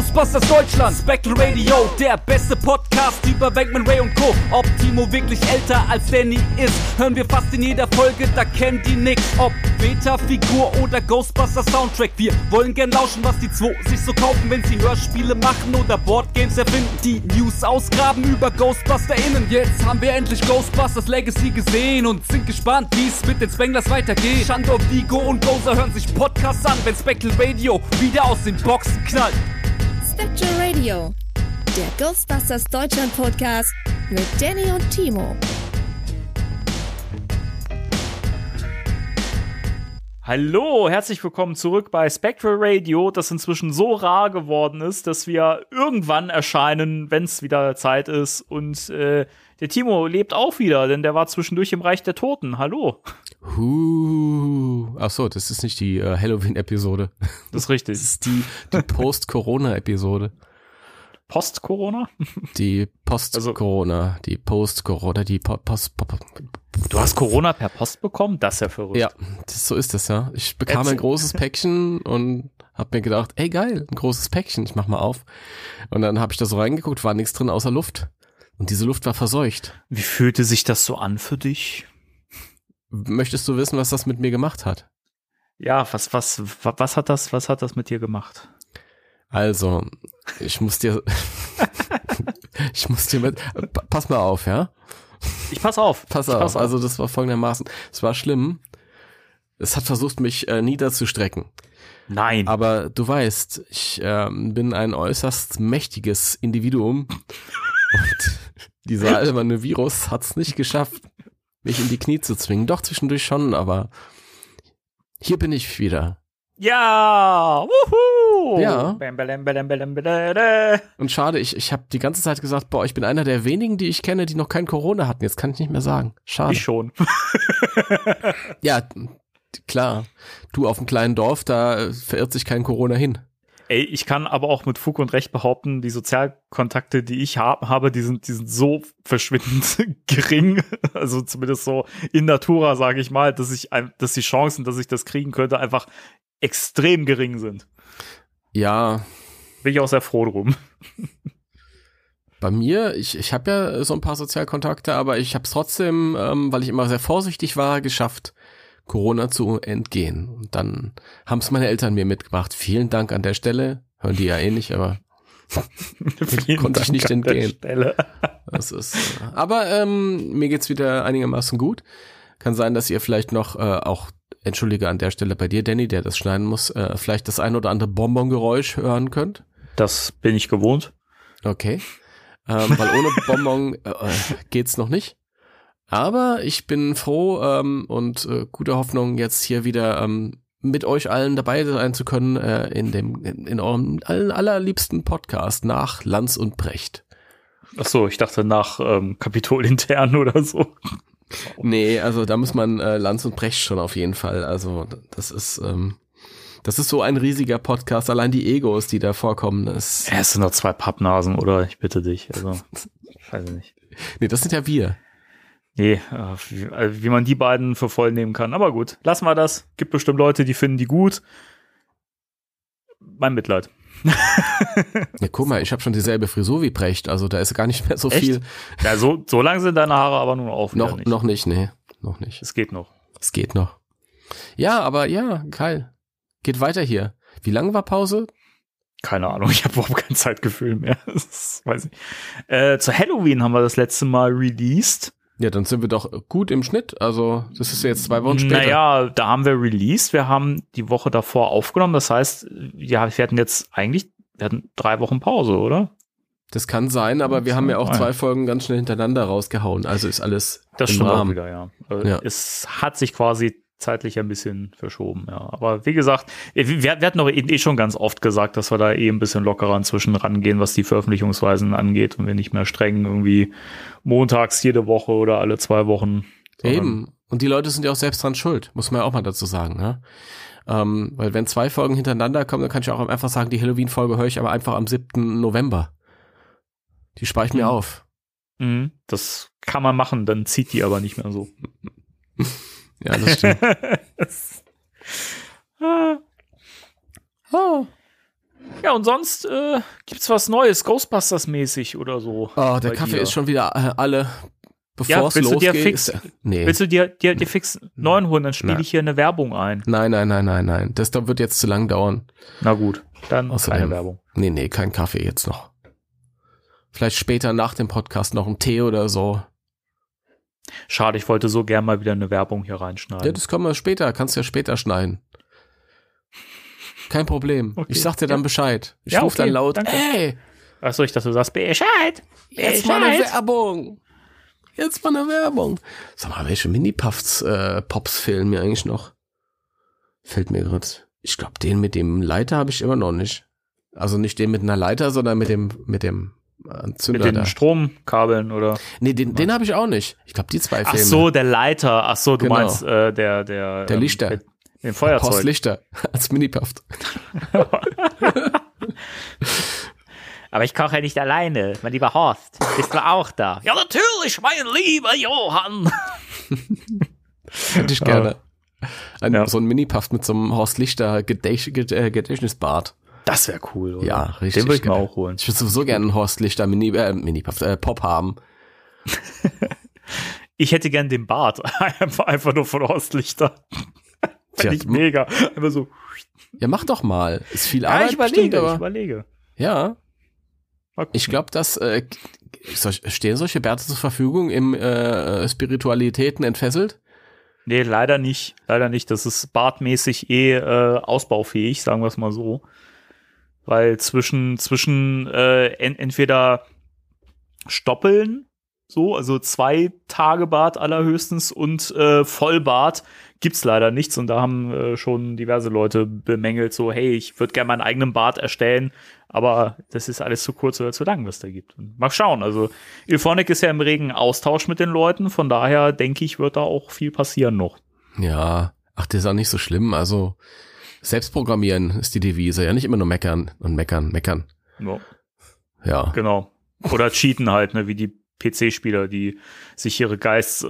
Ghostbusters Deutschland, Spectral Radio, der beste Podcast über Venkman, Ray und Co. Ob Timo wirklich älter als Danny ist, hören wir fast in jeder Folge, da kennt die nix. Ob Beta-Figur oder Ghostbusters Soundtrack, wir wollen gern lauschen, was die zwei sich so kaufen, wenn sie Hörspiele machen oder Boardgames erfinden. Die News ausgraben über GhostbusterInnen. Jetzt haben wir endlich Ghostbusters Legacy gesehen und sind gespannt, wie es mit den Spanglers weitergeht. Shandor, Vigo und Gozer hören sich Podcasts an, wenn Spectral Radio wieder aus den Boxen knallt. Spectral Radio, der Ghostbusters Deutschland Podcast mit Danny und Timo. Hallo, herzlich willkommen zurück bei Spectral Radio, das inzwischen so rar geworden ist, dass wir irgendwann erscheinen, wenn es wieder Zeit ist. Und der Timo lebt auch wieder, denn der war zwischendurch im Reich der Toten. Hallo. Ach so, das ist nicht die Halloween-Episode. Das ist richtig. Das ist die Post-Corona-Episode. Post-Corona? Die Post-Corona, die Post-Corona, die Post. Du hast Corona per Post bekommen? Das ist ja verrückt. Ja, so ist das ja. Ich bekam ein großes Päckchen und hab mir gedacht, ey geil, ein großes Päckchen, ich mach mal auf. Und dann habe ich da so reingeguckt, war nichts drin außer Luft. Und diese Luft war verseucht. Wie fühlte sich das so an für dich? Möchtest du wissen, was das mit mir gemacht hat? Ja, was hat das mit dir gemacht? Also, ich muss dir pass mal auf, ja? Ich pass auf. Pass auf. Also das war folgendermaßen, es war schlimm. Es hat versucht, mich niederzustrecken. Nein. Aber du weißt, ich bin ein äußerst mächtiges Individuum und dieser alberne Virus hat es nicht geschafft, mich in die Knie zu zwingen. Doch, zwischendurch schon, aber hier bin ich wieder. Ja! Wuhu! Ja. Und schade, ich habe die ganze Zeit gesagt, boah, ich bin einer der wenigen, die ich kenne, die noch kein Corona hatten. Jetzt kann ich nicht mehr sagen. Schade. Ich schon. Ja, klar. Du auf dem kleinen Dorf, da verirrt sich kein Corona hin. Ey, ich kann aber auch mit Fug und Recht behaupten, die Sozialkontakte, die ich habe, die sind so verschwindend gering, also zumindest so in Natura, sage ich mal, dass die Chancen, dass ich das kriegen könnte, einfach extrem gering sind. Ja. Bin ich auch sehr froh drum. Bei mir, ich habe ja so ein paar Sozialkontakte, aber ich habe es trotzdem, weil ich immer sehr vorsichtig war, geschafft, Corona zu entgehen. Und dann haben es meine Eltern mir mitgebracht. Vielen Dank an der Stelle. Hören die ja eh nicht, aber konnte ich nicht entgehen. Das ist, aber mir geht's wieder einigermaßen gut. Kann sein, dass ihr vielleicht noch auch, entschuldige an der Stelle bei dir, Danny, der das schneiden muss, vielleicht das ein oder andere Bonbon-Geräusch hören könnt. Das bin ich gewohnt. Okay. Weil ohne Bonbon geht's noch nicht. Aber ich bin froh und guter Hoffnung, jetzt hier wieder mit euch allen dabei sein zu können in eurem allerliebsten Podcast nach Lanz und Brecht. Ach so, ich dachte nach Kapitol intern oder so. Nee, also da muss man Lanz und Brecht schon auf jeden Fall. Also das ist so ein riesiger Podcast. Allein die Egos, die da vorkommen. Es sind noch zwei Pappnasen, oder? Ich bitte dich. Also, weiß ich nicht. Nee, das sind ja wir. Nee, wie man die beiden für voll nehmen kann. Aber gut, lassen wir das. Gibt bestimmt Leute, die finden die gut. Mein Mitleid. Ja, guck mal, ich habe schon dieselbe Frisur wie Brecht, also da ist gar nicht mehr so viel. Ja, so lang sind deine Haare aber nun auch noch nicht. Noch nicht, nee, noch nicht. Es geht noch. Ja, aber ja, geil. Geht weiter hier. Wie lange war Pause? Keine Ahnung, ich habe überhaupt kein Zeitgefühl mehr. Das weiß ich. Zu Halloween haben wir das letzte Mal released. Ja, dann sind wir doch gut im Schnitt. Also, das ist jetzt 2 Wochen später. Naja, da haben wir released. Wir haben die Woche davor aufgenommen. Das heißt, ja, wir hatten 3 Wochen Pause, oder? Das kann sein, aber wir haben ja auch 2 Folgen ganz schnell hintereinander rausgehauen. Also ist alles das im stimmt Rahmen. auch wieder, ja. Es hat sich quasi zeitlich ein bisschen verschoben, ja. Aber wie gesagt, wir hatten doch schon ganz oft gesagt, dass wir da ein bisschen lockerer inzwischen rangehen, was die Veröffentlichungsweisen angeht und wir nicht mehr streng irgendwie montags jede Woche oder alle 2 Wochen. Eben. Und die Leute sind ja auch selbst dran schuld, muss man ja auch mal dazu sagen, ne? Weil wenn 2 Folgen hintereinander kommen, dann kann ich auch einfach sagen, die Halloween-Folge höre ich aber einfach am 7. November. Die spare ich mir auf. Das kann man machen, dann zieht die aber nicht mehr so. Ja, das stimmt. Ja, und sonst gibt's was Neues, Ghostbusters-mäßig oder so. Oh, der Kaffee ist schon wieder alle, bevor es losgeht. Willst du dir fix 9 holen, dann spiele ich hier eine Werbung ein. Nein. Das wird jetzt zu lang dauern. Na gut, dann Außerdem, keine Werbung. Nee, kein Kaffee jetzt noch. Vielleicht später nach dem Podcast noch ein Tee oder so. Schade, ich wollte so gern mal wieder eine Werbung hier reinschneiden. Ja, das können wir später, kannst du ja später schneiden. Kein Problem. Okay. Ich sag dir dann Bescheid. Ich rufe dann laut, danke. Ey! Achso, ich dachte, du sagst Bescheid. Jetzt mal eine Werbung. Sag mal, welche Mini-Puffs fehlen mir eigentlich noch? Fällt mir gerade. Ich glaube, den mit dem Leiter habe ich immer noch nicht. Also nicht den mit einer Leiter, sondern mit dem Zünder. Mit den Stromkabeln, oder? Nee, den habe ich auch nicht. Ich glaube, die 2 fehlen. Ach so, der Leiter. Ach so, du meinst der Lichter. Den Feuerzeug. Horst Lichter als Mini-Puff. Aber ich koche ja nicht alleine. Mein lieber Horst, bist du auch da? Ja, natürlich, mein lieber Johann. Hätte ich gerne. So ein Mini-Puff mit so einem Horst Lichter Gedächtnisbart. Das wäre cool, oder? Ja, richtig. Den würde ich mir auch holen. Ich würde sowieso gerne einen Horst Lichter Pop haben. Ich hätte gern den Bart. Einfach nur von Horst Lichter. Finde ich mega. Einfach so. Ja, mach doch mal. Ist viel Arbeit. Ich überlege. Ja. Ich glaube, dass stehen solche Bärte zur Verfügung im Spiritualitäten entfesselt? Nee, leider nicht. Das ist bartmäßig ausbaufähig, sagen wir es mal so. Weil zwischen entweder Stoppeln, so, also 2 Tage Bart allerhöchstens und Vollbart gibt's leider nichts. Und da haben schon diverse Leute bemängelt, so, hey, ich würde gerne meinen eigenen Bart erstellen, aber das ist alles zu kurz oder zu lang, was da gibt. Und mal schauen, also Ilphonic ist ja im regen Austausch mit den Leuten, von daher denke ich, wird da auch viel passieren noch. Ja, das ist auch nicht so schlimm, also selbst programmieren ist die Devise, ja nicht immer nur meckern. Ja. Genau. Oder cheaten halt, ne, wie die PC-Spieler, die sich ihre Geister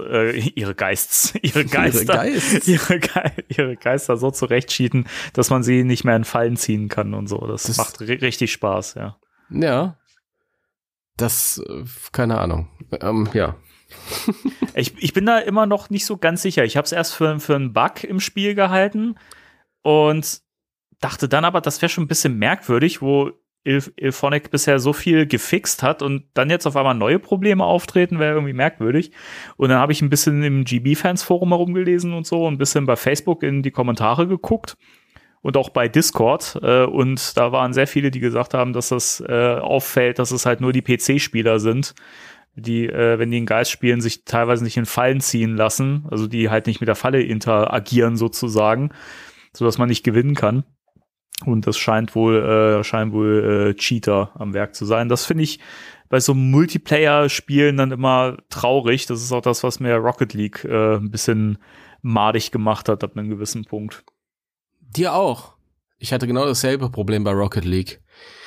so zurechtcheaten, dass man sie nicht mehr in Fallen ziehen kann und so. Das macht richtig Spaß, ja. Ja. Das, keine Ahnung. Ja. Ich bin da immer noch nicht so ganz sicher. Ich habe es erst für einen Bug im Spiel gehalten und dachte dann aber, das wäre schon ein bisschen merkwürdig, wo Ilphonic bisher so viel gefixt hat und dann jetzt auf einmal neue Probleme auftreten, wäre irgendwie merkwürdig. Und dann habe ich ein bisschen im GB-Fans-Forum herumgelesen und so, ein bisschen bei Facebook in die Kommentare geguckt und auch bei Discord. Und da waren sehr viele, die gesagt haben, dass das auffällt, dass es halt nur die PC-Spieler sind, die, wenn die einen Geist spielen, sich teilweise nicht in Fallen ziehen lassen, also die halt nicht mit der Falle interagieren sozusagen, sodass man nicht gewinnen kann. Und das scheint wohl Cheater am Werk zu sein. Das finde ich bei so Multiplayer-Spielen dann immer traurig. Das ist auch das, was mir Rocket League ein bisschen madig gemacht hat ab einem gewissen Punkt. Dir auch. Ich hatte genau dasselbe Problem bei Rocket League.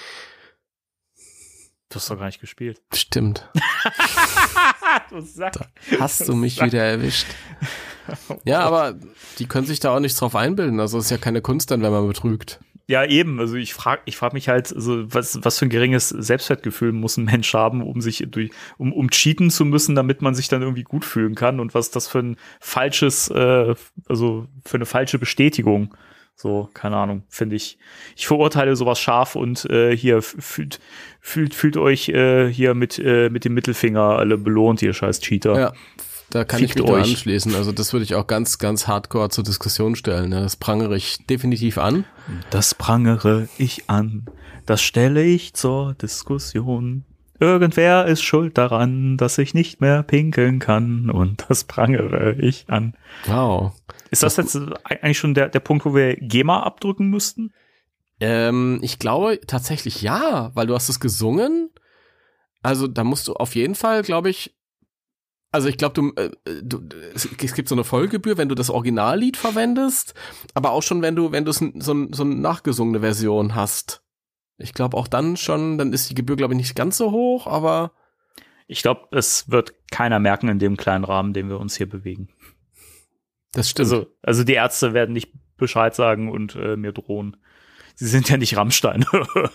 Du hast doch gar nicht gespielt. Stimmt. Du Sack. Da hast du mich wieder erwischt. Ja, aber die können sich da auch nicht drauf einbilden. Also es ist ja keine Kunst dann, wenn man betrügt. Ja, eben. Also ich frag mich halt, also was für ein geringes Selbstwertgefühl muss ein Mensch haben, um sich um cheaten zu müssen, damit man sich dann irgendwie gut fühlen kann und was das für ein falsches, also für eine falsche Bestätigung. So, keine Ahnung, finde ich. Ich verurteile sowas scharf und hier fühlt euch hier mit dem Mittelfinger alle belohnt, ihr scheiß Cheater. Ja. Da kann ich mich da anschließen. Also das würde ich auch ganz, ganz hardcore zur Diskussion stellen. Das prangere ich definitiv an. Das prangere ich an. Das stelle ich zur Diskussion. Irgendwer ist schuld daran, dass ich nicht mehr pinkeln kann. Und das prangere ich an. Wow. Ist das jetzt eigentlich schon der Punkt, wo wir GEMA abdrücken müssten? Ich glaube tatsächlich ja, weil du hast es gesungen. Also da musst du auf jeden Fall, glaube ich, also ich glaube, es gibt so eine Vollgebühr, wenn du das Originallied verwendest, aber auch schon, wenn du so eine nachgesungene Version hast. Ich glaube auch dann ist die Gebühr, glaube ich, nicht ganz so hoch, aber ich glaube, es wird keiner merken in dem kleinen Rahmen, den wir uns hier bewegen. Das stimmt. Also die Ärzte werden nicht Bescheid sagen und mir drohen. sie sind ja nicht Rammstein.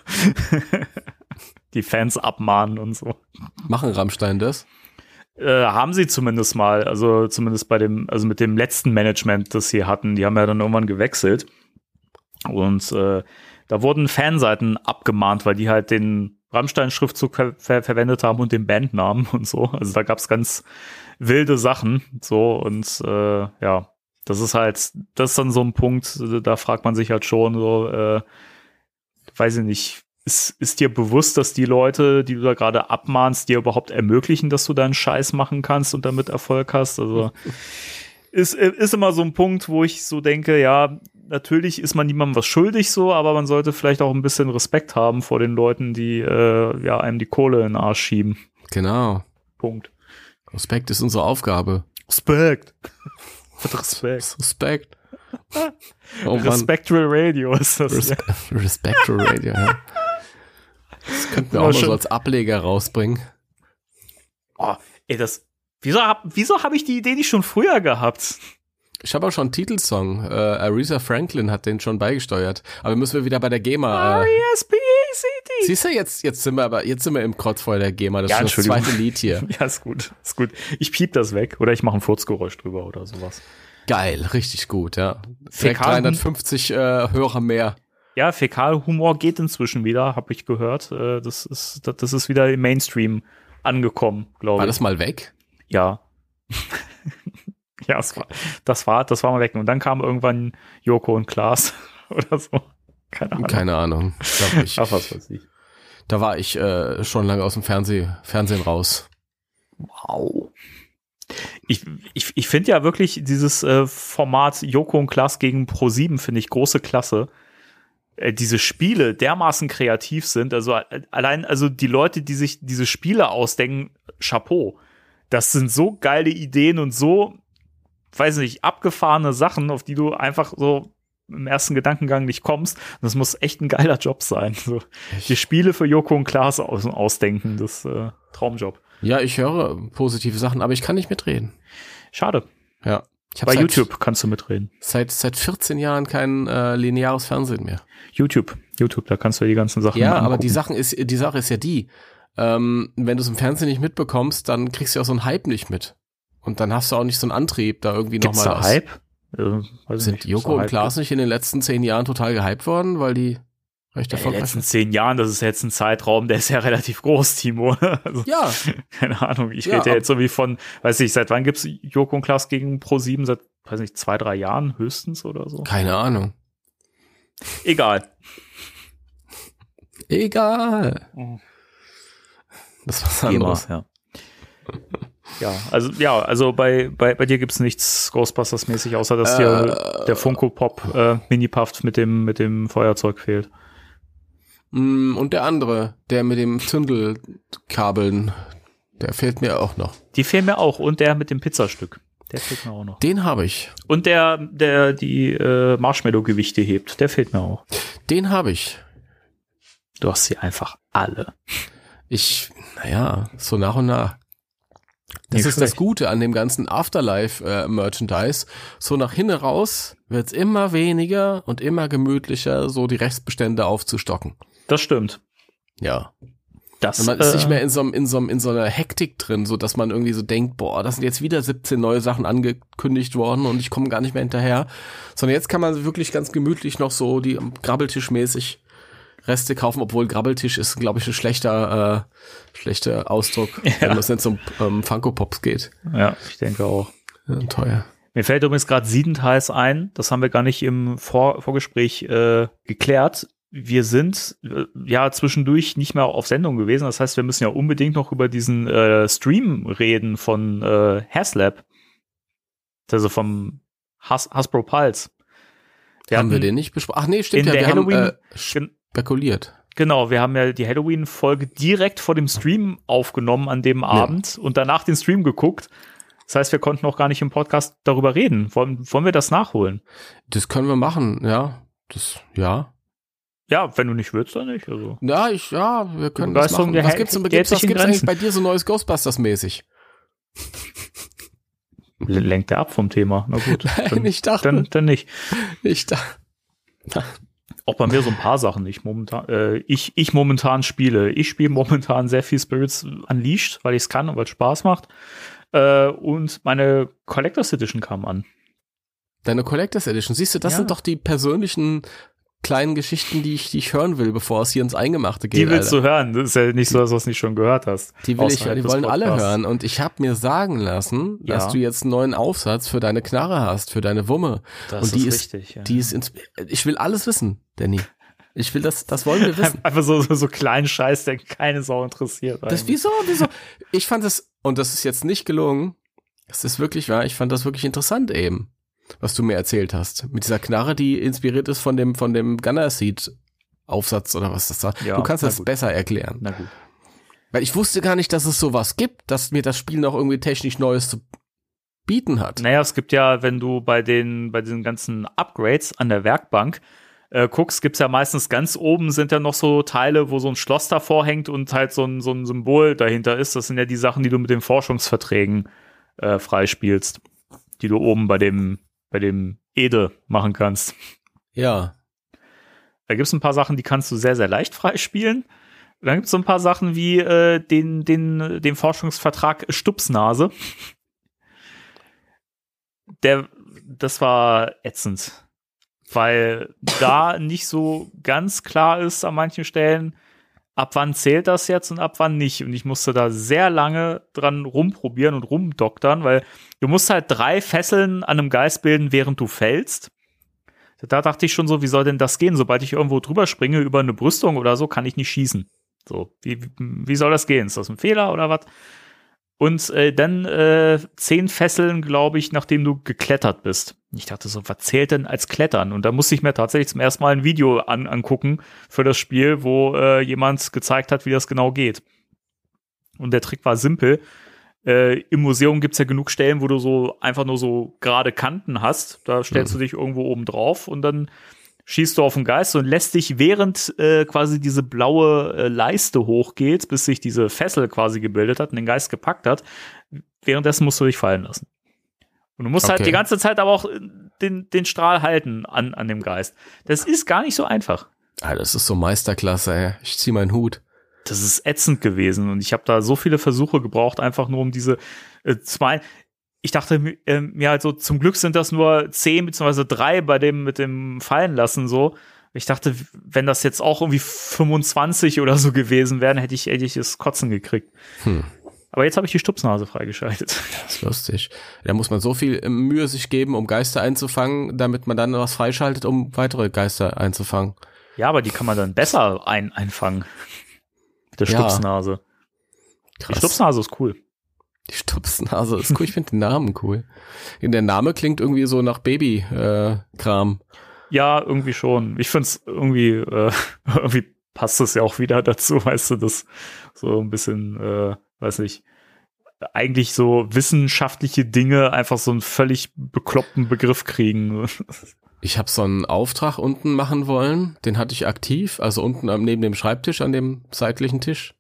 Die Fans abmahnen und so. Machen Rammstein das? Haben sie zumindest mal, also zumindest mit dem letzten Management, das sie hatten, die haben ja dann irgendwann gewechselt. Und da wurden Fanseiten abgemahnt, weil die halt den Rammstein-Schriftzug verwendet haben und den Bandnamen und so. Also da gab's ganz wilde Sachen. So, und ja, das ist dann so ein Punkt, da fragt man sich halt schon so, weiß ich nicht, ist dir bewusst, dass die Leute, die du da gerade abmahnst, dir überhaupt ermöglichen, dass du deinen Scheiß machen kannst und damit Erfolg hast? Also ist immer so ein Punkt, wo ich so denke, ja, natürlich ist man niemandem was schuldig so, aber man sollte vielleicht auch ein bisschen Respekt haben vor den Leuten, die einem die Kohle in den Arsch schieben. Genau. Punkt. Respekt ist unsere Aufgabe. Respekt. Respekt. Oh Respectful Radio ist das. Respectful Radio, ja. Das könnten wir auch mal so als Ableger rausbringen. Oh, ey, wieso hab ich die Idee nicht schon früher gehabt? Ich habe auch schon einen Titelsong. Aretha Franklin hat den schon beigesteuert. Aber müssen wir wieder bei der GEMA. R-E-S-P-E-C-T. Siehst du, jetzt sind wir im Kreuzfeuer der GEMA. Das ist das zweite Lied hier. Ja, ist gut. Ich piep das weg. Oder ich mache ein Furzgeräusch drüber oder sowas. Geil, richtig gut, ja. Direkt 350 Hörer mehr. Ja, Fäkalhumor geht inzwischen wieder, habe ich gehört. Das ist wieder im Mainstream angekommen, glaube ich. War das mal weg? Ja. Ja, das war mal weg. Und dann kam irgendwann Joko und Klaas oder so. Keine Ahnung. Ach, was weiß ich. Da war ich schon lange aus dem Fernsehen raus. Wow. Ich finde ja wirklich dieses Format Joko und Klaas gegen Pro7 finde ich große Klasse. Diese Spiele dermaßen kreativ sind, also allein, also die Leute, die sich diese Spiele ausdenken, Chapeau. Das sind so geile Ideen und so, weiß nicht, abgefahrene Sachen, auf die du einfach so im ersten Gedankengang nicht kommst. Und das muss echt ein geiler Job sein. So, die Spiele für Joko und Klaas ausdenken, das Traumjob. Ja, ich höre positive Sachen, aber ich kann nicht mitreden. Schade. Ja. Bei YouTube kannst du mitreden. Seit 14 Jahren kein lineares Fernsehen mehr. YouTube, da kannst du die ganzen Sachen Ja, angucken. aber die Sache ist ja die, wenn du es im Fernsehen nicht mitbekommst, dann kriegst du auch so einen Hype nicht mit. Und dann hast du auch nicht so einen Antrieb, da irgendwie nochmal was. Hype? Sind Joko und Klaas nicht in den letzten 10 Jahren total gehypt worden, weil die recht erfolgreich sind? In den letzten 10 Jahren, das ist jetzt ein Zeitraum, der ist ja relativ groß, Timo. Also, ja. Keine Ahnung, ich rede ja jetzt irgendwie von, weiß ich, seit wann gibt's Joko und Klaas gegen Pro7? Seit, weiß nicht, 2-3 Jahren höchstens oder so? Keine Ahnung. Egal. Das war's anderes. Ja. Also bei dir gibt's nichts Ghostbusters-mäßig, außer dass dir der Funko Pop Mini-Puff mit dem Feuerzeug fehlt. Und der andere, der mit dem Zündelkabeln, der fehlt mir auch noch. Die fehlen mir auch und der mit dem Pizzastück. Der fehlt mir auch noch. Den habe ich. Und der die Marshmallow-Gewichte hebt, der fehlt mir auch. Den habe ich. Du hast sie einfach alle. So nach und nach. Das ist das Gute an dem ganzen Afterlife-Merchandise. So nach hinten raus wird's immer weniger und immer gemütlicher, so die Restbestände aufzustocken. Das stimmt. Ja. Und man ist nicht mehr in so einer Hektik drin, so dass man irgendwie so denkt, boah, das sind jetzt wieder 17 neue Sachen angekündigt worden und ich komme gar nicht mehr hinterher. Sondern jetzt kann man wirklich ganz gemütlich noch so die Grabbeltischmäßig Reste kaufen, obwohl Grabbeltisch ist, glaube ich, ein schlechter Ausdruck, wenn es nicht um Funko Pops geht. Ja, ich denke auch. Ja, teuer. Mir fällt übrigens gerade Siedendheiß ein, das haben wir gar nicht im Vorgespräch geklärt. Wir sind zwischendurch nicht mehr auf Sendung gewesen, das heißt, wir müssen ja unbedingt noch über diesen Stream reden von Haslab, also vom Hasbro Pulse. Haben wir den nicht besprochen? Ach nee, stimmt ja, wir haben spekuliert. Genau, wir haben ja die Halloween-Folge direkt vor dem Stream aufgenommen an dem Abend und danach den Stream geguckt. Das heißt, wir konnten auch gar nicht im Podcast darüber reden. Wollen wir das nachholen? Das können wir machen, ja. Ja, wenn du nicht willst, dann nicht. Also. Wir können das machen. Was gibt's eigentlich bei dir so neues Ghostbusters-mäßig? Lenkt er ab vom Thema. Na gut. Dann, ich dachte. Dann nicht. Ich dachte. auch bei mir so ein paar Sachen, ich momentan spiele. Ich spiele momentan sehr viel Spirits Unleashed, weil ich es kann und weil es Spaß macht. Und meine Collector's Edition kam an. Deine Collector's Edition, siehst du, das sind doch die persönlichen kleinen Geschichten, die ich hören will, bevor es hier ins Eingemachte geht. Die willst du hören, das ist ja nicht so, dass du es nicht schon gehört hast. Die wollen alle hören und ich habe mir sagen lassen, dass du jetzt einen neuen Aufsatz für deine Knarre hast, für deine Wumme. Das und ist richtig, ich will alles wissen, Danny. Ich will das wollen wir wissen. Einfach so kleinen Scheiß, der keine Sau interessiert. Wieso? Ich fand das, und das ist jetzt nicht gelungen, das ist wirklich wahr, ich fand das wirklich interessant eben, was du mir erzählt hast. Mit dieser Knarre, die inspiriert ist von dem Gunner Seed Aufsatz oder was das war. Ja, du kannst das besser erklären. Na gut. Weil ich wusste gar nicht, dass es sowas gibt, dass mir das Spiel noch irgendwie technisch Neues zu bieten hat. Naja, es gibt ja, wenn du bei diesen ganzen Upgrades an der Werkbank guckst, gibt's ja meistens ganz oben sind ja noch so Teile, wo so ein Schloss davor hängt und halt so ein Symbol dahinter ist. Das sind ja die Sachen, die du mit den Forschungsverträgen freispielst, die du oben bei dem Ede machen kannst. Ja. Da gibt's ein paar Sachen, die kannst du sehr, sehr leicht freispielen. Dann gibt's so ein paar Sachen wie den Forschungsvertrag Stupsnase. Das war ätzend. Weil da nicht so ganz klar ist an manchen Stellen, ab wann zählt das jetzt und ab wann nicht. Und ich musste da sehr lange dran rumprobieren und rumdoktern, weil du musst halt 3 Fesseln an einem Geist bilden, während du fällst. Da dachte ich schon so, wie soll denn das gehen? Sobald ich irgendwo drüber springe über eine Brüstung oder so, kann ich nicht schießen. So, wie soll das gehen? Ist das ein Fehler oder was? Und dann 10 Fesseln, glaube ich, nachdem du geklettert bist. Ich dachte so, was zählt denn als Klettern? Und da musste ich mir tatsächlich zum ersten Mal ein Video angucken für das Spiel, wo jemand gezeigt hat, wie das genau geht. Und der Trick war simpel. Im Museum gibt's ja genug Stellen, wo du so einfach nur so gerade Kanten hast. Da stellst du dich irgendwo oben drauf und dann schießt du auf den Geist und lässt dich, während quasi diese blaue Leiste hochgeht, bis sich diese Fessel quasi gebildet hat und den Geist gepackt hat, währenddessen musst du dich fallen lassen. Und du musst halt die ganze Zeit aber auch den Strahl halten an dem Geist. Das ist gar nicht so einfach. Ah, das ist so Meisterklasse, ey. Ich zieh meinen Hut. Das ist ätzend gewesen und ich habe da so viele Versuche gebraucht, einfach nur um diese 2. Ich dachte mir halt so, zum Glück sind das nur 10 bzw. 3 bei dem mit dem Fallen lassen so. Ich dachte, wenn das jetzt auch irgendwie 25 oder so gewesen wären, hätte ich das Kotzen gekriegt. Aber jetzt habe ich die Stupsnase freigeschaltet. Das ist lustig. Da muss man so viel Mühe sich geben, um Geister einzufangen, damit man dann was freischaltet, um weitere Geister einzufangen. Ja, aber die kann man dann besser einfangen. Mit der Stupsnase. Krass. Die Stupsnase ist cool. Die Stupsnase ist cool. Ich finde den Namen cool. Der Name klingt irgendwie so nach Baby-Kram. Ja, irgendwie schon. Ich finde es irgendwie passt es ja auch wieder dazu, weißt du, das so ein bisschen, weiß nicht, eigentlich so wissenschaftliche Dinge einfach so einen völlig bekloppten Begriff kriegen. Ich habe so einen Auftrag unten machen wollen, den hatte ich aktiv, also unten neben dem Schreibtisch an dem seitlichen Tisch.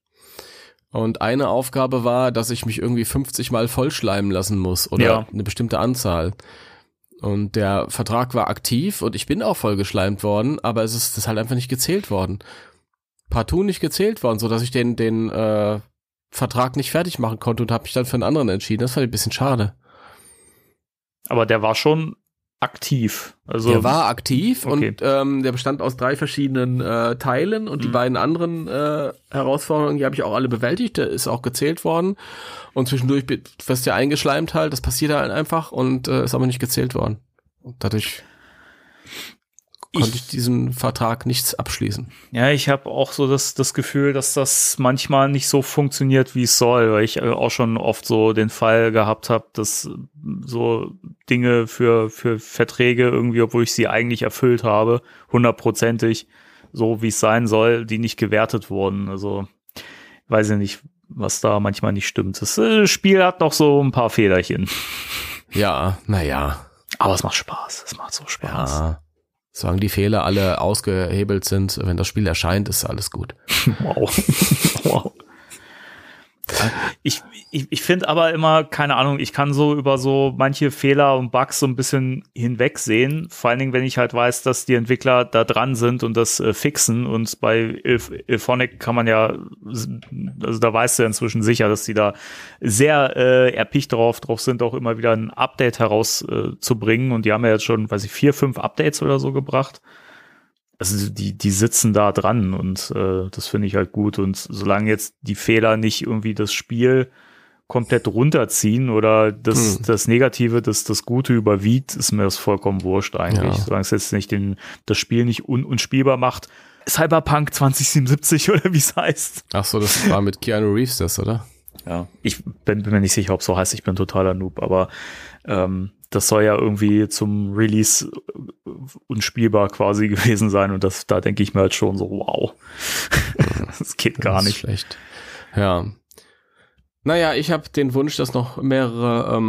Und eine Aufgabe war, dass ich mich irgendwie 50 Mal vollschleimen lassen muss oder eine bestimmte Anzahl. Und der Vertrag war aktiv und ich bin auch vollgeschleimt worden, aber es ist halt einfach nicht gezählt worden. Partout nicht gezählt worden, so dass ich den Vertrag nicht fertig machen konnte und habe mich dann für einen anderen entschieden. Das fand ich ein bisschen schade. Aber der war schon aktiv. Also der war aktiv und der bestand aus 3 verschiedenen Teilen und die beiden anderen Herausforderungen, die habe ich auch alle bewältigt. Der ist auch gezählt worden und zwischendurch wirst du ja eingeschleimt halt. Das passiert halt einfach und ist aber nicht gezählt worden. Und dadurch konnte ich diesen Vertrag nichts abschließen. Ja, ich habe auch so das Gefühl, dass das manchmal nicht so funktioniert, wie es soll, weil ich auch schon oft so den Fall gehabt habe, dass so Dinge für Verträge irgendwie, obwohl ich sie eigentlich erfüllt habe, 100%ig, so wie es sein soll, die nicht gewertet wurden. Also weiß ich nicht, was da manchmal nicht stimmt. Das Spiel hat noch so ein paar Federchen. Ja, naja. Aber es macht Spaß. Es macht so Spaß. Ja. Solange die Fehler alle ausgehebelt sind, wenn das Spiel erscheint, ist alles gut. Wow. Ich finde aber immer, keine Ahnung, ich kann so über so manche Fehler und Bugs so ein bisschen hinwegsehen. Vor allen Dingen, wenn ich halt weiß, dass die Entwickler da dran sind und das fixen. Und bei Ilphonic kann man ja, also da weißt du ja inzwischen sicher, dass die da sehr erpicht drauf sind, auch immer wieder ein Update herauszubringen. Und die haben ja jetzt schon, 4, 5 Updates oder so gebracht. Also die sitzen da dran und das finde ich halt gut. Und solange jetzt die Fehler nicht irgendwie das Spiel komplett runterziehen oder das Negative, das Gute überwiegt, ist mir das vollkommen wurscht eigentlich. Ja. Solange es jetzt nicht das Spiel nicht unspielbar macht. Cyberpunk 2077 oder wie es heißt. Ach so, das war mit Keanu Reeves das, oder? Ja, ich bin mir nicht sicher, ob es so heißt. Ich bin totaler Noob, aber das soll ja irgendwie zum Release unspielbar quasi gewesen sein und da denke ich mir halt schon so, wow, das geht gar nicht. Schlecht. Ja. Naja, ich habe den Wunsch, dass noch mehrere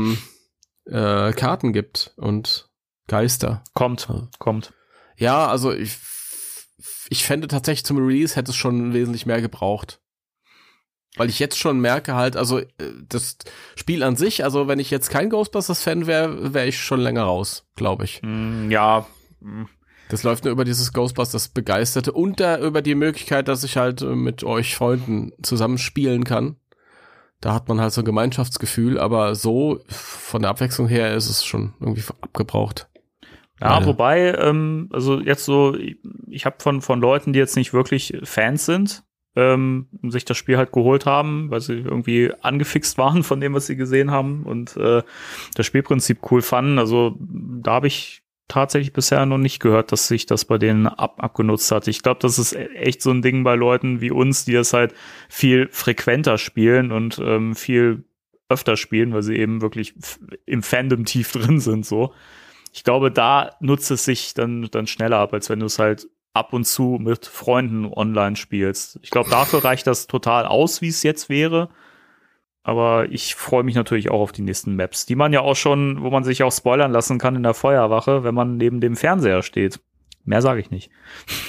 Karten gibt und Geister. Kommt. Ja, also ich fände tatsächlich zum Release hätte es schon wesentlich mehr gebraucht. Weil ich jetzt schon merke halt, also das Spiel an sich, also wenn ich jetzt kein Ghostbusters-Fan wäre ich schon länger raus, glaube ich. Ja. Das läuft nur über dieses Ghostbusters-Begeisterte und über die Möglichkeit, dass ich halt mit euch Freunden zusammen spielen kann. Da hat man halt so ein Gemeinschaftsgefühl, aber so von der Abwechslung her ist es schon irgendwie abgebraucht. Ja, wobei, also jetzt so, ich habe von Leuten, die jetzt nicht wirklich Fans sind, sich das Spiel halt geholt haben, weil sie irgendwie angefixt waren von dem, was sie gesehen haben und das Spielprinzip cool fanden. Also da habe ich tatsächlich bisher noch nicht gehört, dass sich das bei denen abgenutzt hat. Ich glaube, das ist echt so ein Ding bei Leuten wie uns, die das halt viel frequenter spielen und viel öfter spielen, weil sie eben wirklich im Fandom tief drin sind. So, ich glaube, da nutzt es sich dann schneller ab, als wenn du es halt ab und zu mit Freunden online spielst. Ich glaube, dafür reicht das total aus, wie es jetzt wäre. Aber ich freue mich natürlich auch auf die nächsten Maps, die man ja auch schon, wo man sich auch spoilern lassen kann in der Feuerwache, wenn man neben dem Fernseher steht. Mehr sage ich nicht.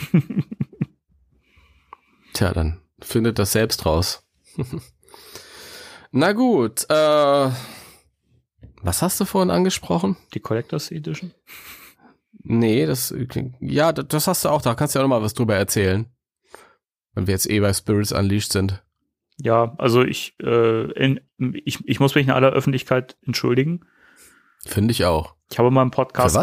Tja, dann findet das selbst raus. Na gut, was hast du vorhin angesprochen? Die Collectors Edition? Nee, das hast du auch, da kannst du ja auch noch mal was drüber erzählen. Wenn wir jetzt bei Spirits Unleashed sind. Ja, also ich muss mich in aller Öffentlichkeit entschuldigen. Finde ich auch. Ich habe mal im Podcast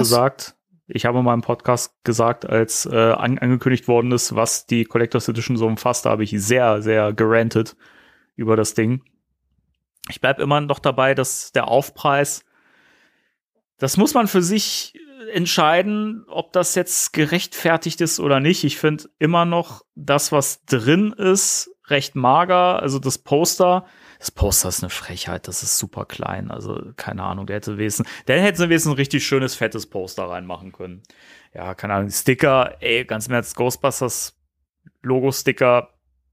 gesagt, als angekündigt worden ist, was die Collectors Edition so umfasst, da habe ich sehr, sehr gerantet über das Ding. Ich bleib immer noch dabei, dass der Aufpreis, das muss man für sich entscheiden, ob das jetzt gerechtfertigt ist oder nicht. Ich finde immer noch das, was drin ist, recht mager. Also das Poster ist eine Frechheit, das ist super klein. Also keine Ahnung, der hätte wenigstens ein richtig schönes, fettes Poster reinmachen können. Ja, keine Ahnung, Sticker, ganz im Ernst, Ghostbusters Logo-Sticker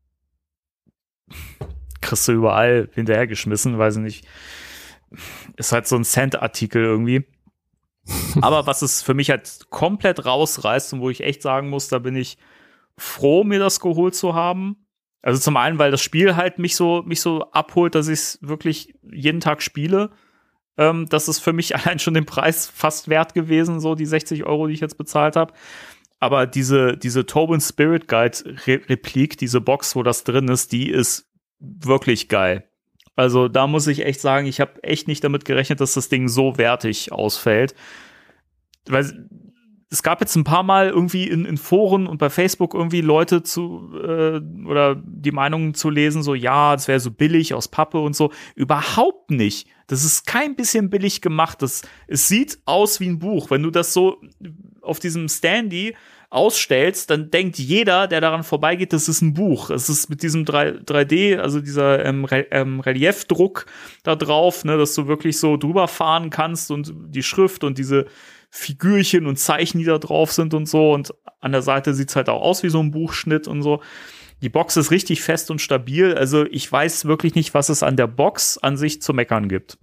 kriegst du überall hinterhergeschmissen, weiß ich nicht. Ist halt so ein Cent-Artikel irgendwie. Aber was es für mich halt komplett rausreißt und wo ich echt sagen muss, da bin ich froh, mir das geholt zu haben. Also zum einen, weil das Spiel halt mich so abholt, dass ich es wirklich jeden Tag spiele. Das ist für mich allein schon den Preis fast wert gewesen, so die 60 €, die ich jetzt bezahlt habe. Aber diese Tobin Spirit Guide Replik, diese Box, wo das drin ist, die ist wirklich geil. Also da muss ich echt sagen, ich habe echt nicht damit gerechnet, dass das Ding so wertig ausfällt. Weil es gab jetzt ein paar Mal irgendwie in Foren und bei Facebook irgendwie Leute oder die Meinungen zu lesen, so ja, das wäre so billig aus Pappe und so. Überhaupt nicht. Das ist kein bisschen billig gemacht. Es sieht aus wie ein Buch. Wenn du das so auf diesem Standy ausstellst, dann denkt jeder, der daran vorbeigeht, das ist ein Buch. Es ist mit diesem 3D, also dieser Reliefdruck da drauf, ne, dass du wirklich so drüber fahren kannst und die Schrift und diese Figürchen und Zeichen, die da drauf sind und so. Und an der Seite sieht's halt auch aus wie so ein Buchschnitt und so. Die Box ist richtig fest und stabil. Also ich weiß wirklich nicht, was es an der Box an sich zu meckern gibt.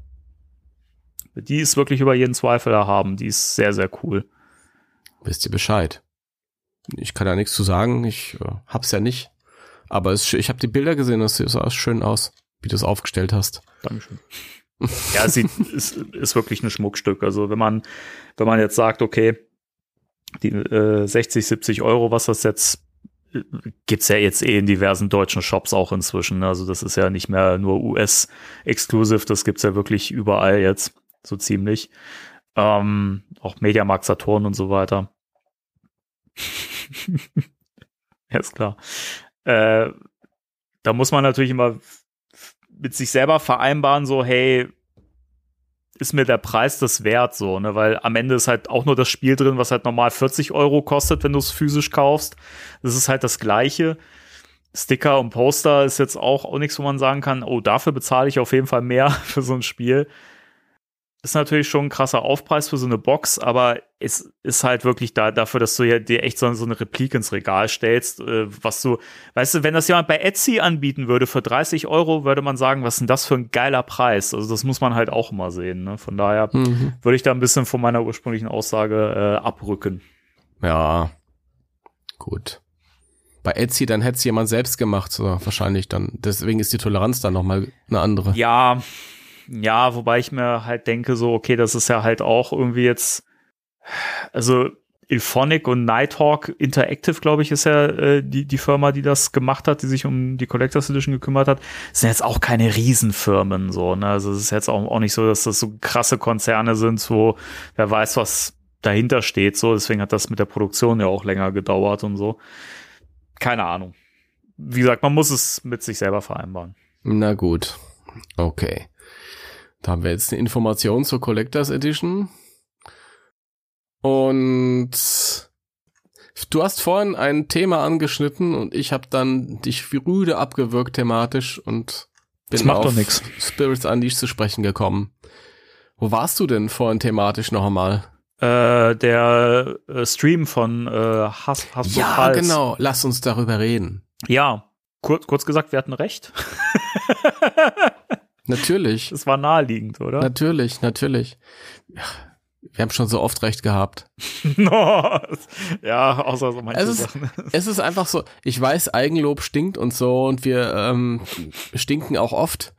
Die ist wirklich über jeden Zweifel erhaben. Die ist sehr, sehr cool. Wisst ihr Bescheid? Ich kann da nichts zu sagen. Ich hab's ja nicht. Aber ich habe die Bilder gesehen, das sah schön aus. wie du es aufgestellt hast. Dankeschön. Ja, es ist wirklich ein Schmuckstück. Also wenn man jetzt sagt, okay, die 60, 70 Euro, was das jetzt, gibt's ja jetzt in diversen deutschen Shops auch inzwischen. Also das ist ja nicht mehr nur US-exclusive, das gibt's ja wirklich überall jetzt, so ziemlich. Auch Mediamarkt, Saturn und so weiter. Ja, ist klar. Da muss man natürlich immer mit sich selber vereinbaren, so, hey, ist mir der Preis das wert, so, ne, weil am Ende ist halt auch nur das Spiel drin, was halt normal 40 Euro kostet, wenn du es physisch kaufst. Das ist halt das Gleiche. Sticker und Poster ist jetzt auch nichts, wo man sagen kann, oh, dafür bezahle ich auf jeden Fall mehr für so ein Spiel. Ist natürlich schon ein krasser Aufpreis für so eine Box, aber es ist halt wirklich dafür, dass du ja dir echt so eine Replik ins Regal stellst, was du, weißt du, wenn das jemand bei Etsy anbieten würde für 30 Euro, würde man sagen, was ist denn das für ein geiler Preis? Also das muss man halt auch immer sehen, ne? Von daher würde ich da ein bisschen von meiner ursprünglichen Aussage abrücken. Ja, gut. Bei Etsy, dann hätte es jemand selbst gemacht, so wahrscheinlich dann. Deswegen ist die Toleranz dann nochmal eine andere. Ja, wobei ich mir halt denke, so, okay, das ist ja halt auch irgendwie jetzt, also Ilphonic und Nighthawk Interactive, glaube ich, ist ja die Firma, die das gemacht hat, die sich um die Collectors Edition gekümmert hat, sind jetzt auch keine Riesenfirmen, so, ne, also es ist jetzt auch nicht so, dass das so krasse Konzerne sind, wo wer weiß, was dahinter steht, so, deswegen hat das mit der Produktion ja auch länger gedauert und so. Keine Ahnung. Wie gesagt, man muss es mit sich selber vereinbaren. Na gut, okay. Da haben wir jetzt eine Information zur Collectors Edition. Und du hast vorhin ein Thema angeschnitten und ich habe dann dich rüde abgewürgt thematisch und bin auf Spirits Unleashed zu sprechen gekommen. Wo warst du denn vorhin thematisch noch einmal? Der Stream von Hasbro. Ja, Pulse. Genau. Lass uns darüber reden. Ja, kurz gesagt, wir hatten recht. Natürlich. Das war naheliegend, oder? Natürlich. Ja, wir haben schon so oft recht gehabt. Ja, außer so manche Sachen. Es ist einfach so, ich weiß, Eigenlob stinkt und so und wir stinken auch oft.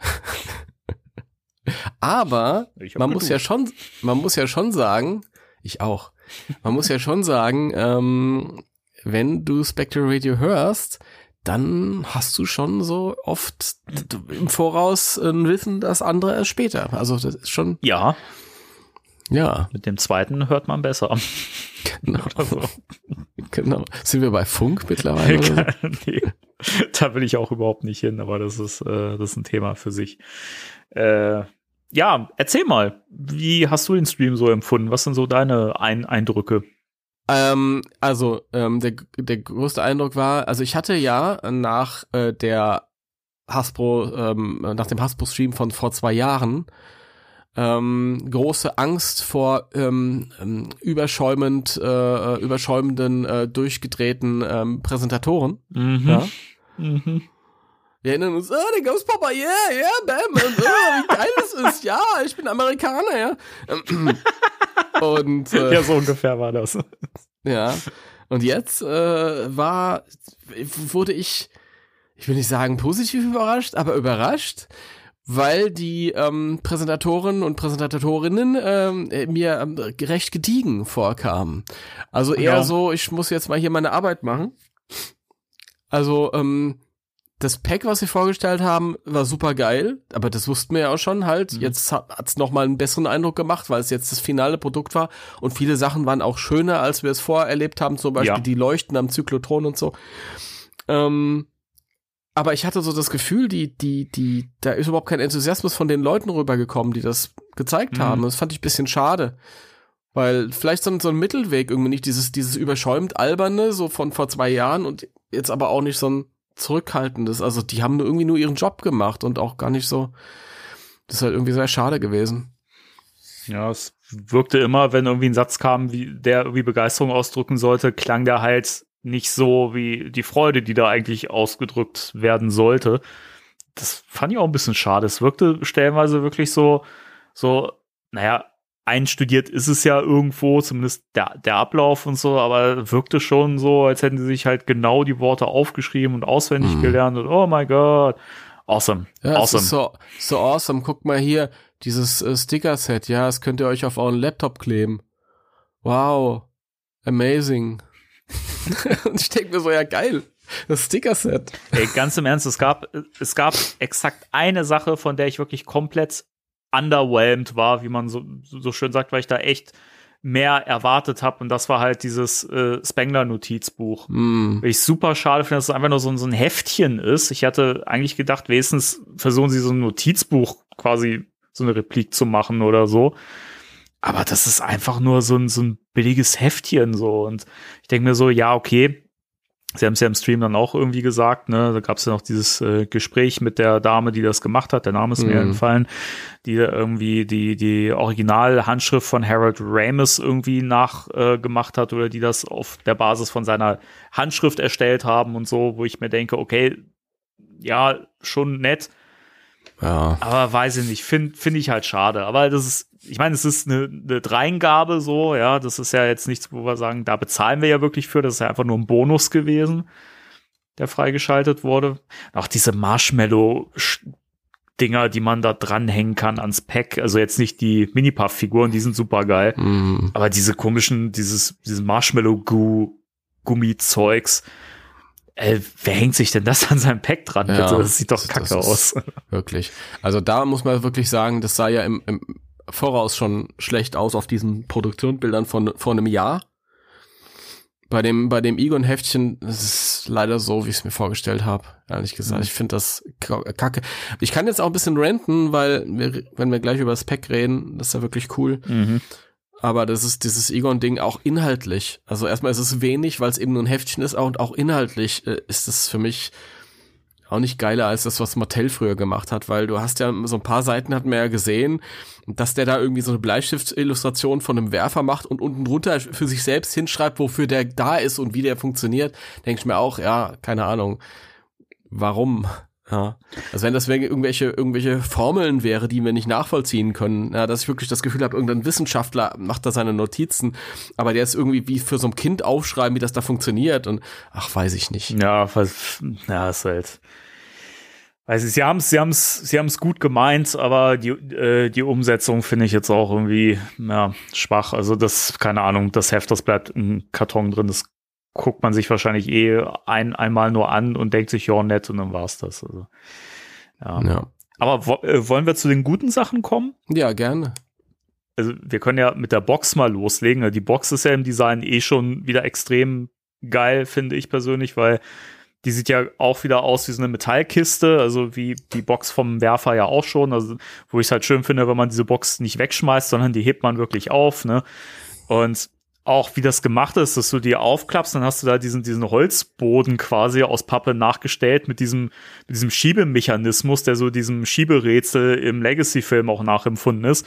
Aber man muss ja schon sagen, ich auch, man muss ja schon sagen, wenn du Spectral Radio hörst, dann hast du schon so oft im Voraus ein Wissen, das andere erst später. Also das ist schon... Ja. Ja. Mit dem zweiten hört man besser. Genau. So. Genau. Sind wir bei Funk mittlerweile? Oder so? Nee. Da will ich auch überhaupt nicht hin, aber das ist ein Thema für sich. Ja, erzähl mal, wie hast du den Stream so empfunden? Was sind so deine Eindrücke? Der größte Eindruck war, also ich hatte ja nach dem Hasbro-Stream von vor 2 Jahren große Angst vor überschäumenden, durchgedrehten Präsentatoren. Mhm. Ja? Mhm. Wir erinnern uns, der Ghost Popper, yeah, bam, und wie geil das ist, ja, ich bin Amerikaner, ja. Und ja, so ungefähr war das. Ja, und jetzt wurde ich will nicht sagen positiv überrascht, aber überrascht, weil die Präsentatoren und Präsentatorinnen mir recht gediegen vorkamen. Also eher so, ich muss jetzt mal hier meine Arbeit machen. Also, das Pack, was sie vorgestellt haben, war super geil, aber das wussten wir ja auch schon halt. Jetzt hat's noch mal einen besseren Eindruck gemacht, weil es jetzt das finale Produkt war und viele Sachen waren auch schöner, als wir es vorher erlebt haben, zum Beispiel die Leuchten am Zyklotron und so. Aber ich hatte so das Gefühl, da ist überhaupt kein Enthusiasmus von den Leuten rübergekommen, die das gezeigt haben. Das fand ich ein bisschen schade. Weil vielleicht so ein Mittelweg irgendwie nicht dieses überschäumt alberne, so von vor 2 Jahren und jetzt aber auch nicht so ein zurückhaltendes. Also die haben irgendwie nur ihren Job gemacht und auch gar nicht so. Das ist halt irgendwie sehr schade gewesen. Ja, es wirkte immer, wenn irgendwie ein Satz kam, der irgendwie Begeisterung ausdrücken sollte, klang der halt nicht so wie die Freude, die da eigentlich ausgedrückt werden sollte. Das fand ich auch ein bisschen schade. Es wirkte stellenweise wirklich so, naja, einstudiert ist es ja irgendwo, zumindest der Ablauf und so, aber wirkte schon so, als hätten sie sich halt genau die Worte aufgeschrieben und auswendig gelernt und oh mein Gott. Awesome. Ja, awesome. es ist so awesome. Guckt mal hier, dieses Sticker-Set, ja, das könnt ihr euch auf euren Laptop kleben. Wow. Amazing. Und ich denke mir so, ja geil, das Sticker-Set. Ey, ganz im Ernst, es gab exakt eine Sache, von der ich wirklich komplett underwhelmed war, wie man so schön sagt, weil ich da echt mehr erwartet habe, und das war halt dieses Spengler-Notizbuch. Weil ich super schade finde, dass es einfach nur so ein Heftchen ist. Ich hatte eigentlich gedacht, wenigstens versuchen sie so ein Notizbuch quasi so eine Replik zu machen oder so. Aber das ist einfach nur so ein billiges Heftchen so. Und ich denke mir so, ja, okay, sie haben es ja im Stream dann auch irgendwie gesagt, ne? Da gab es ja noch dieses Gespräch mit der Dame, die das gemacht hat, der Name ist mir entfallen, die da irgendwie die Originalhandschrift von Harold Ramis irgendwie nachgemacht hat, oder die das auf der Basis von seiner Handschrift erstellt haben und so, wo ich mir denke, okay, ja, schon nett. Ja. Aber weiß ich nicht, finde ich halt schade. Aber das ist, ich meine, es ist eine Dreingabe so, ja, das ist ja jetzt nichts, wo wir sagen, da bezahlen wir ja wirklich für, das ist ja einfach nur ein Bonus gewesen, der freigeschaltet wurde. Auch diese Marshmallow-Dinger, die man da dranhängen kann ans Pack, also jetzt nicht die Mini-Puff-Figuren, die sind super geil, aber diese komischen, dieses Marshmallow-Gummi-Zeugs, wer hängt sich denn das an seinem Pack dran? Ja, bitte? Das sieht doch kacke aus. Wirklich. Also da muss man wirklich sagen, das sah ja im Voraus schon schlecht aus auf diesen Produktionsbildern von vor einem Jahr. Bei dem Egon-Heftchen, das ist leider so, wie ich es mir vorgestellt habe, ehrlich gesagt. Ich finde das kacke. Ich kann jetzt auch ein bisschen ranten, weil wenn wir gleich über das Pack reden, das ist ja wirklich cool. Aber das ist dieses Egon-Ding auch inhaltlich. Also erstmal ist es wenig, weil es eben nur ein Heftchen ist, und auch inhaltlich ist es für mich auch nicht geiler als das, was Mattel früher gemacht hat, weil du hast ja so ein paar Seiten, hat man ja gesehen, dass der da irgendwie so eine Bleistiftillustration von einem Werfer macht und unten drunter für sich selbst hinschreibt, wofür der da ist und wie der funktioniert. Denke ich mir auch, ja, keine Ahnung, warum? Ja. Also wenn das irgendwelche Formeln wäre, die wir nicht nachvollziehen können, ja, dass ich wirklich das Gefühl habe, irgendein Wissenschaftler macht da seine Notizen, aber der ist irgendwie wie für so ein Kind aufschreiben, wie das da funktioniert, und ach, weiß ich nicht. Ja, ist halt. Weiß ich, sie haben's gut gemeint, aber die Umsetzung finde ich jetzt auch irgendwie schwach. Also das, keine Ahnung, das Heft, das bleibt im Karton drin, das guckt man sich wahrscheinlich einmal nur an und denkt sich, ja, nett, und dann war's das. Also, ja. Aber wollen wir zu den guten Sachen kommen? Ja, gerne. Also wir können ja mit der Box mal loslegen. Die Box ist ja im Design schon wieder extrem geil, finde ich persönlich, weil die sieht ja auch wieder aus wie so eine Metallkiste, also wie die Box vom Werfer ja auch schon. Also wo ich es halt schön finde, wenn man diese Box nicht wegschmeißt, sondern die hebt man wirklich auf, ne? Und auch wie das gemacht ist, dass du die aufklappst, dann hast du da diesen Holzboden quasi aus Pappe nachgestellt mit diesem Schiebemechanismus, der so diesem Schieberätsel im Legacy-Film auch nachempfunden ist.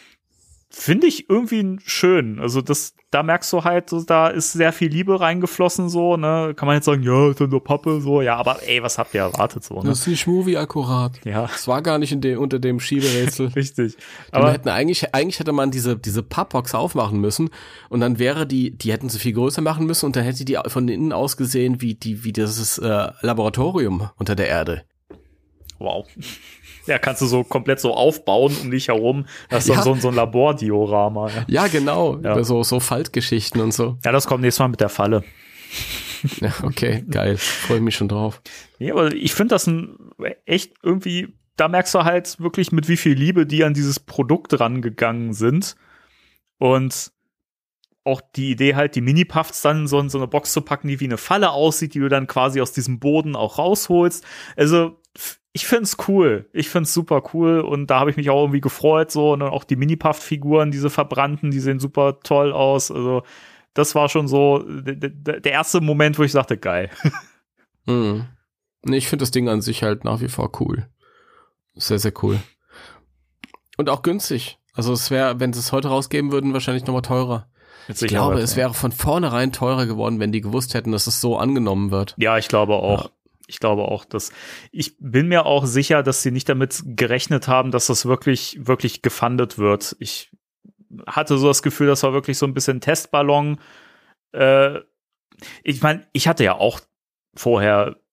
Finde ich irgendwie schön. Also da merkst du halt, so, da ist sehr viel Liebe reingeflossen, so, ne? Kann man jetzt sagen, ja, ist doch nur Pappe, so, ja, aber ey, was habt ihr erwartet, so, ne? Das ist nicht Movie akkurat. Ja. Das war gar nicht unter dem Schieberätsel. Richtig. Aber eigentlich hätte man diese Pappbox aufmachen müssen, und dann wäre die hätten sie viel größer machen müssen, und dann hätte die von innen aus gesehen wie dieses Laboratorium unter der Erde. Wow. Ja, kannst du so komplett so aufbauen um dich herum. Das ist dann so ein Labordiorama. Ja, genau. Ja. So Faltgeschichten und so. Ja, das kommt nächstes Mal mit der Falle. Ja, okay, geil. Freue mich schon drauf. Ja, aber ich finde das echt irgendwie, da merkst du halt wirklich, mit wie viel Liebe die an dieses Produkt rangegangen sind. Und auch die Idee halt, die Mini-Puffs dann so eine Box zu packen, die wie eine Falle aussieht, die du dann quasi aus diesem Boden auch rausholst. Also ich find's cool. Ich find's super cool, und da habe ich mich auch irgendwie gefreut, so, und dann auch die Mini-Puff-Figuren, diese verbrannten, die sehen super toll aus. Also das war schon so der erste Moment, wo ich sagte, geil. Nee, ich finde das Ding an sich halt nach wie vor cool. Sehr, sehr cool. Und auch günstig. Also es wäre, wenn sie es heute rausgeben würden, wahrscheinlich nochmal teurer. Ich glaube, es wäre von vornherein teurer geworden, wenn die gewusst hätten, dass es so angenommen wird. Ja, ich glaube auch. Ja. Ich glaube auch, ich bin mir auch sicher, dass sie nicht damit gerechnet haben, dass das wirklich, wirklich gefundet wird. Ich hatte so das Gefühl, das war wirklich so ein bisschen Testballon. Ich meine, ich hatte ja auch vorher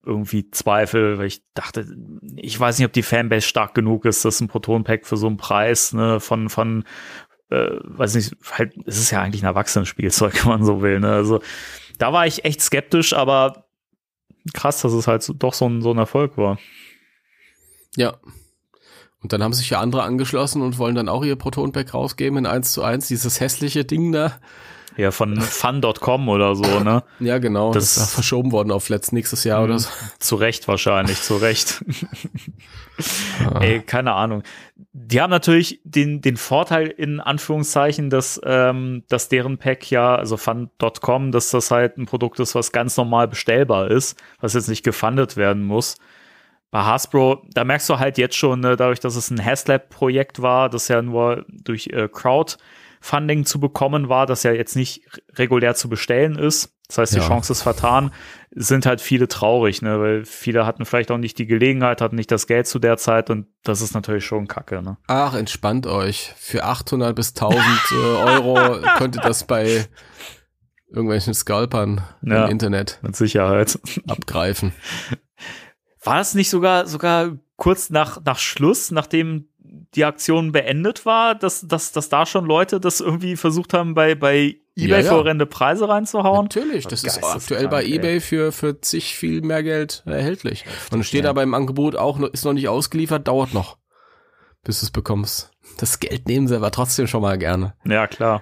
irgendwie Zweifel, weil ich dachte, ich weiß nicht, ob die Fanbase stark genug ist, dass ein Proton-Pack für so einen Preis, ne, von weiß nicht, halt, es ist ja eigentlich ein Erwachsenenspielzeug, wenn man so will, ne, also da war ich echt skeptisch, aber krass, dass es halt doch so ein Erfolg war. Ja. Und dann haben sich ja andere angeschlossen und wollen dann auch ihr Proton-Pack rausgeben in 1:1, dieses hässliche Ding da. Ja, von fun.com oder so, ne? Ja, genau. Das ist verschoben worden auf nächstes Jahr oder so. Zu Recht wahrscheinlich, zu Recht. Ey, keine Ahnung. Die haben natürlich den Vorteil in Anführungszeichen, dass deren Pack ja, also fun.com, dass das halt ein Produkt ist, was ganz normal bestellbar ist, was jetzt nicht gefundet werden muss. Bei Hasbro, da merkst du halt jetzt schon, ne, dadurch, dass es ein HasLab-Projekt war, das ja nur durch Crowdfunding zu bekommen war, das ja jetzt nicht regulär zu bestellen ist. Das heißt, die Chance ist vertan, sind halt viele traurig, ne, weil viele hatten vielleicht auch nicht die Gelegenheit, hatten nicht das Geld zu der Zeit und das ist natürlich schon kacke, ne. Ach, entspannt euch. Für 800 bis 1000 Euro könnt ihr das bei irgendwelchen Scalpern im Internet mit Sicherheit abgreifen. War es nicht sogar kurz nach Schluss, nachdem die Aktion beendet war, dass da schon Leute das irgendwie versucht haben, bei eBay für horrende Preise reinzuhauen? Natürlich, das ist aktuell bei eBay für zig viel mehr Geld erhältlich. Und es steht aber im Angebot auch, ist noch nicht ausgeliefert, dauert noch, bis du es bekommst. Das Geld nehmen sie aber trotzdem schon mal gerne. Ja, klar.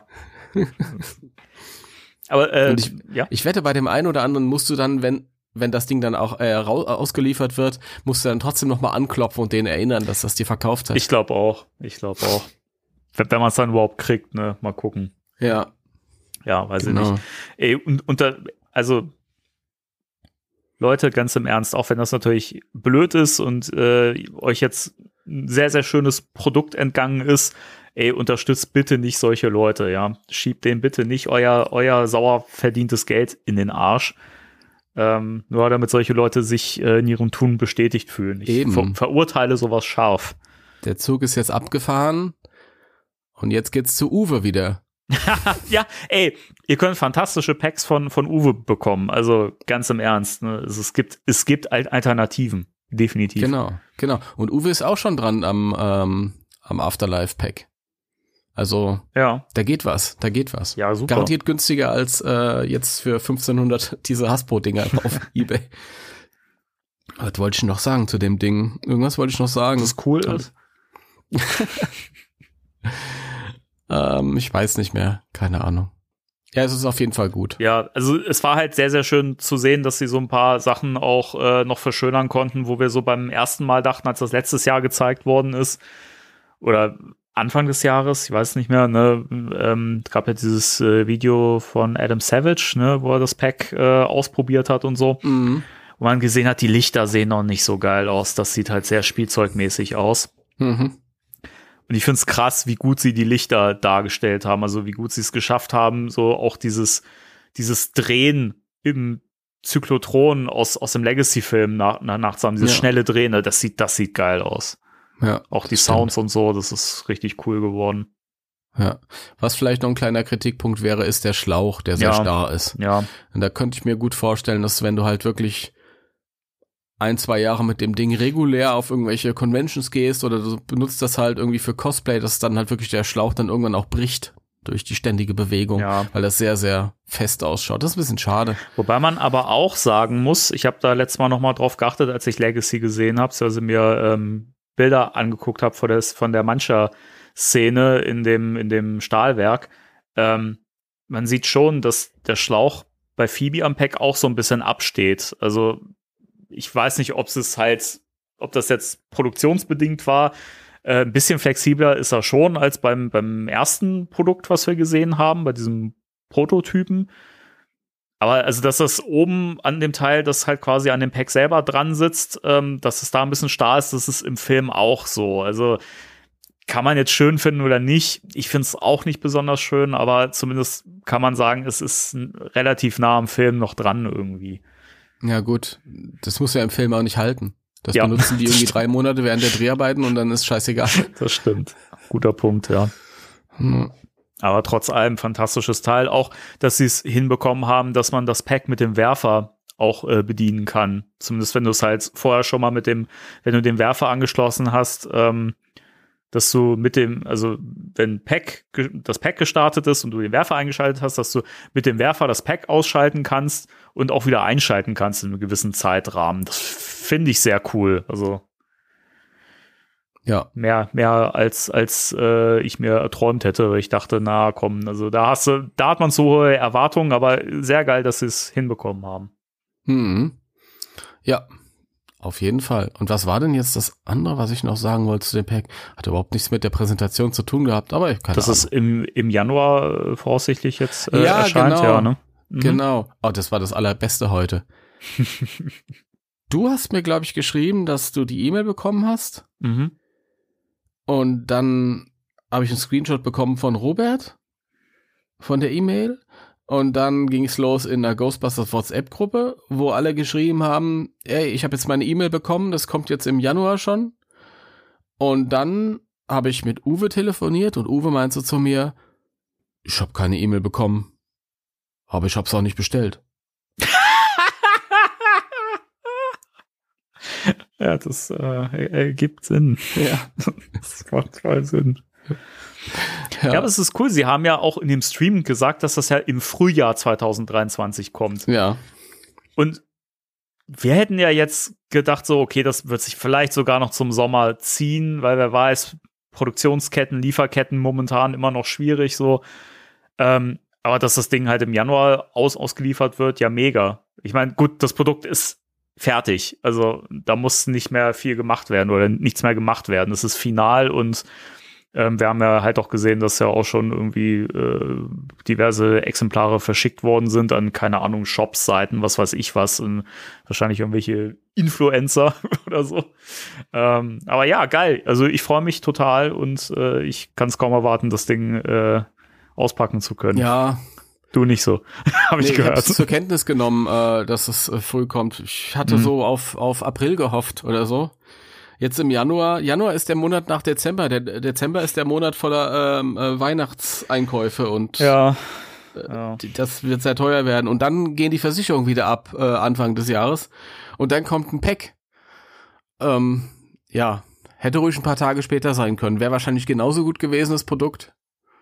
Aber ich wette, bei dem einen oder anderen musst du dann, wenn das Ding dann auch ausgeliefert wird, musst du dann trotzdem noch mal anklopfen und denen erinnern, dass das dir verkauft hat. Ich glaube auch. Wenn man es dann überhaupt kriegt, ne, mal gucken. Ja. Ja, weiß ich nicht. Ey, also Leute, ganz im Ernst, auch wenn das natürlich blöd ist und euch jetzt ein sehr, sehr schönes Produkt entgangen ist, ey, unterstützt bitte nicht solche Leute, ja. Schiebt denen bitte nicht euer sauer verdientes Geld in den Arsch. Nur damit solche Leute sich in ihrem Tun bestätigt fühlen. Ich verurteile sowas scharf. Der Zug ist jetzt abgefahren und jetzt geht's zu Uwe wieder. Ja, ey, ihr könnt fantastische Packs von Uwe bekommen. Also ganz im Ernst. Ne? Es gibt Alternativen. Definitiv. Genau. Und Uwe ist auch schon dran am Afterlife-Pack. Also, da geht was. Ja, super. Garantiert günstiger als jetzt für 1500 diese Hasbro-Dinger auf eBay. Was wollte ich noch sagen zu dem Ding? Irgendwas wollte ich noch sagen. Dass es cool ist? Ich weiß nicht mehr. Keine Ahnung. Ja, es ist auf jeden Fall gut. Ja, also es war halt sehr, sehr schön zu sehen, dass sie so ein paar Sachen auch noch verschönern konnten, wo wir so beim ersten Mal dachten, als das letztes Jahr gezeigt worden ist, oder Anfang des Jahres, ich weiß nicht mehr, ne, gab ja dieses Video von Adam Savage, ne, wo er das Pack ausprobiert hat und so. Mhm. Wo man gesehen hat, die Lichter sehen noch nicht so geil aus. Das sieht halt sehr spielzeugmäßig aus. Mhm. Und ich find's krass, wie gut sie die Lichter dargestellt haben, also wie gut sie es geschafft haben, so auch dieses Drehen im Zyklotron aus dem Legacy-Film nachzuhaben, dieses schnelle Drehen, das sieht geil aus. Ja, auch die Sounds und so, das ist richtig cool geworden. Ja, was vielleicht noch ein kleiner Kritikpunkt wäre, ist der Schlauch, der sehr starr ist. Ja. Und da könnte ich mir gut vorstellen, dass wenn du halt wirklich 1-2 Jahre mit dem Ding regulär auf irgendwelche Conventions gehst oder du benutzt das halt irgendwie für Cosplay, dass dann halt wirklich der Schlauch dann irgendwann auch bricht durch die ständige Bewegung, weil das sehr, sehr fest ausschaut. Das ist ein bisschen schade. Wobei man aber auch sagen muss, ich habe da letztes Mal noch mal drauf geachtet, als ich Legacy gesehen habe, also mir Bilder angeguckt habe von der Mancha-Szene in dem Stahlwerk. Man sieht schon, dass der Schlauch bei Phoebe am Pack auch so ein bisschen absteht. Also ich weiß nicht, ob das jetzt produktionsbedingt war. Ein bisschen flexibler ist er schon als beim ersten Produkt, was wir gesehen haben, bei diesem Prototypen. Aber also, dass das oben an dem Teil, das halt quasi an dem Pack selber dran sitzt, dass es da ein bisschen starr ist, das ist im Film auch so. Also kann man jetzt schön finden oder nicht. Ich finde es auch nicht besonders schön, aber zumindest kann man sagen, es ist relativ nah am Film noch dran irgendwie. Ja gut, das muss ja im Film auch nicht halten. Das benutzen die irgendwie 3 Monate während der Dreharbeiten und dann ist scheißegal. Das stimmt. Guter Punkt, ja. Aber trotz allem fantastisches Teil. Auch, dass sie es hinbekommen haben, dass man das Pack mit dem Werfer auch bedienen kann. Zumindest wenn du es halt vorher schon mal wenn du den Werfer angeschlossen hast, dass du wenn das Pack gestartet ist und du den Werfer eingeschaltet hast, dass du mit dem Werfer das Pack ausschalten kannst und auch wieder einschalten kannst in einem gewissen Zeitrahmen. Das finde ich sehr cool. Also ja, mehr als ich mir erträumt hätte, weil ich dachte, na komm, also da hat man so hohe Erwartungen, aber sehr geil, dass sie es hinbekommen haben. Ja, auf jeden Fall. Und was war denn jetzt das andere, was ich noch sagen wollte zu dem Pack? Hat überhaupt nichts mit der Präsentation zu tun gehabt, aber ich kann. Das ist im Januar voraussichtlich jetzt erscheint, genau. Ja, ne? Genau. Oh, das war das Allerbeste heute. Du hast mir, glaube ich, geschrieben, dass du die E-Mail bekommen hast. Mhm. Und dann habe ich einen Screenshot bekommen von Robert von der E-Mail. Und dann ging es los in der Ghostbusters WhatsApp-Gruppe, wo alle geschrieben haben, ey, ich habe jetzt meine E-Mail bekommen, das kommt jetzt im Januar schon. Und dann habe ich mit Uwe telefoniert und Uwe meinte zu mir, ich habe keine E-Mail bekommen, aber ich habe es auch nicht bestellt. Ja, das ergibt Sinn. Ja. Das macht voll Sinn. Ja, aber es ist cool. Sie haben ja auch in dem Stream gesagt, dass das ja im Frühjahr 2023 kommt. Ja. Und wir hätten ja jetzt gedacht, so, okay, das wird sich vielleicht sogar noch zum Sommer ziehen, weil wer weiß, Produktionsketten, Lieferketten momentan immer noch schwierig, so. Aber dass das Ding halt im Januar ausgeliefert wird, ja mega. Ich meine, gut, das Produkt ist fertig. Also da muss nicht mehr viel gemacht werden oder nichts mehr gemacht werden. Es ist final und wir haben ja halt auch gesehen, dass ja auch schon irgendwie diverse Exemplare verschickt worden sind an, keine Ahnung, Shops-Seiten, was weiß ich was, und wahrscheinlich irgendwelche Influencer oder so. Aber ja, geil. Also ich freue mich total und ich kann es kaum erwarten, das Ding auspacken zu können. Ja. Du nicht so, habe ich gehört. Ich habe zur Kenntnis genommen, dass es früh kommt. Ich hatte so auf April gehofft oder so. Jetzt im Januar ist der Monat nach Dezember. Der Dezember ist der Monat voller Weihnachtseinkäufe und das wird sehr teuer werden. Und dann gehen die Versicherungen wieder ab Anfang des Jahres. Und dann kommt ein Pack. Ja, hätte ruhig ein paar Tage später sein können. Wäre wahrscheinlich genauso gut gewesen, das Produkt.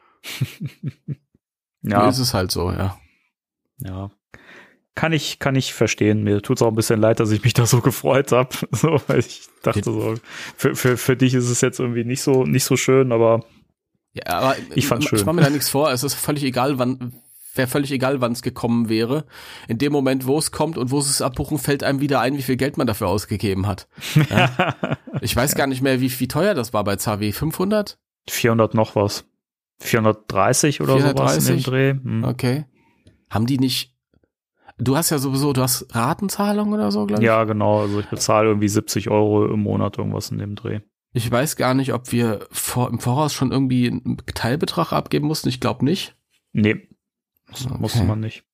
Ja. So ist es halt so, ja. Ja. Kann ich verstehen. Mir tut's auch ein bisschen leid, dass ich mich da so gefreut habe. So, weil ich dachte so, für dich ist es jetzt irgendwie nicht so schön, aber ja, aber ich fand's schön. Ich mache mir da nichts vor. Es ist völlig egal, wann es gekommen wäre. In dem Moment, wo es kommt und wo sie es abbuchen, fällt einem wieder ein, wie viel Geld man dafür ausgegeben hat. Ja? Ich weiß gar nicht mehr, wie teuer das war bei ZW. 500? 400 noch was. 430 oder 430? Sowas in dem Dreh. Okay. Haben die nicht... Du hast Ratenzahlung oder so, glaube ich? Ja, genau. Also ich bezahle irgendwie 70 € im Monat irgendwas in dem Dreh. Ich weiß gar nicht, ob wir im Voraus schon irgendwie einen Teilbetrag abgeben mussten. Ich glaube nicht. Nee, das musste man nicht.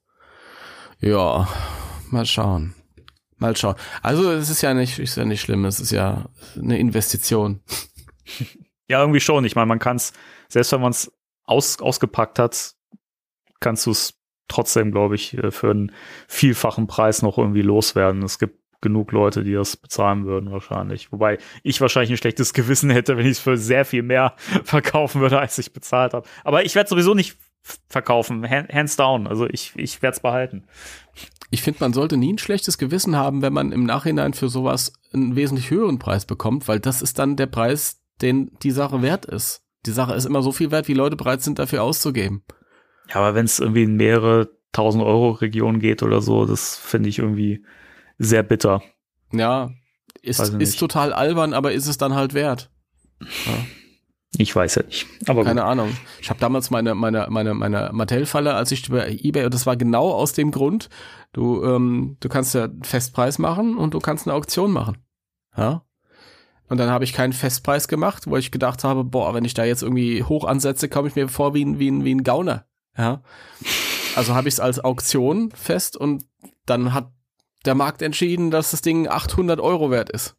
Ja, mal schauen. Also es ist ja nicht schlimm. Es ist ja eine Investition. Ja, irgendwie schon. Ich meine, man kann es, selbst wenn man es ausgepackt hat, kannst du es trotzdem, glaube ich, für einen vielfachen Preis noch irgendwie loswerden. Es gibt genug Leute, die das bezahlen würden wahrscheinlich. Wobei ich wahrscheinlich ein schlechtes Gewissen hätte, wenn ich es für sehr viel mehr verkaufen würde, als ich bezahlt habe. Aber ich werde es sowieso nicht verkaufen, hands down. Also ich werde es behalten. Ich finde, man sollte nie ein schlechtes Gewissen haben, wenn man im Nachhinein für sowas einen wesentlich höheren Preis bekommt, weil das ist dann der Preis, den die Sache wert ist. Die Sache ist immer so viel wert, wie Leute bereit sind, dafür auszugeben. Ja, aber wenn es irgendwie in mehrere 1000 € Regionen geht oder so, das finde ich irgendwie sehr bitter. Ja, ist total albern, aber ist es dann halt wert. Ja. Ich weiß ja nicht. Aber keine Ahnung. Ich habe damals meine Mattel-Falle, als ich über eBay, und das war genau aus dem Grund, du kannst ja einen Festpreis machen und du kannst eine Auktion machen. Ja. Und dann habe ich keinen Festpreis gemacht, wo ich gedacht habe, boah, wenn ich da jetzt irgendwie hoch ansetze, komme ich mir vor wie ein Gauner. Ja. Also habe ich es als Auktion fest und dann hat der Markt entschieden, dass das Ding 800 € wert ist.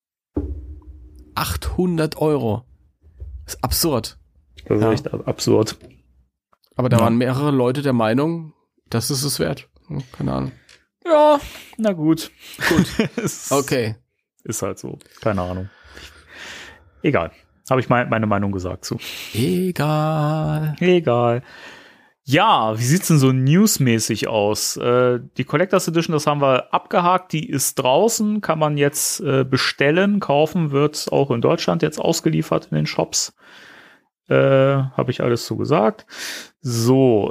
800 €. Ist absurd. Das ist echt absurd. Aber da waren mehrere Leute der Meinung, das ist es wert. Keine Ahnung. Ja, na gut. Okay. Ist halt so. Keine Ahnung. Egal. Habe ich meine Meinung gesagt zu. Egal. Ja, wie sieht's denn so newsmäßig aus? Die Collectors Edition, das haben wir abgehakt, die ist draußen, kann man jetzt bestellen, kaufen, wird auch in Deutschland jetzt ausgeliefert in den Shops. Habe ich alles so gesagt. So,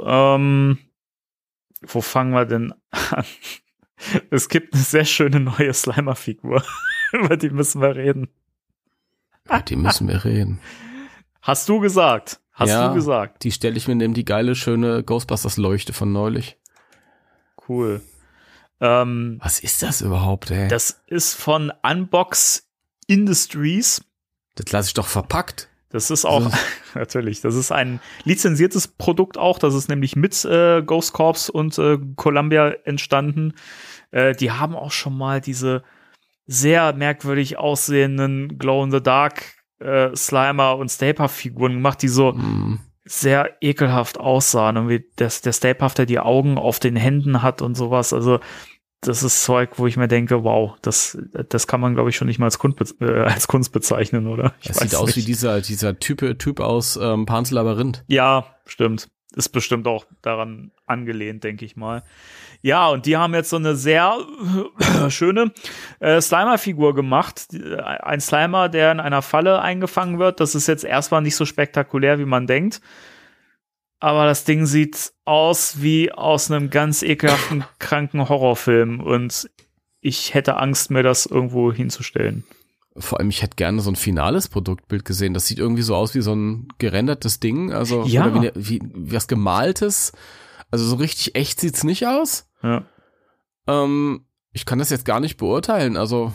wo fangen wir denn an? Es gibt eine sehr schöne neue Slimer-Figur. Über die müssen wir reden. Hast du gesagt? Du gesagt? Die stelle ich mir neben die geile, schöne Ghostbusters-Leuchte von neulich. Cool. Was ist das überhaupt, ey? Das ist von Unbox Industries. Das lasse ich doch verpackt. Das ist auch, natürlich, das ist ein lizenziertes Produkt auch. Das ist nämlich mit Ghost Corps und Columbia entstanden. Die haben auch schon mal diese sehr merkwürdig aussehenden Glow-in-the-Dark Slimer und Stay Puft-Figuren gemacht, die so sehr ekelhaft aussahen. Und wie der Stay Puft, der die Augen auf den Händen hat und sowas. Also das ist Zeug, wo ich mir denke, wow, das kann man, glaube ich, schon nicht mal als Kunst bezeichnen, oder? Das sieht aus wie dieser Typ aus Pan's Labyrinth. Ja, stimmt. Ist bestimmt auch daran angelehnt, denke ich mal. Ja, und die haben jetzt so eine sehr schöne Slimer-Figur gemacht. Ein Slimer, der in einer Falle eingefangen wird. Das ist jetzt erstmal nicht so spektakulär, wie man denkt. Aber das Ding sieht aus wie aus einem ganz ekelhaften, kranken Horrorfilm. Und ich hätte Angst, mir das irgendwo hinzustellen. Vor allem, ich hätte gerne so ein finales Produktbild gesehen. Das sieht irgendwie so aus wie so ein gerendertes Ding. Also, ja. Oder wie was Gemaltes. Also so richtig echt sieht's nicht aus. Ja. Ich kann das jetzt gar nicht beurteilen. Also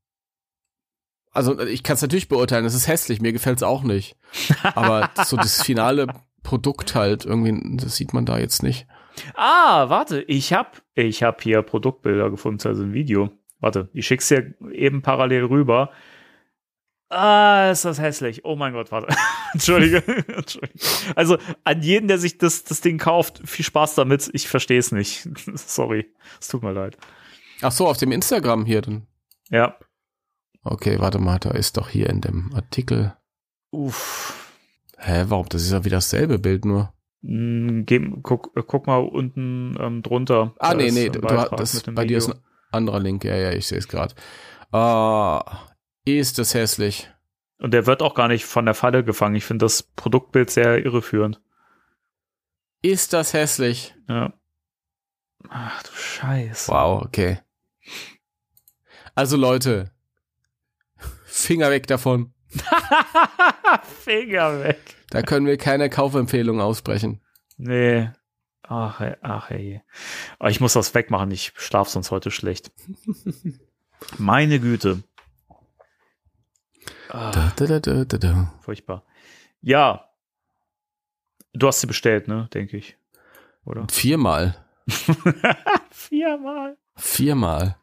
ich kann es natürlich beurteilen. Es ist hässlich. Mir gefällt's auch nicht. Aber so das finale Produkt halt irgendwie, das sieht man da jetzt nicht. Ah, warte. Ich hab hier Produktbilder gefunden, also ein Video. Warte, ich schick's dir eben parallel rüber. Ah, ist das hässlich. Oh mein Gott, warte. Entschuldige. Also an jeden, der sich das Ding kauft, viel Spaß damit. Ich verstehe es nicht. Sorry, es tut mir leid. Ach so, auf dem Instagram hier dann. Ja. Okay, warte mal, da ist doch hier in dem Artikel. Uff. Hä, warum? Das ist ja wieder dasselbe Bild nur. Guck mal unten drunter. Ah, nee, bei dir ist ein anderer Link. Ja, ich sehe es gerade. Ist das hässlich. Und der wird auch gar nicht von der Falle gefangen. Ich finde das Produktbild sehr irreführend. Ist das hässlich? Ja. Ach du Scheiße. Wow, okay. Also Leute, Finger weg davon. Finger weg. Da können wir keine Kaufempfehlung aussprechen. Nee. Ach ey. Aber ich muss das wegmachen. Ich schlafe sonst heute schlecht. Meine Güte. Furchtbar. Ja. Du hast sie bestellt, ne? Denke ich. Oder? 4-mal. 4-mal.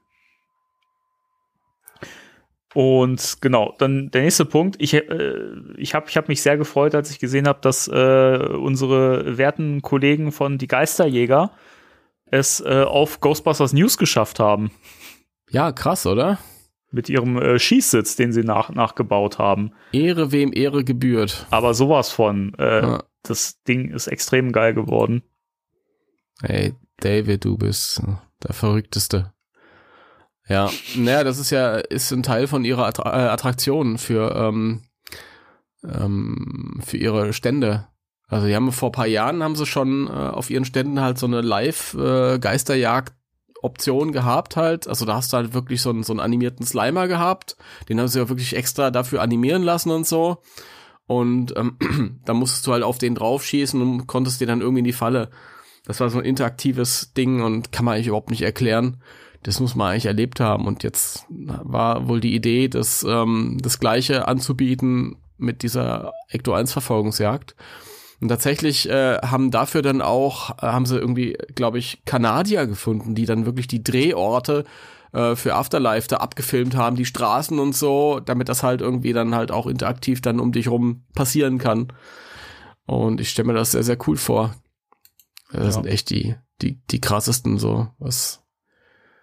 Und genau, dann der nächste Punkt. Ich hab mich sehr gefreut, als ich gesehen habe, dass unsere werten Kollegen von Die Geisterjäger es auf Ghostbusters News geschafft haben. Ja, krass, oder? Mit ihrem Schießsitz, den sie nachgebaut haben. Ehre, wem Ehre gebührt. Aber sowas von. Das Ding ist extrem geil geworden. Hey, David, du bist der Verrückteste. Ja, naja, das ist ein Teil von ihrer Attraktion für ihre Stände. Also die haben vor ein paar Jahren haben sie schon auf ihren Ständen halt so eine Live-Geisterjagd-Option gehabt halt. Also da hast du halt wirklich so einen animierten Slimer gehabt. Den haben sie ja wirklich extra dafür animieren lassen und so. Und da musstest du halt auf den drauf schießen und konntest dir dann irgendwie in die Falle. Das war so ein interaktives Ding und kann man eigentlich überhaupt nicht erklären. Das muss man eigentlich erlebt haben. Und jetzt war wohl die Idee, das Gleiche anzubieten mit dieser Ecto-1-Verfolgungsjagd. Und tatsächlich haben sie irgendwie, glaube ich, Kanadier gefunden, die dann wirklich die Drehorte für Afterlife da abgefilmt haben, die Straßen und so, damit das halt irgendwie dann halt auch interaktiv dann um dich rum passieren kann. Und ich stelle mir das sehr, sehr cool vor. Das sind echt die krassesten so, was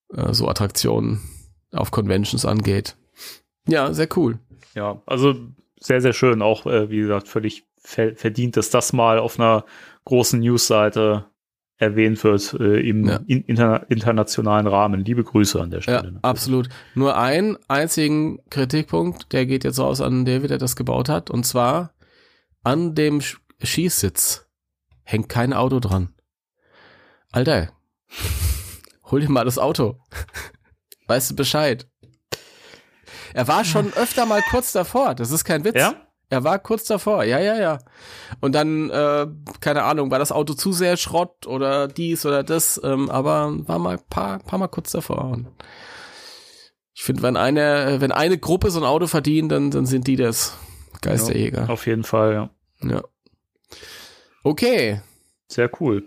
so Attraktionen auf Conventions angeht. Ja, sehr cool. Ja, also sehr, sehr schön. Auch, wie gesagt, völlig verdient, dass das mal auf einer großen Newsseite erwähnt wird im internationalen Rahmen. Liebe Grüße an der Stelle. Ja, absolut. Nur einen einzigen Kritikpunkt, der geht jetzt raus an David, der das gebaut hat, und zwar an dem Schießsitz hängt kein Auto dran. Alter, hol dir mal das Auto. Weißt du Bescheid? Er war schon öfter mal kurz davor, das ist kein Witz. Ja? Er war kurz davor, ja. Und dann, keine Ahnung, war das Auto zu sehr Schrott oder dies oder das, aber war mal paar Mal kurz davor. Und ich finde, wenn eine Gruppe so ein Auto verdient, dann sind die das Geisterjäger. Ja, auf jeden Fall, ja. Okay. Sehr cool.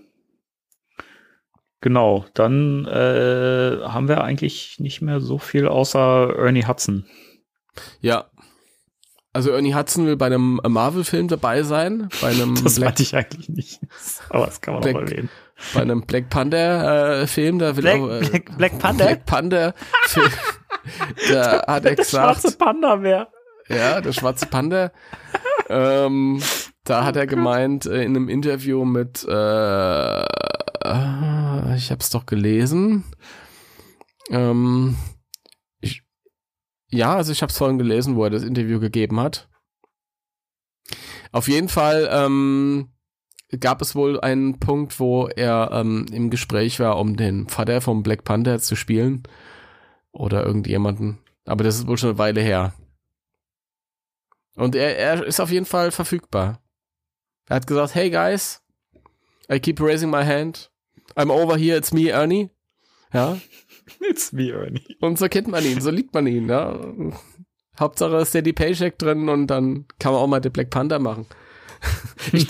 Genau, dann haben wir eigentlich nicht mehr so viel außer Ernie Hudson. Ja. Also Ernie Hudson will bei einem Marvel-Film dabei sein. Bei einem das meinte ich eigentlich nicht. Aber das kann man auch erwähnen. Bei einem Black Panther-Film, da will Black Panther? Black Panther-Film. Da hat er gesagt. Der schwarze Panda wäre. Ja, der schwarze Panda. Da hat er gemeint, in einem Interview mit, ich hab's doch gelesen. Also ich hab's vorhin gelesen, wo er das Interview gegeben hat. Auf jeden Fall gab es wohl einen Punkt, wo er im Gespräch war, um den Vater vom Black Panther zu spielen. Oder irgendjemanden. Aber das ist wohl schon eine Weile her. Und er ist auf jeden Fall verfügbar. Er hat gesagt, hey guys, I keep raising my hand. I'm over here, it's me, Ernie. Ja. It's me, Ernie. Und so kennt man ihn, so liebt man ihn, ja. Hauptsache Steady Paycheck drin und dann kann man auch mal den Black Panther machen. Ich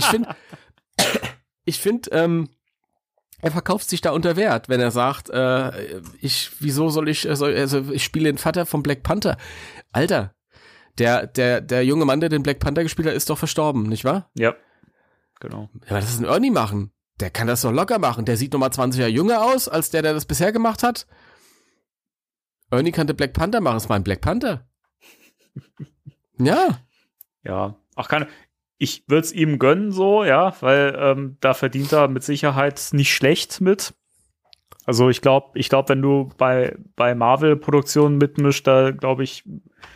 finde, er verkauft sich da unter Wert, wenn er sagt, ich spiele den Vater vom Black Panther. Alter, der junge Mann, der den Black Panther gespielt hat, ist doch verstorben, nicht wahr? Ja, genau. Ja, das ist ein Ernie machen. Der kann das doch locker machen. Der sieht nochmal 20 Jahre jünger aus, als der das bisher gemacht hat. Ernie kann den Black Panther machen. Das ist mein Black Panther. Ja. Ja. Ich würde es ihm gönnen so, ja, weil da verdient er mit Sicherheit nicht schlecht mit. Also ich glaube, wenn du bei Marvel-Produktionen mitmischst, da glaube ich,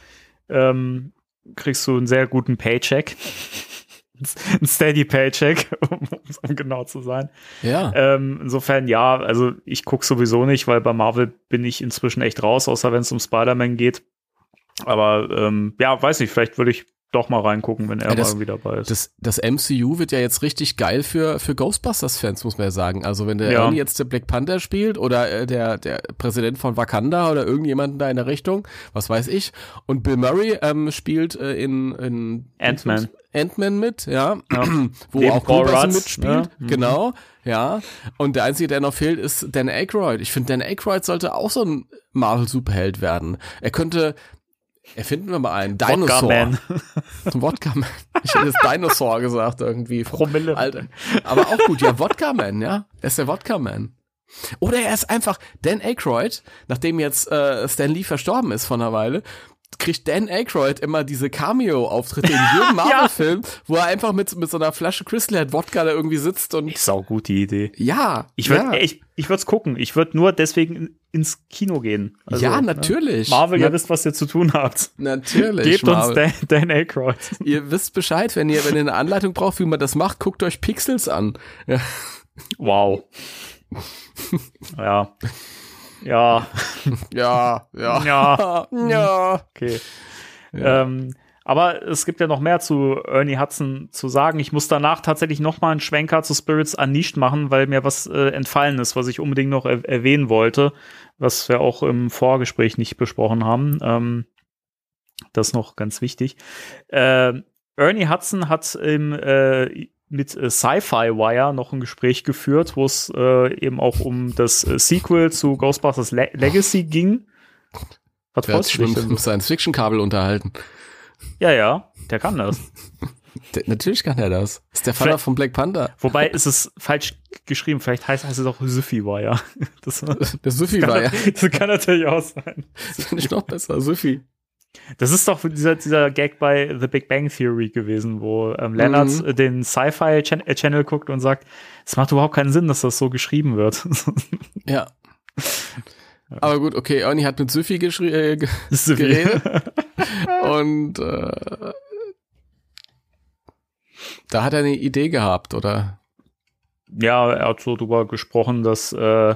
kriegst du einen sehr guten Paycheck. Ein Steady Paycheck, um genau zu sein. Ja. Insofern, ja, also ich gucke sowieso nicht, weil bei Marvel bin ich inzwischen echt raus, außer wenn es um Spider-Man geht. Aber ja, weiß nicht, vielleicht würde ich doch mal reingucken, wenn er mal irgendwie dabei ist. Das MCU wird ja jetzt richtig geil für Ghostbusters-Fans, muss man ja sagen. Also wenn der Ernie jetzt der Black Panther spielt oder der Präsident von Wakanda oder irgendjemanden da in der Richtung, was weiß ich. Und Bill Murray spielt in Ant-Man mit, ja. Wo Neben auch Paul Ja. mitspielt. Genau, ja. Und der Einzige, der noch fehlt, ist Dan Aykroyd. Ich finde, Dan Aykroyd sollte auch so ein Marvel-Superheld werden. Erfinden wir mal einen Dinosaur. Wodka-Man. Ich hätte jetzt Dinosaur gesagt irgendwie. Promille. Alter. Aber auch gut, ja, Wodka-Man, ja. Er ist der Wodka-Man. Oder er ist einfach Dan Aykroyd, nachdem jetzt Stan Lee verstorben ist vor einer Weile, kriegt Dan Aykroyd immer diese Cameo-Auftritte in jedem Marvel-Film, wo er einfach mit so einer Flasche Crystal Head Wodka da irgendwie sitzt und. Ist auch gute Idee. Ja. Ich würde es gucken. Ich würde nur deswegen ins Kino gehen. Also, ja, natürlich. Marvel, ihr wisst, was ihr zu tun habt. Natürlich. Gebt uns Dan Aykroyd. Ihr wisst Bescheid, wenn ihr eine Anleitung braucht, wie man das macht, guckt euch Pixels an. Ja. Wow. Ja. Ja. Ja. Ja. Ja. Okay. Ja. Aber es gibt ja noch mehr zu Ernie Hudson zu sagen. Ich muss danach tatsächlich noch mal einen Schwenker zu Spirits Unleashed machen, weil mir was entfallen ist, was ich unbedingt noch erwähnen wollte, was wir auch im Vorgespräch nicht besprochen haben. Das ist noch ganz wichtig. Ernie Hudson hat mit Sci-Fi Wire noch ein Gespräch geführt, wo es eben auch um das Sequel zu Ghostbusters Legacy ging. Was freust du dich denn? Science-Fiction-Kabel unterhalten. Ja, der kann das. Natürlich kann er das. Das ist der Vater von Black Panther. Wobei ist es falsch geschrieben. Vielleicht heißt es auch Süffi war ja. Der Süffi war ja. Das kann natürlich auch sein. Das finde ich noch besser, Süffi. Das ist doch dieser Gag bei The Big Bang Theory gewesen, wo Leonard den Sci-Fi-Channel guckt und sagt, es macht überhaupt keinen Sinn, dass das so geschrieben wird. Ja. Aber gut, okay, Ernie hat mit Süffi geredet. Und da hat er eine Idee gehabt, oder? Ja, er hat so drüber gesprochen, dass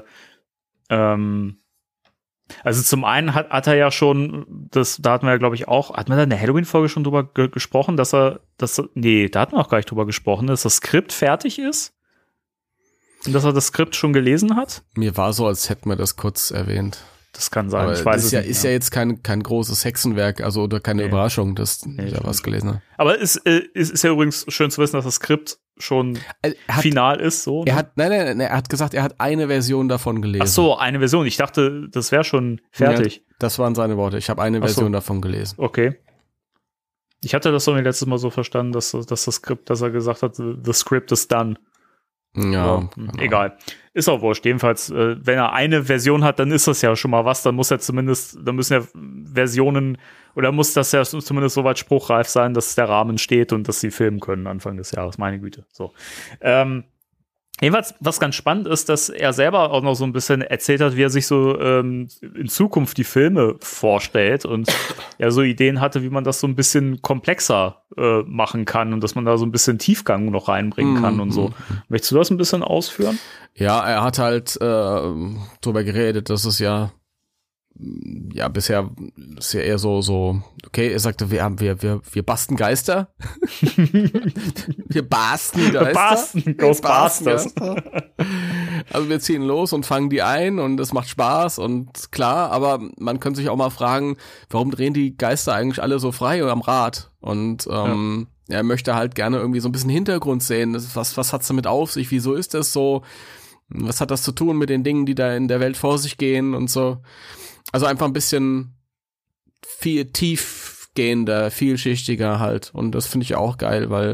also zum einen hat er ja schon, da hatten wir ja, glaube ich, auch, hat man da in der Halloween-Folge schon drüber gesprochen, da hatten wir auch gar nicht drüber gesprochen, dass das Skript fertig ist und dass er das Skript schon gelesen hat. Mir war so, als hätten wir das kurz erwähnt. Das kann sein, aber ich weiß es nicht. Ist ja jetzt kein großes Hexenwerk, also oder keine Überraschung, dass ich da was gelesen habe. Aber es ist ja übrigens schön zu wissen, dass das Skript schon final ist. So, ne? Er hat gesagt, er hat eine Version davon gelesen. Ach so, eine Version. Ich dachte, das wäre schon fertig. Ja, das waren seine Worte. Ich habe eine Version davon gelesen. Okay. Ich hatte das so letztes Mal so verstanden, dass das Skript, dass er gesagt hat, the script is done. Ja, genau. Egal. Ist auch wurscht. Jedenfalls, wenn er eine Version hat, dann ist das ja schon mal was. Dann müssen ja Versionen, oder muss das ja zumindest soweit spruchreif sein, dass der Rahmen steht und dass sie filmen können Anfang des Jahres. Meine Güte. So. Jedenfalls, was ganz spannend ist, dass er selber auch noch so ein bisschen erzählt hat, wie er sich so in Zukunft die Filme vorstellt und ja so Ideen hatte, wie man das so ein bisschen komplexer machen kann und dass man da so ein bisschen Tiefgang noch reinbringen kann und so. Möchtest du das ein bisschen ausführen? Ja, er hat halt drüber geredet, dass es ja bisher ist ja eher so, okay, er sagte, wir basten Geister. Wir basten Geister. Ghostbusters. Also wir ziehen los und fangen die ein und es macht Spaß und klar, aber man könnte sich auch mal fragen, warum drehen die Geister eigentlich alle so frei am Rad? Und er möchte halt gerne irgendwie so ein bisschen Hintergrund sehen. Was hat's damit auf sich? Wieso ist das so? Was hat das zu tun mit den Dingen, die da in der Welt vor sich gehen und so? Also einfach ein bisschen viel tiefgehender, vielschichtiger halt. Und das finde ich auch geil, weil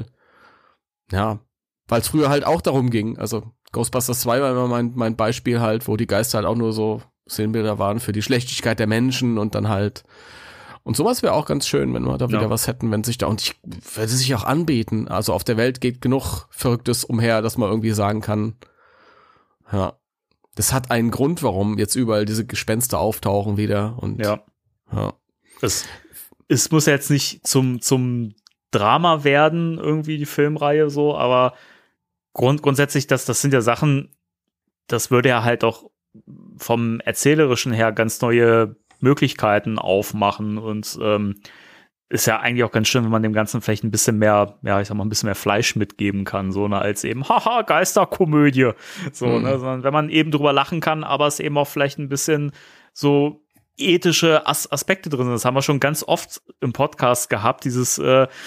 es früher halt auch darum ging. Also Ghostbusters 2 war immer mein Beispiel halt, wo die Geister halt auch nur so Sinnbilder waren für die Schlechtigkeit der Menschen und dann halt. Und sowas wäre auch ganz schön, wenn wir da wieder was hätten, wenn sich da, und ich würde sich auch anbieten. Also auf der Welt geht genug Verrücktes umher, dass man irgendwie sagen kann, ja. Das hat einen Grund, warum jetzt überall diese Gespenster auftauchen wieder. Und ja. Es muss jetzt nicht zum Drama werden, irgendwie die Filmreihe so, aber grundsätzlich, das sind ja Sachen, das würde ja halt auch vom Erzählerischen her ganz neue Möglichkeiten aufmachen und ist ja eigentlich auch ganz schön, wenn man dem Ganzen vielleicht ein bisschen mehr, ich sag mal, ein bisschen mehr Fleisch mitgeben kann, so, ne, als eben, haha, Geisterkomödie, so, ne, sondern wenn man eben drüber lachen kann, aber es eben auch vielleicht ein bisschen so ethische Aspekte drin sind. Das haben wir schon ganz oft im Podcast gehabt, dieses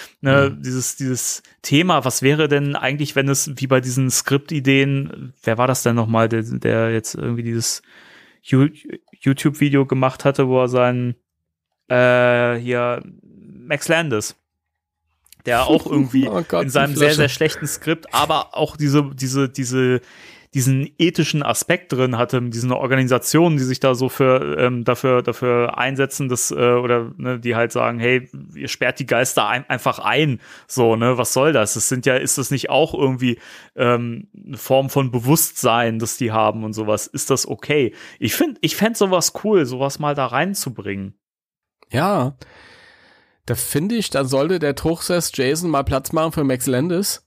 Thema, was wäre denn eigentlich, wenn es wie bei diesen Skriptideen, wer war das denn nochmal, der jetzt irgendwie dieses YouTube-Video gemacht hatte, wo er seinen hier Max Landis, der auch irgendwie in seinem sehr, sehr schlechten Skript, aber auch diesen ethischen Aspekt drin hatte, diesen Organisationen, die sich da so dafür einsetzen, dass, die halt sagen, hey, ihr sperrt die Geister einfach ein, so, ne, was soll das? Ist das nicht auch irgendwie eine Form von Bewusstsein, das die haben und sowas? Ist das okay? Ich fände sowas cool, sowas mal da reinzubringen. Ja, da finde ich, da sollte der Truchsess Jason mal Platz machen für Max Landis.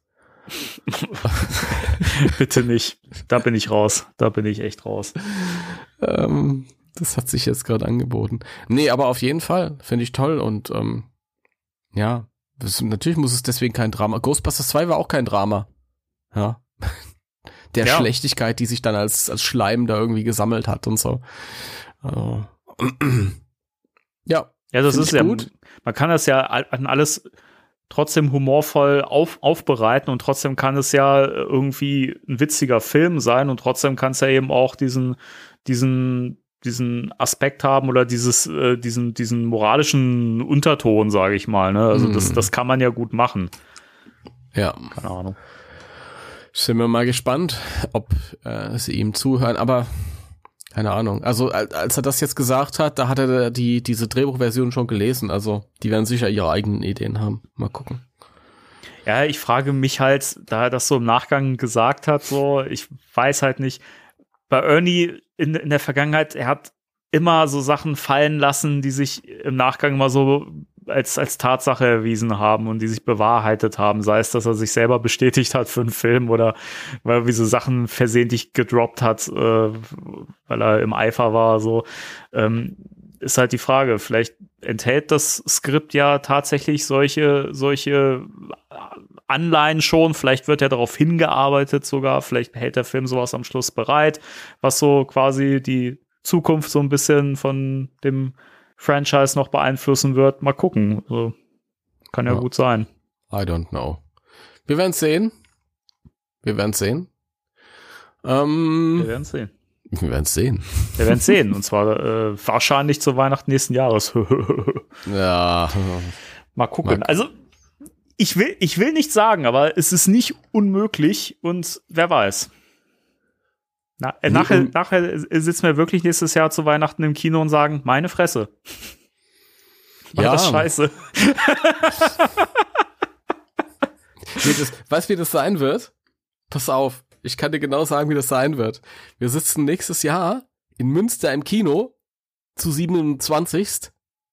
Bitte nicht. Da bin ich raus. Da bin ich echt raus. Das hat sich jetzt gerade angeboten. Nee, aber auf jeden Fall. Finde ich toll. Und natürlich muss es deswegen kein Drama. Ghostbusters 2 war auch kein Drama. Ja. Der Schlechtigkeit, die sich dann als Schleim da irgendwie gesammelt hat und so. Ja, das ist ja gut. Man kann das ja an alles trotzdem humorvoll aufbereiten und trotzdem kann es ja irgendwie ein witziger Film sein und trotzdem kann es ja eben auch diesen Aspekt haben oder diesen moralischen Unterton, sage ich mal. Ne? Also das kann man ja gut machen. Ja. Keine Ahnung. Sind wir mal gespannt, ob sie ihm zuhören, aber keine Ahnung. Also als er das jetzt gesagt hat, da hat er diese Drehbuchversion schon gelesen, also die werden sicher ihre eigenen Ideen haben. Mal gucken. Ja, ich frage mich halt, da er das so im Nachgang gesagt hat, so, ich weiß halt nicht, bei Ernie in der Vergangenheit, er hat immer so Sachen fallen lassen, die sich im Nachgang immer so als Tatsache erwiesen haben und die sich bewahrheitet haben, sei es, dass er sich selber bestätigt hat für einen Film oder weil er wie so Sachen versehentlich gedroppt hat, weil er im Eifer war, so, ist halt die Frage, vielleicht enthält das Skript ja tatsächlich solche Anleihen schon, vielleicht wird ja darauf hingearbeitet sogar, vielleicht hält der Film sowas am Schluss bereit, was so quasi die Zukunft so ein bisschen von dem Franchise noch beeinflussen wird. Mal gucken. Also, kann ja gut sein. I don't know. Wir werden sehen. Wir werden sehen. Wir werden sehen. Wir werden sehen. Wir werden sehen. Und zwar wahrscheinlich zu Weihnachten nächsten Jahres. Ja. Mal gucken. Also, ich will nicht sagen, aber es ist nicht unmöglich und wer weiß. Nachher sitzen wir wirklich nächstes Jahr zu Weihnachten im Kino und sagen, meine Fresse. War das scheiße. Weißt du, wie das sein wird? Pass auf, ich kann dir genau sagen, wie das sein wird. Wir sitzen nächstes Jahr in Münster im Kino zu 27.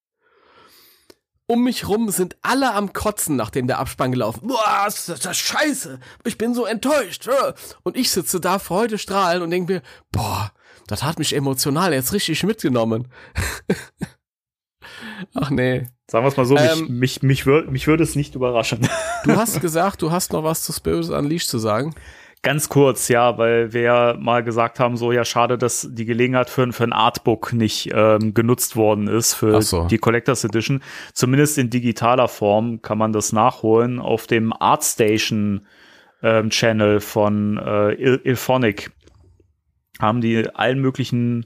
Um mich rum sind alle am Kotzen, nachdem der Abspann gelaufen. Boah, ist das scheiße. Ich bin so enttäuscht. Und ich sitze da freudestrahlend und denke mir, boah, das hat mich emotional jetzt richtig mitgenommen. Ach nee. Sagen wir es mal so, mich würde es nicht überraschen. Du hast gesagt, du hast noch was zu Spirited Unleashed zu sagen. Ganz kurz, ja, weil wir ja mal gesagt haben, so, ja, schade, dass die Gelegenheit für ein Artbook nicht genutzt worden ist für die Collectors Edition. Zumindest in digitaler Form kann man das nachholen auf dem Artstation Channel von Ilphonic. Haben die alle möglichen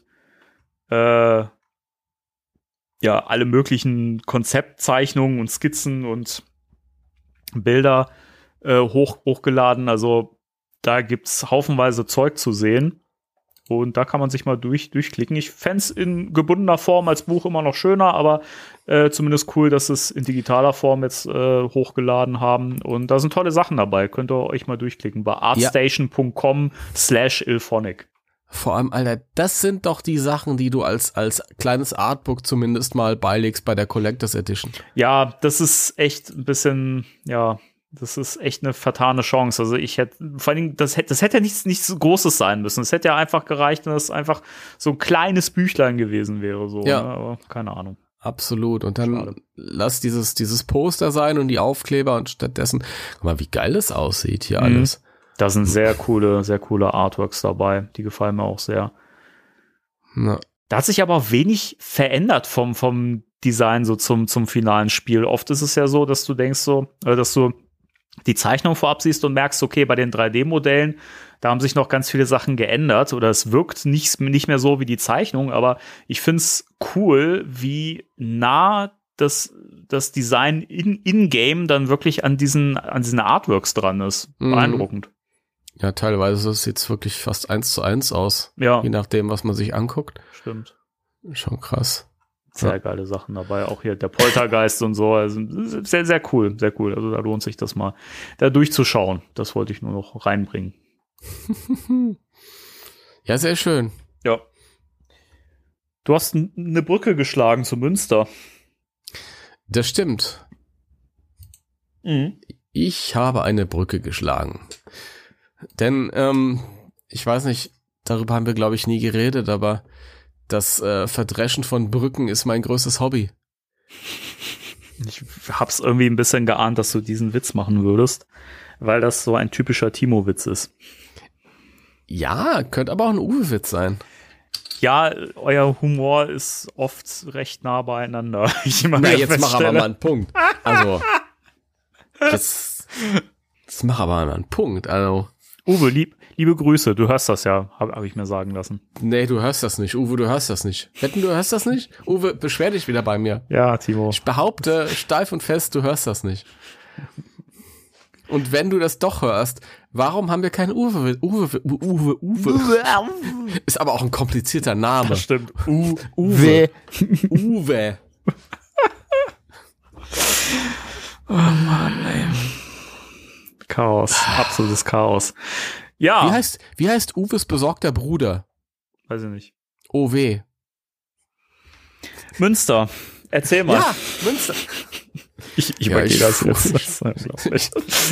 Konzeptzeichnungen und Skizzen und Bilder hochgeladen, also da gibt's haufenweise Zeug zu sehen und da kann man sich mal durchklicken. Ich fänd's in gebundener Form als Buch immer noch schöner, aber zumindest cool, dass es in digitaler Form jetzt hochgeladen haben und da sind tolle Sachen dabei. Könnt ihr euch mal durchklicken bei artstation.com/Ilphonic. Vor allem, Alter, das sind doch die Sachen, die du als kleines Artbook zumindest mal beilegst bei der Collectors Edition. Ja, das ist echt ein bisschen, das ist echt eine vertane Chance. Also vor allem, das hätte ja nichts so Großes sein müssen. Es hätte ja einfach gereicht, wenn es einfach so ein kleines Büchlein gewesen wäre. So, ja. Ne? Aber keine Ahnung. Absolut. Und dann lass dieses Poster sein und die Aufkleber und stattdessen, guck mal, wie geil das aussieht hier alles. Da sind sehr coole Artworks dabei. Die gefallen mir auch sehr. Na. Da hat sich aber auch wenig verändert vom Design so zum finalen Spiel. Oft ist es ja so, dass du denkst dass du die Zeichnung vorab siehst und merkst, okay, bei den 3D-Modellen, da haben sich noch ganz viele Sachen geändert oder es wirkt nicht mehr so wie die Zeichnung, aber ich find's cool, wie nah das Design in-game dann wirklich an diesen Artworks dran ist. Beeindruckend. Ja, teilweise sieht es wirklich fast 1:1 aus. Ja. Je nachdem, was man sich anguckt. Stimmt. Schon krass. Sehr geile Sachen dabei. Auch hier der Poltergeist und so. Also sehr, sehr cool. Sehr cool. Also da lohnt sich das mal, da durchzuschauen. Das wollte ich nur noch reinbringen. Ja, sehr schön. Ja. Du hast eine Brücke geschlagen zu Münster. Das stimmt. Ich habe eine Brücke geschlagen. Denn, ich weiß nicht, darüber haben wir, glaube ich, nie geredet, aber das Verdreschen von Brücken ist mein größtes Hobby. Ich hab's irgendwie ein bisschen geahnt, dass du diesen Witz machen würdest, weil das so ein typischer Timo-Witz ist. Ja, könnte aber auch ein Uwe-Witz sein. Ja, euer Humor ist oft recht nah beieinander. Jetzt mach aber mal einen Punkt. Also, jetzt mach aber mal einen Punkt. Also, Uwe, liebe Grüße, du hörst das ja, hab ich mir sagen lassen. Nee, du hörst das nicht. Uwe, du hörst das nicht. Wetten, du hörst das nicht? Uwe, beschwer dich wieder bei mir. Ja, Timo. Ich behaupte steif und fest, du hörst das nicht. Und wenn du das doch hörst, warum haben wir keinen Uwe? Ist aber auch ein komplizierter Name. Das stimmt. Uwe. Uwe. Oh Mann, ey. Chaos. Absolutes Chaos. Ja. Wie heißt Uwes besorgter Bruder? Weiß ich nicht. OW. Münster. Erzähl mal. Ja, Münster. Ich übergehe das jetzt. Das ist unglaublich.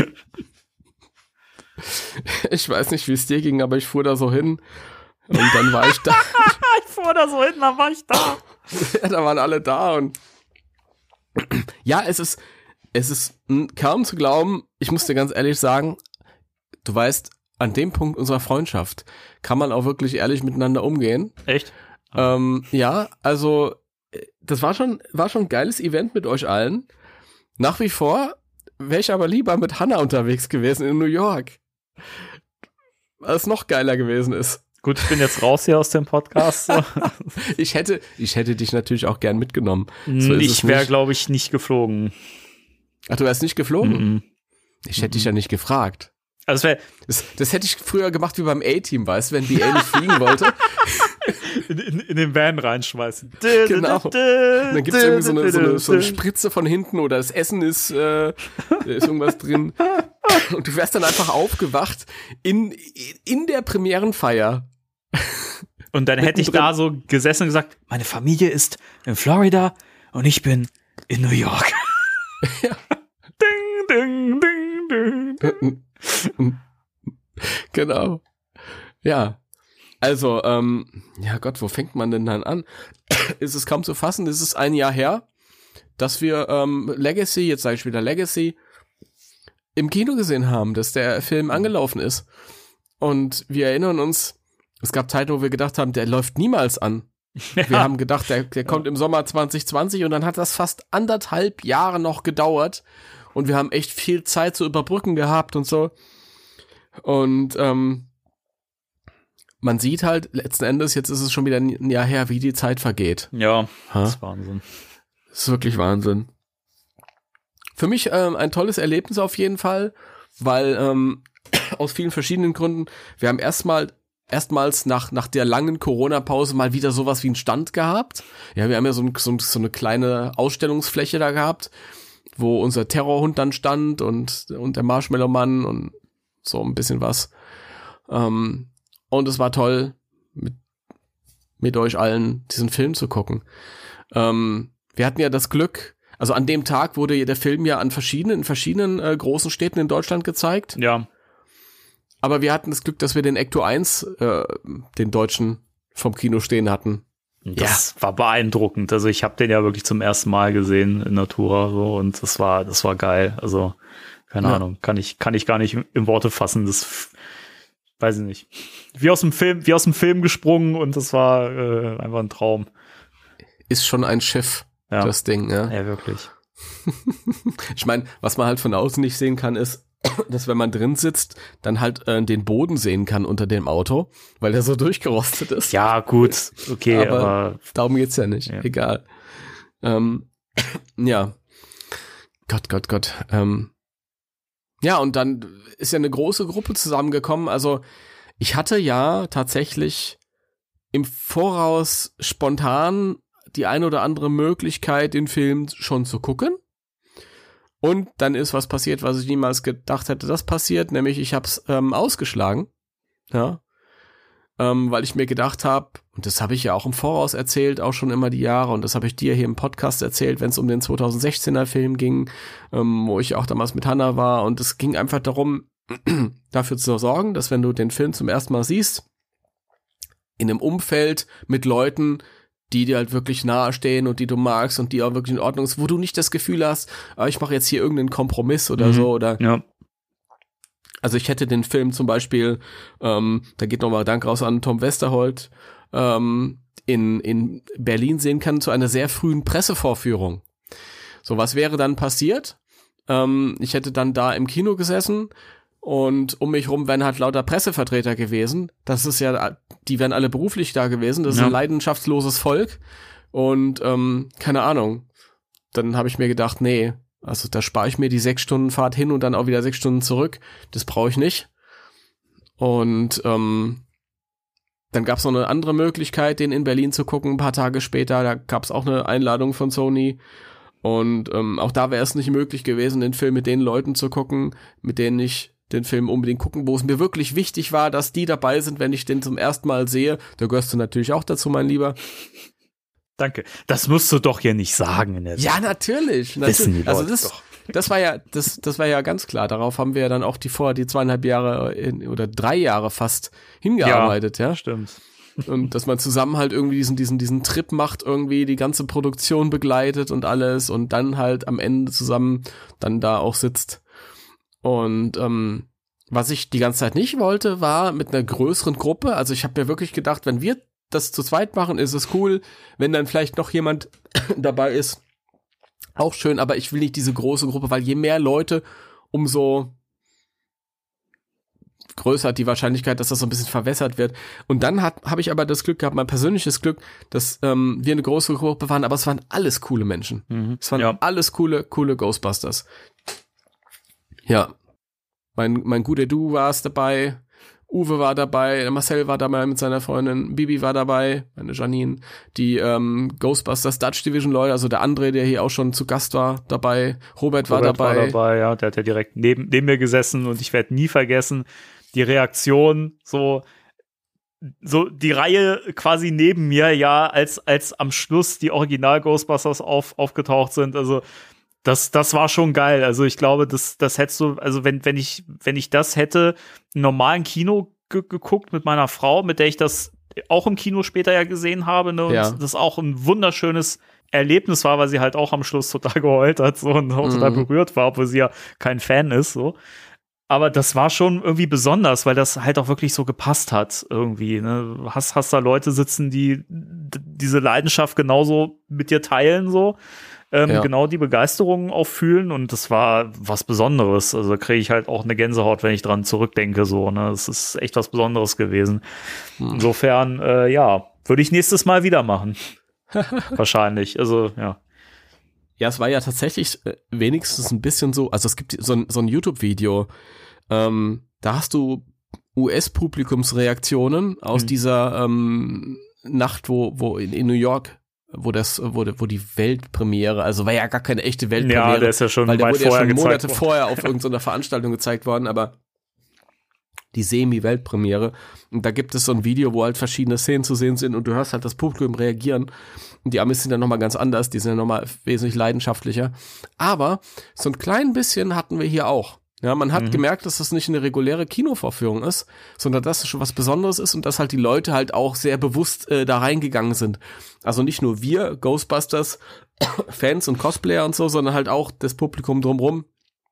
Ich weiß nicht, wie es dir ging, aber ich fuhr da so hin und dann war ich da. Ich fuhr da so hin, dann war ich da. Ja, da waren alle da und ja, es ist kaum zu glauben, ich muss dir ganz ehrlich sagen, du weißt, an dem Punkt unserer Freundschaft kann man auch wirklich ehrlich miteinander umgehen. Echt? Ja, also das war schon ein geiles Event mit euch allen. Nach wie vor wäre ich aber lieber mit Hannah unterwegs gewesen in New York. Weil es noch geiler gewesen ist. Gut, ich bin jetzt raus hier aus dem Podcast. So. Ich hätte dich natürlich auch gern mitgenommen. So ich wäre, glaube ich, nicht geflogen. Ach, du wärst nicht geflogen? Mhm. Ich hätte dich ja nicht gefragt. Also das hätte ich früher gemacht wie beim A-Team, weißt du, wenn BA nicht fliegen wollte. in den Van reinschmeißen. Genau. Und dann gibt es irgendwie so eine Spritze von hinten oder das Essen ist irgendwas drin. Und du wärst dann einfach aufgewacht in der Premierenfeier. Und dann hätte ich da so gesessen und gesagt, meine Familie ist in Florida und ich bin in New York. Ja. Ding, ding, ding, ding. Genau. Ja. Also, ja Gott, wo fängt man denn dann an? Ist es kaum zu fassen, es ist ein Jahr her, dass wir Legacy, jetzt sage ich wieder Legacy, im Kino gesehen haben, dass der Film angelaufen ist. Und wir erinnern uns, es gab Zeiten, wo wir gedacht haben, der läuft niemals an. Ja. Wir haben gedacht, der kommt im Sommer 2020 und dann hat das fast 1,5 Jahre noch gedauert und wir haben echt viel Zeit zu überbrücken gehabt und so. Und man sieht halt letzten Endes, jetzt ist es schon wieder ein Jahr her, wie die Zeit vergeht. Ja, das ist Wahnsinn. Das ist wirklich Wahnsinn. Für mich ein tolles Erlebnis auf jeden Fall, weil aus vielen verschiedenen Gründen, wir haben erstmals nach der langen Corona-Pause mal wieder sowas wie einen Stand gehabt. Ja, wir haben ja so eine kleine Ausstellungsfläche da gehabt, wo unser Terrorhund dann stand und der Marshmallow-Mann und so ein bisschen was. Und es war toll, mit euch allen diesen Film zu gucken. Wir hatten ja das Glück, also an dem Tag wurde der Film ja in verschiedenen großen Städten in Deutschland gezeigt. Ja. Aber wir hatten das Glück, dass wir den Ecto 1, den Deutschen, vom Kino stehen hatten. Das war beeindruckend. Also ich habe den ja wirklich zum ersten Mal gesehen in Natura so und das war geil. Also keine Ahnung, kann ich gar nicht in Worte fassen. Das weiß ich nicht. Wie aus dem Film gesprungen und das war einfach ein Traum. Ist schon ein Schiff, das Ding, ja. Ja, wirklich. Ich meine, was man halt von außen nicht sehen kann, ist, dass wenn man drin sitzt, dann halt den Boden sehen kann unter dem Auto, weil der so durchgerostet ist. Ja, gut, okay, aber darum geht's ja nicht. Ja. Egal. Ja. Gott. Ja, und dann ist ja eine große Gruppe zusammengekommen. Also ich hatte ja tatsächlich im Voraus spontan die eine oder andere Möglichkeit, den Film schon zu gucken. Und dann ist was passiert, was ich niemals gedacht hätte, das passiert. Nämlich ich habe es ausgeschlagen. Ja. Weil ich mir gedacht habe, und das habe ich ja auch im Voraus erzählt, auch schon immer die Jahre, und das habe ich dir hier im Podcast erzählt, wenn es um den 2016er Film ging, wo ich auch damals mit Hannah war, und es ging einfach darum, dafür zu sorgen, dass wenn du den Film zum ersten Mal siehst, in einem Umfeld mit Leuten, die dir halt wirklich nahe stehen und die du magst und die auch wirklich in Ordnung ist, wo du nicht das Gefühl hast, ich mache jetzt hier irgendeinen Kompromiss oder so, oder Also ich hätte den Film zum Beispiel, da geht nochmal Dank raus an Tom Westerholt, in Berlin sehen können zu einer sehr frühen Pressevorführung. So, was wäre dann passiert? Ich hätte dann da im Kino gesessen und um mich rum wären halt lauter Pressevertreter gewesen. Das ist ja, die wären alle beruflich da gewesen. Das ist ein leidenschaftsloses Volk. Und keine Ahnung. Dann habe ich mir gedacht, nee, Also da spare ich mir die 6 Stunden Fahrt hin und dann auch wieder 6 Stunden zurück. Das brauche ich nicht. Und dann gab es noch eine andere Möglichkeit, den in Berlin zu gucken, ein paar Tage später. Da gab es auch eine Einladung von Sony. Und auch da wäre es nicht möglich gewesen, den Film mit den Leuten zu gucken, mit denen ich den Film unbedingt gucken, wo es mir wirklich wichtig war, dass die dabei sind, wenn ich den zum ersten Mal sehe. Da gehörst du natürlich auch dazu, mein Lieber. Danke. Das musst du doch hier nicht sagen. In der Ja, natürlich. Wissen die Leute also doch. Das war ja ganz klar. Darauf haben wir ja dann auch die 2,5 Jahre oder 3 Jahre fast hingearbeitet, ja. Stimmt. Und dass man zusammen halt irgendwie diesen Trip macht, irgendwie die ganze Produktion begleitet und alles und dann halt am Ende zusammen dann da auch sitzt. Und was ich die ganze Zeit nicht wollte, war mit einer größeren Gruppe. Also ich habe mir wirklich gedacht, wenn wir das zu zweit machen, ist es cool. Wenn dann vielleicht noch jemand dabei ist, auch schön. Aber ich will nicht diese große Gruppe, weil je mehr Leute, umso größer hat die Wahrscheinlichkeit, dass das so ein bisschen verwässert wird. Und dann habe ich aber das Glück gehabt, mein persönliches Glück, dass wir eine große Gruppe waren, aber es waren alles coole Menschen. Es waren alles coole Ghostbusters. Ja, mein guter Du war es dabei, Uwe war dabei, Marcel war dabei mit seiner Freundin, Bibi war dabei, meine Janine, die Ghostbusters Dutch Division Leute, also der André, der hier auch schon zu Gast war, dabei, Robert war dabei, ja, der hat ja direkt neben mir gesessen und ich werde nie vergessen, die Reaktion, so die Reihe quasi neben mir, ja, als am Schluss die Original Ghostbusters aufgetaucht sind, also das war schon geil. Also ich glaube, das hättest du, also wenn ich das hätte, im normalen Kino geguckt mit meiner Frau, mit der ich das auch im Kino später ja gesehen habe, ne, und das auch ein wunderschönes Erlebnis war, weil sie halt auch am Schluss total geheult hat so und auch total berührt war, obwohl sie ja kein Fan ist, so. Aber das war schon irgendwie besonders, weil das halt auch wirklich so gepasst hat irgendwie, ne? Hast da Leute sitzen, die diese Leidenschaft genauso mit dir teilen, so. Genau die Begeisterung auch fühlen und das war was Besonderes. Also da kriege ich halt auch eine Gänsehaut, wenn ich dran zurückdenke, so, ne? Das ist echt was Besonderes gewesen. Insofern, würde ich nächstes Mal wieder machen. Wahrscheinlich, also, ja. Ja, es war ja tatsächlich wenigstens ein bisschen so, also es gibt so ein YouTube-Video, da hast du US-Publikumsreaktionen aus dieser Nacht, wo in New York wo die Weltpremiere, also war ja gar keine echte Weltpremiere. Ja, der ist ja schon weil der weit wurde ja schon Monate worden. vorher auf irgendeiner Veranstaltung gezeigt worden, aber die Semi-Weltpremiere. Und da gibt es so ein Video, wo halt verschiedene Szenen zu sehen sind und du hörst halt das Publikum reagieren. Und die Amis sind dann nochmal ganz anders, die sind ja nochmal wesentlich leidenschaftlicher. Aber so ein klein bisschen hatten wir hier auch. Ja, man hat gemerkt, dass das nicht eine reguläre Kinovorführung ist, sondern dass es schon was Besonderes ist und dass halt die Leute halt auch sehr bewusst da reingegangen sind. Also nicht nur wir, Ghostbusters, Fans und Cosplayer und so, sondern halt auch das Publikum drumrum.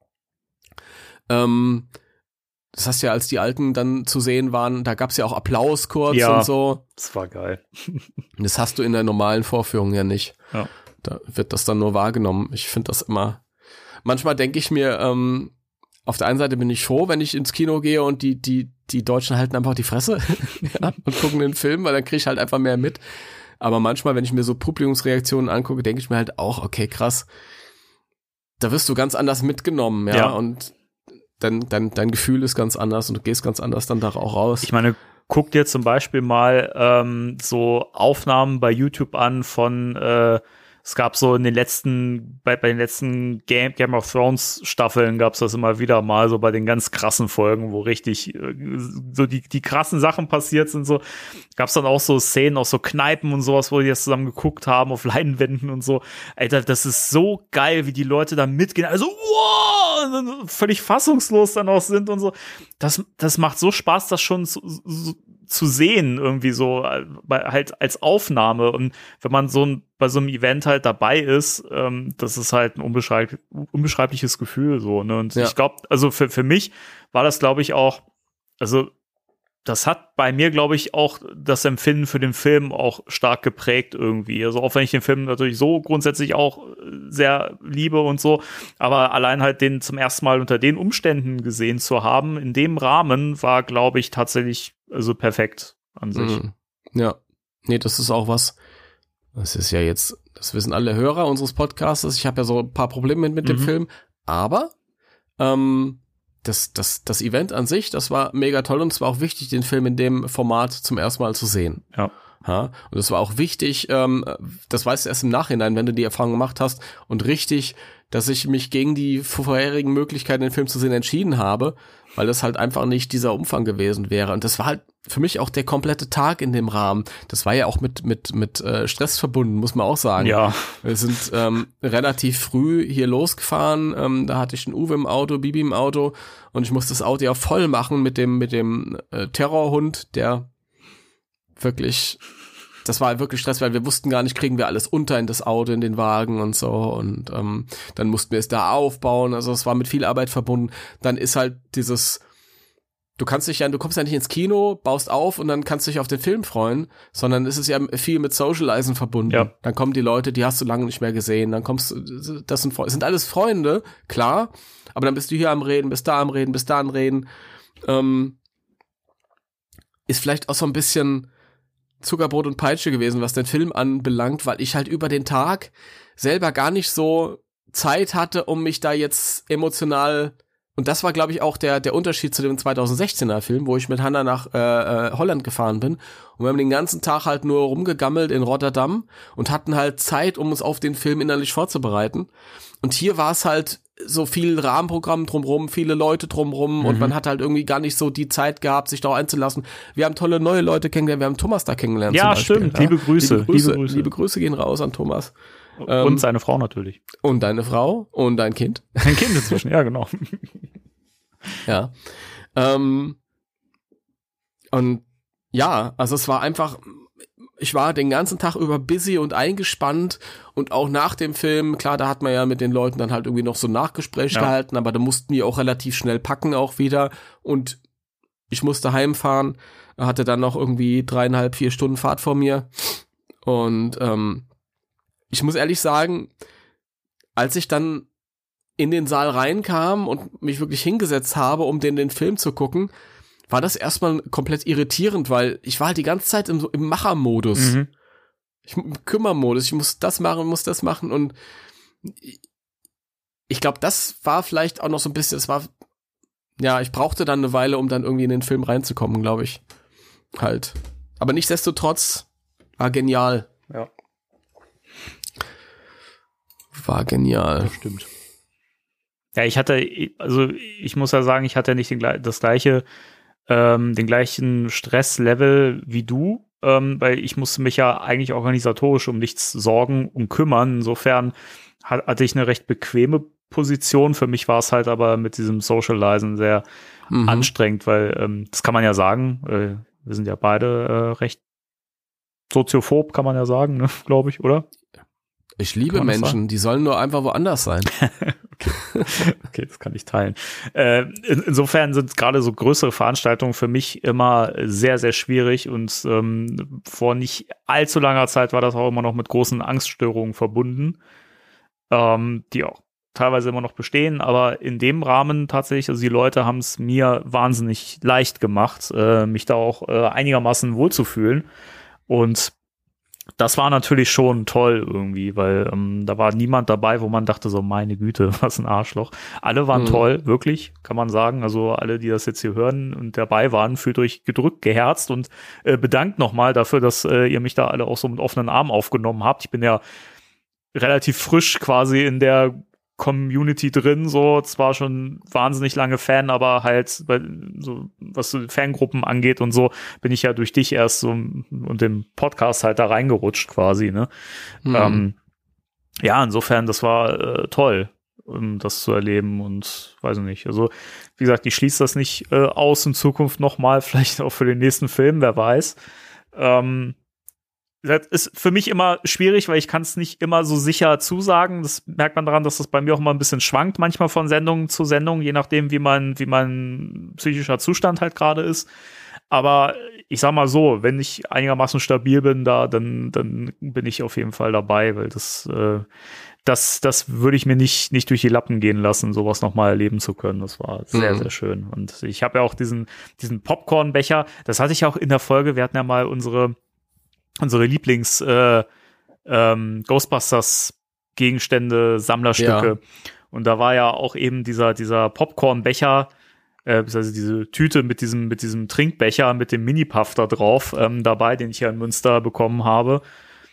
Das heißt ja, als die Alten dann zu sehen waren, da gab's ja auch Applaus kurz und so. Das war geil. Das hast du in der normalen Vorführung ja nicht. Ja. Da wird das dann nur wahrgenommen. Ich finde das immer, manchmal denke ich mir, auf der einen Seite bin ich froh, wenn ich ins Kino gehe und die Deutschen halten einfach die Fresse und gucken den Film, weil dann kriege ich halt einfach mehr mit. Aber manchmal, wenn ich mir so Publikumsreaktionen angucke, denke ich mir halt auch, okay, krass, da wirst du ganz anders mitgenommen, ja. Und dein Gefühl ist ganz anders und du gehst ganz anders dann da auch raus. Ich meine, guck dir zum Beispiel mal so Aufnahmen bei YouTube an von es gab so in den letzten, bei den letzten Game of Thrones Staffeln gab es das immer wieder mal, so bei den ganz krassen Folgen, wo richtig so die krassen Sachen passiert sind, so gab es dann auch so Szenen aus so Kneipen und sowas, wo die das zusammen geguckt haben auf Leinwänden und so. Alter, das ist so geil, wie die Leute da mitgehen, also wow, völlig fassungslos dann auch sind und so. Das macht so Spaß, das schon zu sehen, irgendwie so, halt als Aufnahme. Und wenn man bei so einem Event halt dabei ist, das ist halt ein unbeschreibliches Gefühl, so, ne? Und ich glaube, also für mich war das, glaube ich, auch, also das hat bei mir, glaube ich, auch das Empfinden für den Film auch stark geprägt irgendwie. Also auch wenn ich den Film natürlich so grundsätzlich auch sehr liebe und so, aber allein halt den zum ersten Mal unter den Umständen gesehen zu haben, in dem Rahmen war, glaube ich, tatsächlich also perfekt an sich. Ja, nee, das ist auch was, Das ist ja jetzt, das wissen alle Hörer unseres Podcasts, ich habe ja so ein paar Probleme mit dem Film, aber das Event an sich, das war mega toll und es war auch wichtig, den Film in dem Format zum ersten Mal zu sehen. Ja. Ja, und es war auch wichtig, das weißt du erst im Nachhinein, wenn du die Erfahrung gemacht hast, und richtig, dass ich mich gegen die vorherigen Möglichkeiten, den Film zu sehen, entschieden habe, weil das halt einfach nicht dieser Umfang gewesen wäre. Und das war halt für mich auch der komplette Tag in dem Rahmen. Das war ja auch mit Stress verbunden, muss man auch sagen. Ja. Wir sind relativ früh hier losgefahren. Da hatte ich einen Uwe im Auto, Bibi im Auto, und ich musste das Auto ja voll machen mit dem Terrorhund, der wirklich, das war wirklich Stress, weil wir wussten gar nicht, kriegen wir alles unter in das Auto, in den Wagen und so, und dann mussten wir es da aufbauen, also es war mit viel Arbeit verbunden. Dann ist halt dieses, du kommst ja nicht ins Kino, baust auf und dann kannst du dich auf den Film freuen, sondern es ist ja viel mit Socializen verbunden. Ja. Dann kommen die Leute, die hast du lange nicht mehr gesehen, dann das sind alles Freunde, klar, aber dann bist du hier am Reden, bist da am Reden, bist da am Reden. Ist vielleicht auch so ein bisschen Zuckerbrot und Peitsche gewesen, was den Film anbelangt, weil ich halt über den Tag selber gar nicht so Zeit hatte, um mich da jetzt emotional, und das war, glaube ich, auch der Unterschied zu dem 2016er Film, wo ich mit Hannah nach Holland gefahren bin, und wir haben den ganzen Tag halt nur rumgegammelt in Rotterdam und hatten halt Zeit, um uns auf den Film innerlich vorzubereiten. Und hier war es halt so viel Rahmenprogramm drumrum, viele Leute drumrum, und man hat halt irgendwie gar nicht so die Zeit gehabt, sich da einzulassen. Wir haben tolle neue Leute kennengelernt, wir haben Thomas da kennengelernt. Ja, stimmt. Ja? Liebe Grüße. Liebe Grüße gehen raus an Thomas. Und seine Frau natürlich. Und deine Frau und dein Kind. Ein Kind inzwischen, ja, genau. Ja. Und ja, also es war einfach, ich war den ganzen Tag über busy und eingespannt, und auch nach dem Film, klar, da hat man ja mit den Leuten dann halt irgendwie noch so ein Nachgespräch gehalten, aber da mussten die auch relativ schnell packen auch wieder, und ich musste heimfahren, hatte dann noch irgendwie 3,5-4 Stunden Fahrt vor mir, und ich muss ehrlich sagen, als ich dann in den Saal reinkam und mich wirklich hingesetzt habe, um den Film zu gucken, war das erstmal komplett irritierend, weil ich war halt die ganze Zeit im Machermodus. Im Kümmermodus. Ich muss das machen, und ich glaube, das war vielleicht auch noch so ein bisschen, ich brauchte dann eine Weile, um dann irgendwie in den Film reinzukommen, glaube ich. Halt. Aber nichtsdestotrotz war genial. Ja. War genial. Das stimmt. Ja, ich muss ja sagen, ich hatte nicht den gleichen Stresslevel wie du, weil ich musste mich ja eigentlich organisatorisch um nichts sorgen und kümmern. Insofern hatte ich eine recht bequeme Position. Für mich war es halt aber mit diesem Socializen sehr anstrengend, weil das kann man ja sagen, wir sind ja beide recht soziophob, kann man ja sagen, ne, glaube ich, oder? Ich liebe Menschen, die sollen nur einfach woanders sein. Okay, das kann ich teilen. Insofern sind gerade so größere Veranstaltungen für mich immer sehr, sehr schwierig, und vor nicht allzu langer Zeit war das auch immer noch mit großen Angststörungen verbunden, die auch teilweise immer noch bestehen, aber in dem Rahmen tatsächlich, also die Leute haben es mir wahnsinnig leicht gemacht, mich da auch einigermaßen wohlzufühlen, und das war natürlich schon toll irgendwie, weil da war niemand dabei, wo man dachte so, meine Güte, was ein Arschloch. Alle waren toll, wirklich, kann man sagen. Also alle, die das jetzt hier hören und dabei waren, fühlt euch gedrückt, geherzt, und bedankt nochmal dafür, dass ihr mich da alle auch so mit offenen Armen aufgenommen habt. Ich bin ja relativ frisch quasi in der Community drin, so, zwar schon wahnsinnig lange Fan, aber halt, so, was so Fangruppen angeht und so, bin ich ja durch dich erst so und dem Podcast halt da reingerutscht quasi, ne? Ja, insofern, das war toll, das zu erleben, und weiß ich nicht, also, wie gesagt, ich schließe das nicht aus in Zukunft nochmal, vielleicht auch für den nächsten Film, wer weiß. Das ist für mich immer schwierig, weil ich kann es nicht immer so sicher zusagen. Das merkt man daran, dass das bei mir auch mal ein bisschen schwankt, manchmal von Sendung zu Sendung, je nachdem, wie mein psychischer Zustand halt gerade ist. Aber ich sag mal so, wenn ich einigermaßen stabil bin, dann bin ich auf jeden Fall dabei, weil das würde ich mir nicht durch die Lappen gehen lassen, sowas nochmal erleben zu können. Das war sehr, sehr schön. Und ich habe ja auch diesen Popcornbecher, das hatte ich auch in der Folge, wir hatten ja mal unsere Lieblings Ghostbusters Gegenstände, Sammlerstücke. Ja. Und da war ja auch eben dieser Popcornbecher, also diese Tüte mit diesem Trinkbecher mit dem Mini-Puff da drauf dabei, den ich ja in Münster bekommen habe.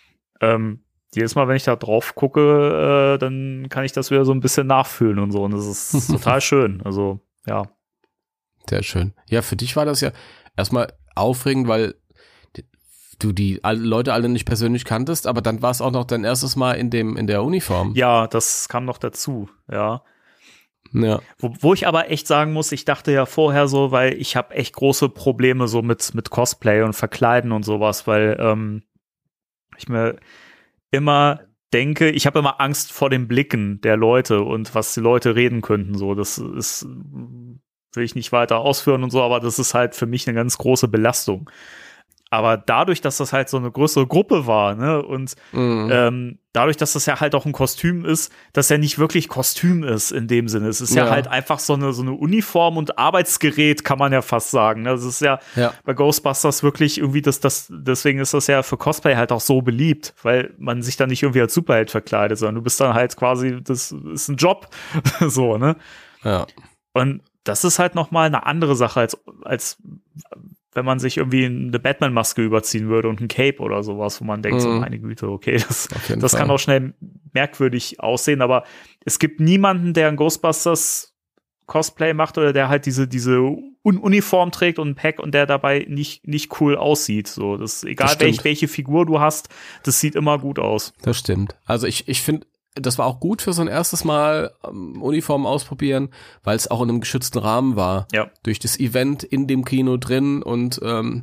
Jedes Mal, wenn ich da drauf gucke, dann kann ich das wieder so ein bisschen nachfühlen und so. Und das ist total schön. Also, ja. Sehr schön. Ja, für dich war das ja erstmal aufregend, weil du die Leute alle nicht persönlich kanntest, aber dann war es auch noch dein erstes Mal in der Uniform. Ja, das kam noch dazu, ja. Ja. Wo ich aber echt sagen muss, ich dachte ja vorher so, weil ich habe echt große Probleme so mit Cosplay und Verkleiden und sowas, weil ich mir immer denke, ich habe immer Angst vor den Blicken der Leute und was die Leute reden könnten. So, das ist, will ich nicht weiter ausführen und so, aber das ist halt für mich eine ganz große Belastung. Aber dadurch, dass das halt so eine größere Gruppe war, ne, und dadurch, dass das ja halt auch ein Kostüm ist, das ja nicht wirklich Kostüm ist in dem Sinne. Es ist ja halt einfach so eine Uniform und Arbeitsgerät, kann man ja fast sagen. Das ist ja bei Ghostbusters wirklich irgendwie deswegen ist das ja für Cosplay halt auch so beliebt, weil man sich dann nicht irgendwie als Superheld verkleidet, sondern du bist dann halt quasi, das ist ein Job, so, ne? Ja. Und das ist halt nochmal eine andere Sache, als wenn man sich irgendwie eine Batman-Maske überziehen würde und ein Cape oder sowas, wo man denkt, so meine Güte, okay, das kann auch schnell merkwürdig aussehen, aber es gibt niemanden, der ein Ghostbusters Cosplay macht oder der halt diese Uniform trägt und ein Pack und der dabei nicht cool aussieht. So, das egal welche Figur du hast, das sieht immer gut aus. Das stimmt. Also ich finde, das war auch gut für so ein erstes Mal Uniform ausprobieren, weil es auch in einem geschützten Rahmen war. Ja. Durch das Event in dem Kino drin und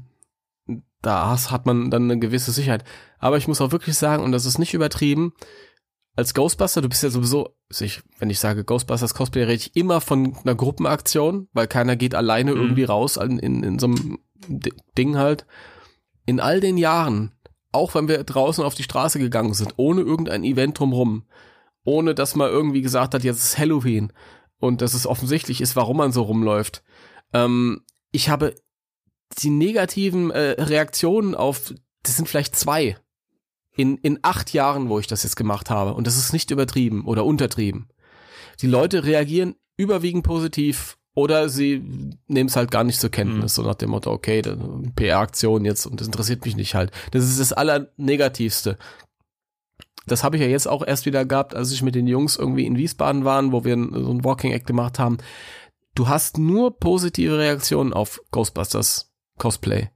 da hat man dann eine gewisse Sicherheit. Aber ich muss auch wirklich sagen, und das ist nicht übertrieben, als Ghostbuster, du bist ja sowieso, wenn ich sage Ghostbusters Cosplay, rede ich immer von einer Gruppenaktion, weil keiner geht alleine irgendwie raus in so einem Ding halt. In all den Jahren, auch wenn wir draußen auf die Straße gegangen sind, ohne irgendein Event drumherum, ohne dass man irgendwie gesagt hat, jetzt ist Halloween und dass es offensichtlich ist, warum man so rumläuft. Ich habe die negativen Reaktionen auf, das sind vielleicht 2 in 8 Jahren, wo ich das jetzt gemacht habe, und das ist nicht übertrieben oder untertrieben. Die Leute reagieren überwiegend positiv oder sie nehmen es halt gar nicht zur Kenntnis, so nach dem Motto, okay, PR-Aktion jetzt und das interessiert mich nicht halt. Das ist das Allernegativste. Das habe ich ja jetzt auch erst wieder gehabt, als ich mit den Jungs irgendwie in Wiesbaden waren, wo wir so ein Walking Act gemacht haben. Du hast nur positive Reaktionen auf Ghostbusters Cosplay.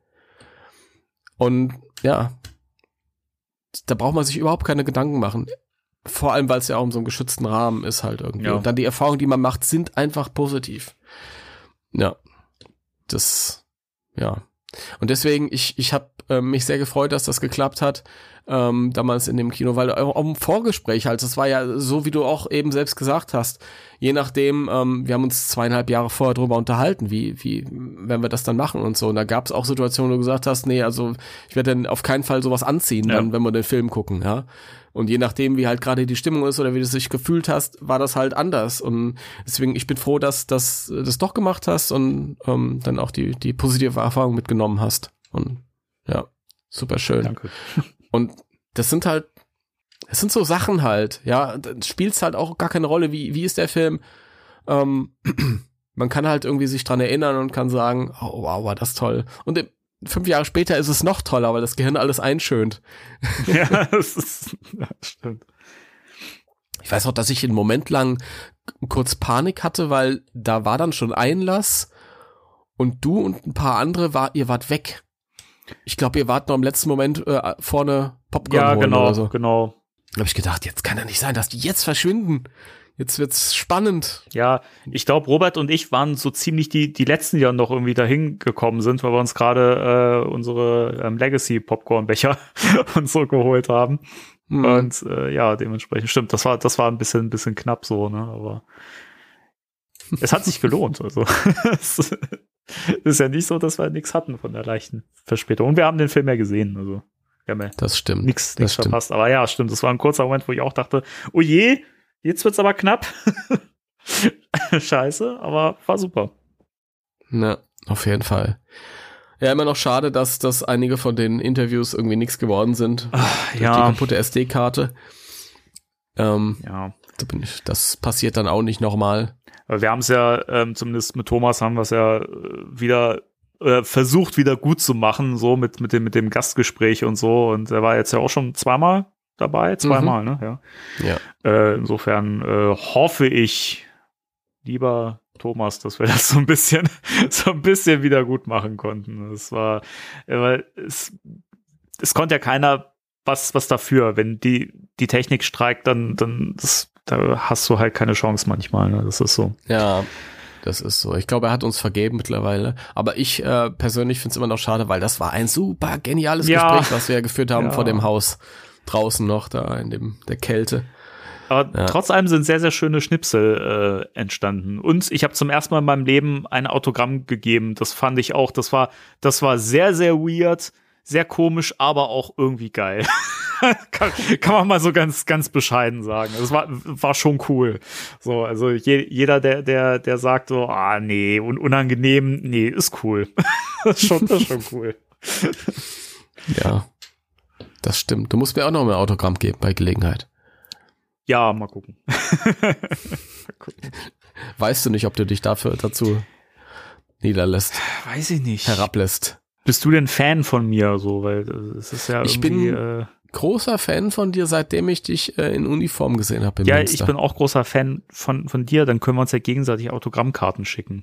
Und ja, da braucht man sich überhaupt keine Gedanken machen. Vor allem, weil es ja auch in so einem geschützten Rahmen ist halt irgendwie. Ja. Und dann die Erfahrungen, die man macht, sind einfach positiv. Ja, ja. Und deswegen, ich habe mich sehr gefreut, dass das geklappt hat, damals in dem Kino, weil auch im Vorgespräch halt, das war ja so, wie du auch eben selbst gesagt hast, je nachdem, wir haben uns 2,5 Jahre vorher drüber unterhalten, wie wenn wir das dann machen und so. Und da gab es auch Situationen, wo du gesagt hast, nee, also ich werde dann auf keinen Fall sowas anziehen, dann, wenn wir den Film gucken, ja. Und je nachdem, wie halt gerade die Stimmung ist oder wie du dich gefühlt hast, war das halt anders. Und deswegen, ich bin froh, dass das doch gemacht hast und dann auch die positive Erfahrung mitgenommen hast. Und ja, super schön. Danke. Und das sind so Sachen halt, ja, dann spielt es halt auch gar keine Rolle, wie ist der Film. Man kann halt irgendwie sich dran erinnern und kann sagen, oh wow, war das toll. Und 5 Jahre später ist es noch toller, weil das Gehirn alles einschönt. Ja, das stimmt. Ich weiß auch, dass ich einen Moment lang kurz Panik hatte, weil da war dann schon Einlass und du und ein paar andere, ihr wart weg. Ich glaube, ihr wart noch im letzten Moment vorne Popcorn holen oder so. Genau. Da habe ich gedacht, jetzt kann ja nicht sein, dass die jetzt verschwinden. Jetzt wird's spannend. Ja, ich glaube, Robert und ich waren so ziemlich die letzten, die dann noch irgendwie dahin gekommen sind, weil wir uns gerade unsere Legacy-Popcorn-Becher und so geholt haben. Und ja, dementsprechend stimmt, das war ein bisschen knapp so, ne? Aber es hat sich gelohnt. Also es ist ja nicht so, dass wir nichts hatten von der leichten Verspätung. Und wir haben den Film ja gesehen. Also wir haben ja das stimmt. Nichts verpasst. Aber ja, stimmt. Das war ein kurzer Moment, wo ich auch dachte, oh je, jetzt wird's aber knapp. Scheiße, aber war super. Na, auf jeden Fall. Ja, immer noch schade, dass einige von den Interviews irgendwie nichts geworden sind. Ja. Die kaputte SD-Karte. Ja. Das passiert dann auch nicht nochmal. Aber wir haben es ja, zumindest mit Thomas haben wir es ja wieder versucht, wieder gut zu machen, so mit dem Gastgespräch und so. Und er war jetzt ja auch schon zweimal dabei. Zweimal, ne? Ja. Insofern hoffe ich, lieber Thomas, dass wir das so ein bisschen wieder gut machen konnten. Es war, es konnte ja keiner was dafür. Wenn die Technik streikt, dann da hast du halt keine Chance manchmal. Ne? Das ist so. Ja, das ist so. Ich glaube, er hat uns vergeben mittlerweile. Aber ich persönlich finde es immer noch schade, weil das war ein super geniales Gespräch, was wir ja geführt haben vor dem Haus. Draußen noch, da in der Kälte. Aber trotz allem sind sehr, sehr schöne Schnipsel entstanden. Und ich habe zum ersten Mal in meinem Leben ein Autogramm gegeben. Das fand ich auch, das war sehr, sehr weird, sehr komisch, aber auch irgendwie geil. kann man mal so ganz, ganz bescheiden sagen. Das war schon cool. So, also jeder, der sagt so, nee, unangenehm, nee, ist cool. das ist schon cool. Ja, das stimmt. Du musst mir auch noch mal ein Autogramm geben bei Gelegenheit. Ja, mal gucken. Weißt du nicht, ob du dich dazu niederlässt? Weiß ich nicht. Herablässt. Bist du denn Fan von mir? So, weil es ist ja irgendwie. Ich bin großer Fan von dir, seitdem ich dich in Uniform gesehen habe. Ja, Münster. Ich bin auch großer Fan von dir. Dann können wir uns ja gegenseitig Autogrammkarten schicken.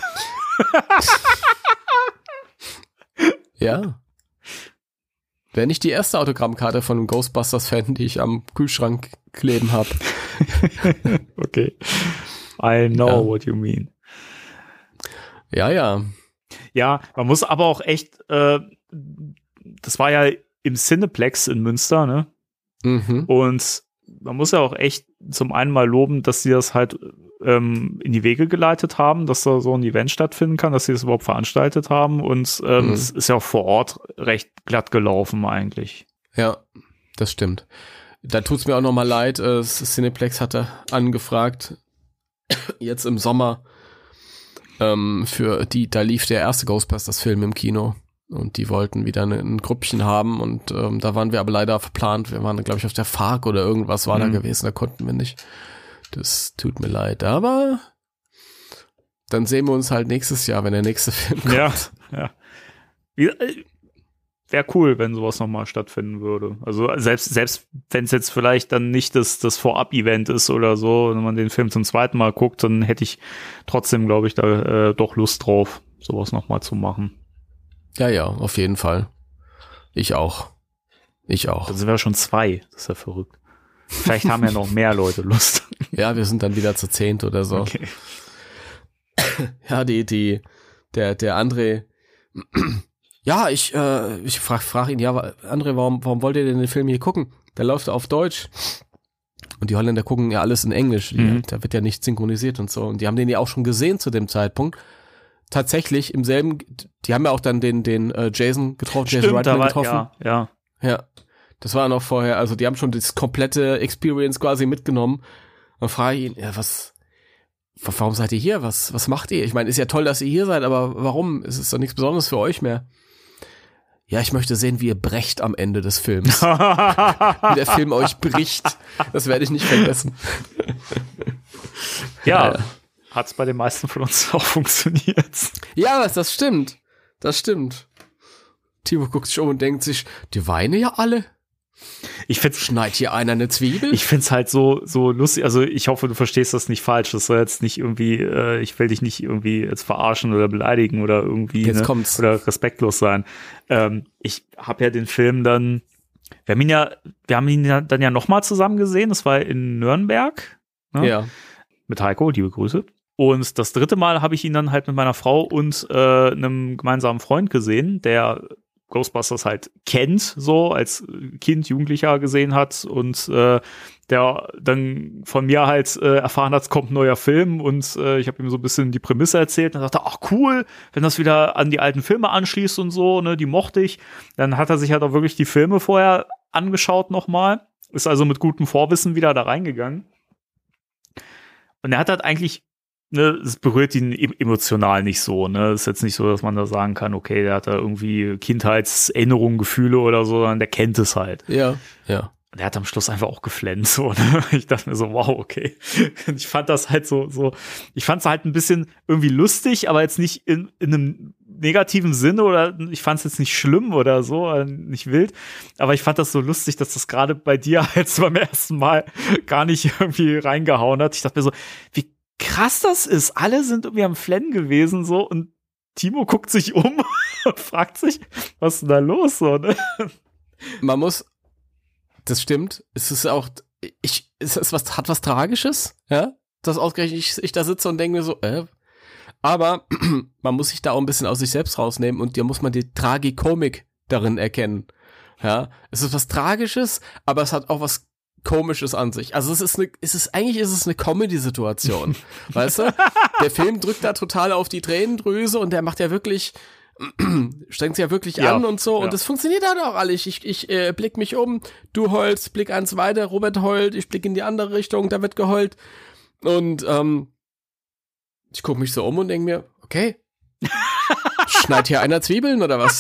Ja. Wäre nicht die erste Autogrammkarte von einem Ghostbusters-Fan, die ich am Kühlschrank kleben habe. Okay. I know what you mean. Ja. Ja, man muss aber auch echt, das war ja im Cineplex in Münster, ne? Mhm. Und man muss ja auch echt zum einen mal loben, dass sie das halt in die Wege geleitet haben, dass da so ein Event stattfinden kann, dass sie das überhaupt veranstaltet haben. Und es ist ja auch vor Ort recht glatt gelaufen eigentlich. Ja, das stimmt. Da tut's mir auch nochmal leid. Cineplex hatte angefragt, jetzt im Sommer, da lief der erste Ghostbusters-Film im Kino. Und die wollten wieder ein Gruppchen haben. Und da waren wir aber leider verplant. Wir waren, glaube ich, auf der FARC oder irgendwas war da gewesen. Da konnten wir nicht. Das tut mir leid. Aber dann sehen wir uns halt nächstes Jahr, wenn der nächste Film kommt. Ja. Wäre cool, wenn sowas nochmal stattfinden würde. Also selbst wenn es jetzt vielleicht dann nicht das Vorab-Event ist oder so, wenn man den Film zum zweiten Mal guckt, dann hätte ich trotzdem, glaube ich, da doch Lust drauf, sowas nochmal zu machen. Ja, auf jeden Fall. Ich auch. Dann sind wir schon 2. Das ist ja verrückt. Vielleicht haben ja noch mehr Leute Lust. Ja, wir sind dann wieder zu 10 oder so. Okay. Ja, der André. Ja, ich frag ihn, ja, André, warum wollt ihr denn den Film hier gucken? Der läuft auf Deutsch. Und die Holländer gucken ja alles in Englisch. Da wird ja nicht synchronisiert und so. Und die haben den ja auch schon gesehen zu dem Zeitpunkt. Tatsächlich die haben ja auch dann den Jason getroffen, Stimmt, Jason Reitman getroffen. Ja. Das war noch vorher, also die haben schon das komplette Experience quasi mitgenommen. Dann frage ich ihn, ja, warum seid ihr hier? Was macht ihr? Ich meine, ist ja toll, dass ihr hier seid, aber warum? Es ist doch nichts Besonderes für euch mehr. Ja, ich möchte sehen, wie ihr brecht am Ende des Films. Wie der Film euch bricht. Das werde ich nicht vergessen. Ja. Hat's bei den meisten von uns auch funktioniert. Ja, das stimmt. Timo guckt sich um und denkt sich, die weinen ja alle. Schneit hier einer eine Zwiebel? Ich find's halt so lustig. Also ich hoffe, du verstehst das nicht falsch. Das soll jetzt nicht irgendwie, ich will dich nicht irgendwie jetzt verarschen oder beleidigen oder irgendwie jetzt kommt's. Oder respektlos sein. Ich habe ja den Film dann, wir haben ihn dann ja nochmal zusammen gesehen. Das war in Nürnberg. Ne? Ja. Mit Heiko, liebe Grüße. Und das 3. Mal habe ich ihn dann halt mit meiner Frau und einem gemeinsamen Freund gesehen, der Ghostbusters halt kennt, so als Kind, Jugendlicher gesehen hat und der dann von mir halt erfahren hat, es kommt ein neuer Film und ich habe ihm so ein bisschen die Prämisse erzählt und er sagte, ach cool, wenn das wieder an die alten Filme anschließt und so, ne, die mochte ich. Dann hat er sich halt auch wirklich die Filme vorher angeschaut nochmal, ist also mit gutem Vorwissen wieder da reingegangen. Und er hat halt eigentlich ne, es berührt ihn emotional nicht so, ne? Es ist jetzt nicht so, dass man da sagen kann, okay, der hat da irgendwie Kindheitserinnerungen, Gefühle oder so, sondern der kennt es halt. Ja. Der hat am Schluss einfach auch geflennt, so, ne? Ich dachte mir so, wow, okay. Ich fand das halt ich fand es halt ein bisschen irgendwie lustig, aber jetzt nicht in einem negativen Sinne, oder ich fand es jetzt nicht schlimm oder so, nicht wild, aber ich fand das so lustig, dass das gerade bei dir halt so beim ersten Mal gar nicht irgendwie reingehauen hat. Ich dachte mir so, wie krass das ist. Alle sind irgendwie am Flennen gewesen, so, und Timo guckt sich um und fragt sich, was ist denn da los, so, ne? Man muss, das stimmt, es ist auch, hat was Tragisches, ja, dass ausgerechnet ich da sitze und denke mir so, aber man muss sich da auch ein bisschen aus sich selbst rausnehmen und dir muss man die Tragikomik darin erkennen, ja, es ist was Tragisches, aber es hat auch was Komisches an sich. Also eigentlich ist es eine Comedy-Situation, weißt du? Der Film drückt da total auf die Tränendrüse und der macht ja wirklich, strengt sich ja wirklich an und so, und das funktioniert halt auch alles. Ich blick mich um, du heulst, blick eins weiter, Robert heult, ich blick in die andere Richtung, da wird geheult, und ich gucke mich so um und denke mir, okay, schneit hier einer Zwiebeln oder was?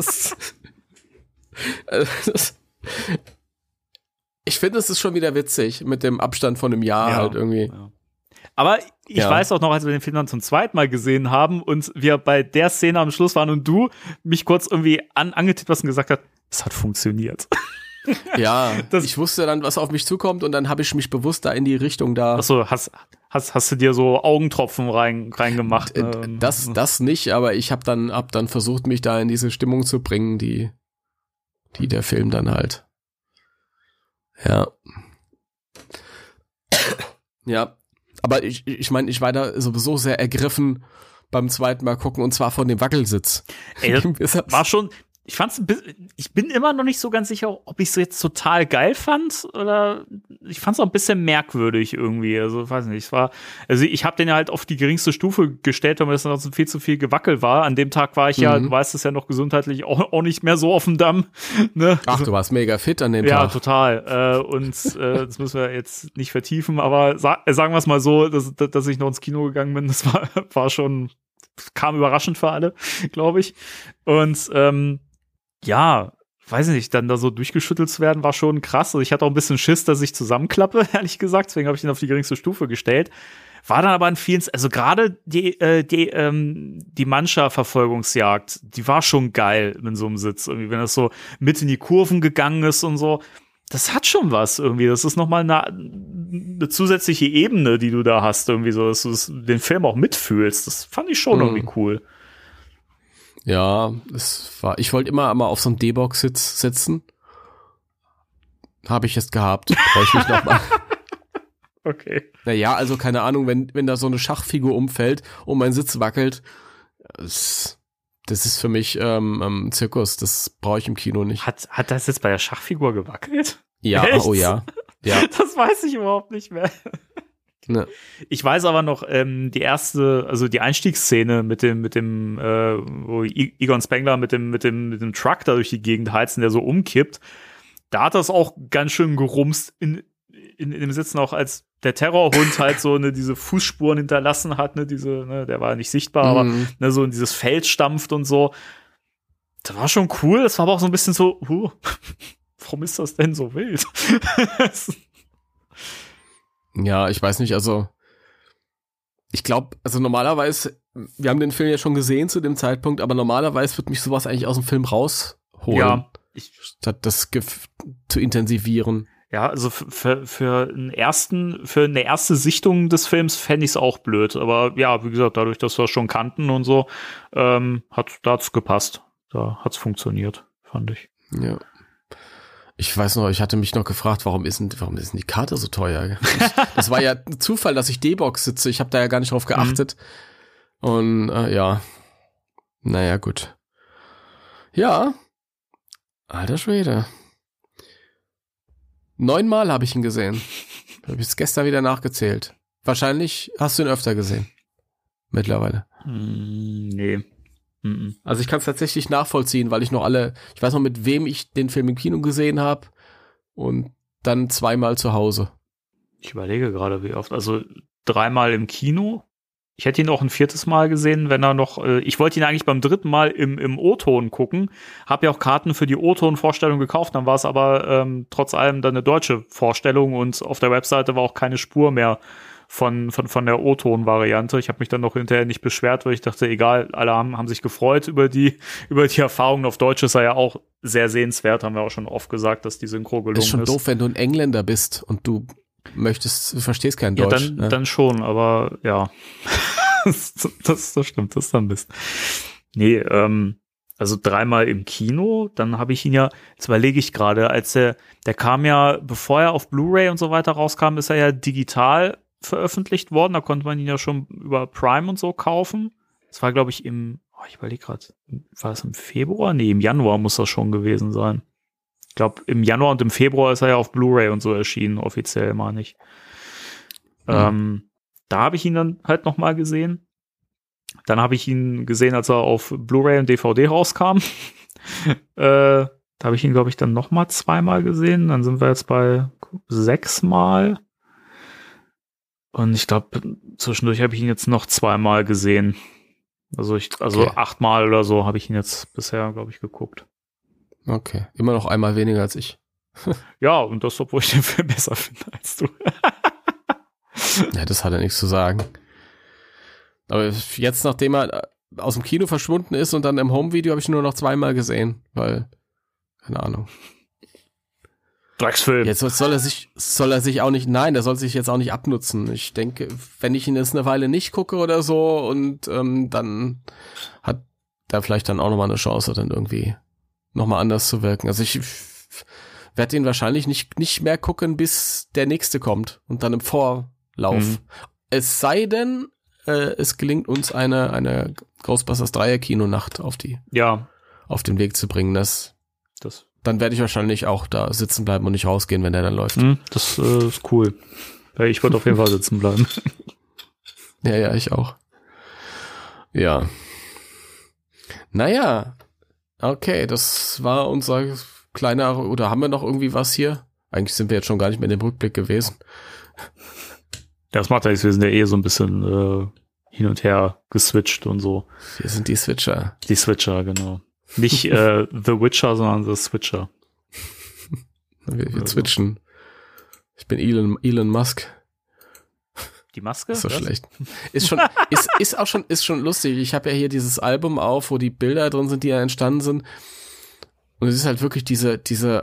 Ich finde, es ist schon wieder witzig mit dem Abstand von einem Jahr halt irgendwie. Ja. Aber ich weiß auch noch, als wir den Film dann zum zweiten Mal gesehen haben und wir bei der Szene am Schluss waren und du mich kurz irgendwie angetippt hast und gesagt hast, es hat funktioniert. Ja, ich wusste dann, was auf mich zukommt, und dann habe ich mich bewusst da in die Richtung da. Achso, hast du dir so Augentropfen reingemacht? Das nicht, aber ich habe dann versucht, mich da in diese Stimmung zu bringen, die der Film dann halt. Ja. Ja, aber ich meine, ich war da sowieso sehr ergriffen beim zweiten Mal gucken, und zwar von dem Wackelsitz. Ey, das war schon, ich bin immer noch nicht so ganz sicher, ob ich es jetzt total geil fand, oder ich fand es auch ein bisschen merkwürdig irgendwie. Also, weiß nicht, ich habe den ja halt auf die geringste Stufe gestellt, weil mir das dann viel zu viel gewackelt war. An dem Tag war ich ja, du weißt es ja, noch gesundheitlich auch nicht mehr so auf dem Damm. Ne? Ach, du warst mega fit an dem Tag. Ja, total. Und das müssen wir jetzt nicht vertiefen, aber sagen wir es mal so, dass ich noch ins Kino gegangen bin, das war schon, kam überraschend für alle, glaube ich. Und ja, weiß nicht, dann da so durchgeschüttelt zu werden, war schon krass. Also ich hatte auch ein bisschen Schiss, dass ich zusammenklappe, ehrlich gesagt. Deswegen habe ich ihn auf die geringste Stufe gestellt. War dann aber in vielen, also gerade die Mancha-Verfolgungsjagd, die war schon geil in so einem Sitz. Irgendwie, wenn das so mit in die Kurven gegangen ist und so. Das hat schon was irgendwie. Das ist nochmal eine zusätzliche Ebene, die du da hast, irgendwie so, dass du den Film auch mitfühlst. Das fand ich schon irgendwie cool. Ja, ich wollte immer mal auf so einem D-Box-Sitz sitzen. Habe ich jetzt gehabt. Brauche ich nicht nochmal. Okay. Naja, also keine Ahnung, wenn da so eine Schachfigur umfällt und mein Sitz wackelt, das ist für mich Zirkus. Das brauche ich im Kino nicht. Hat das jetzt bei der Schachfigur gewackelt? Ja, echt? Oh ja. Das weiß ich überhaupt nicht mehr. Ne. Ich weiß aber noch, die Einstiegsszene mit dem wo Egon Spengler mit dem Truck da durch die Gegend heizt und der so umkippt, da hat das auch ganz schön gerumst in dem Sitzen, auch als der Terrorhund halt so diese Fußspuren hinterlassen hat, der war nicht sichtbar, aber so in dieses Feld stampft und so. Das war schon cool, das war aber auch so ein bisschen so, warum ist das denn so wild? Ja, ich weiß nicht, also ich glaube, also normalerweise, wir haben den Film ja schon gesehen zu dem Zeitpunkt, aber normalerweise wird mich sowas eigentlich aus dem Film rausholen, ja, statt das zu intensivieren. Ja, also für eine erste Sichtung des Films fände ich es auch blöd, aber ja, wie gesagt, dadurch, dass wir es schon kannten und so, hat's gepasst, da hat's funktioniert, fand ich. Ja. Ich weiß noch, ich hatte mich noch gefragt, warum ist denn die Karte so teuer? Das war ja ein Zufall, dass ich D-Box sitze. Ich habe da ja gar nicht drauf geachtet. Und ja, naja, gut. Ja, alter Schwede. 9 Mal habe ich ihn gesehen. Habe ich es gestern wieder nachgezählt. Wahrscheinlich hast du ihn öfter gesehen. Mittlerweile. Nee. Also ich kann es tatsächlich nachvollziehen, weil ich weiß noch, mit wem ich den Film im Kino gesehen habe und dann 2-mal zu Hause. Ich überlege gerade, wie oft. Also 3-mal im Kino Ich hätte ihn auch ein 4. Mal gesehen, wenn er noch, ich wollte ihn eigentlich beim 3. Mal im O-Ton gucken, habe ja auch Karten für die O-Ton-Vorstellung gekauft, dann war es aber trotz allem dann eine deutsche Vorstellung und auf der Webseite war auch keine Spur mehr von der O-Ton-Variante. Ich habe mich dann noch hinterher nicht beschwert, weil ich dachte, egal, alle haben sich gefreut über die Erfahrungen. Auf Deutsch ist er ja auch sehr sehenswert, haben wir auch schon oft gesagt, dass die Synchro gelungen ist. Ist schon doof, wenn du ein Engländer bist und du verstehst kein Deutsch. Ja, dann schon, aber ja. das stimmt, das ist dann Mist. Nee, also 3 Mal im Kino, dann habe ich ihn ja, jetzt überlege ich gerade, als der kam ja, bevor er auf Blu-ray und so weiter rauskam, ist er ja digital veröffentlicht worden, da konnte man ihn ja schon über Prime und so kaufen. Das war, glaube ich, ich überlege gerade, war das im Februar? Nee, im Januar muss das schon gewesen sein. Ich glaube, im Januar und im Februar ist er ja auf Blu-ray und so erschienen, offiziell mal nicht. Da habe ich ihn dann halt noch mal gesehen. Dann habe ich ihn gesehen, als er auf Blu-ray und DVD rauskam. Da habe ich ihn, glaube ich, dann noch mal 2 Mal gesehen. Dann sind wir jetzt bei 6 Mal. Und ich glaube, zwischendurch habe ich ihn jetzt noch 2 Mal gesehen. Also okay. 8 Mal oder so habe ich ihn jetzt bisher, glaube ich, geguckt. Okay, immer noch einmal weniger als ich. Ja, und das, obwohl ich den Film besser finde als du. Ja, das hat ja nichts zu sagen. Aber jetzt, nachdem er aus dem Kino verschwunden ist und dann im Home-Video, habe ich ihn nur noch 2 Mal gesehen, weil, keine Ahnung. Drecksfilm. Jetzt soll er sich auch nicht, nein, der soll sich jetzt auch nicht abnutzen. Ich denke, wenn ich ihn jetzt eine Weile nicht gucke oder so und dann hat der vielleicht dann auch nochmal eine Chance, dann irgendwie nochmal anders zu wirken. Also ich werde ihn wahrscheinlich nicht mehr gucken, bis der nächste kommt und dann im Vorlauf. Es sei denn, es gelingt uns eine Ghostbusters 3er Kinonacht auf den Weg zu bringen. Dann werde ich wahrscheinlich auch da sitzen bleiben und nicht rausgehen, wenn der dann läuft. Das ist cool. Ich würde auf jeden Fall sitzen bleiben. Ja, ich auch. Ja. Naja. Okay, das war unser kleiner, oder haben wir noch irgendwie was hier? Eigentlich sind wir jetzt schon gar nicht mehr in dem Rückblick gewesen. Das macht ja nichts, wir sind ja eh so ein bisschen hin und her geswitcht und so. Wir sind die Switcher. Die Switcher, genau. Nicht The Witcher, sondern The Switcher. Wir switchen. Ich bin Elon Musk. Die Maske? Ist so schlecht. Ist schon lustig. Ich habe ja hier dieses Album auf, wo die Bilder drin sind, die ja entstanden sind. Und es ist halt wirklich dieser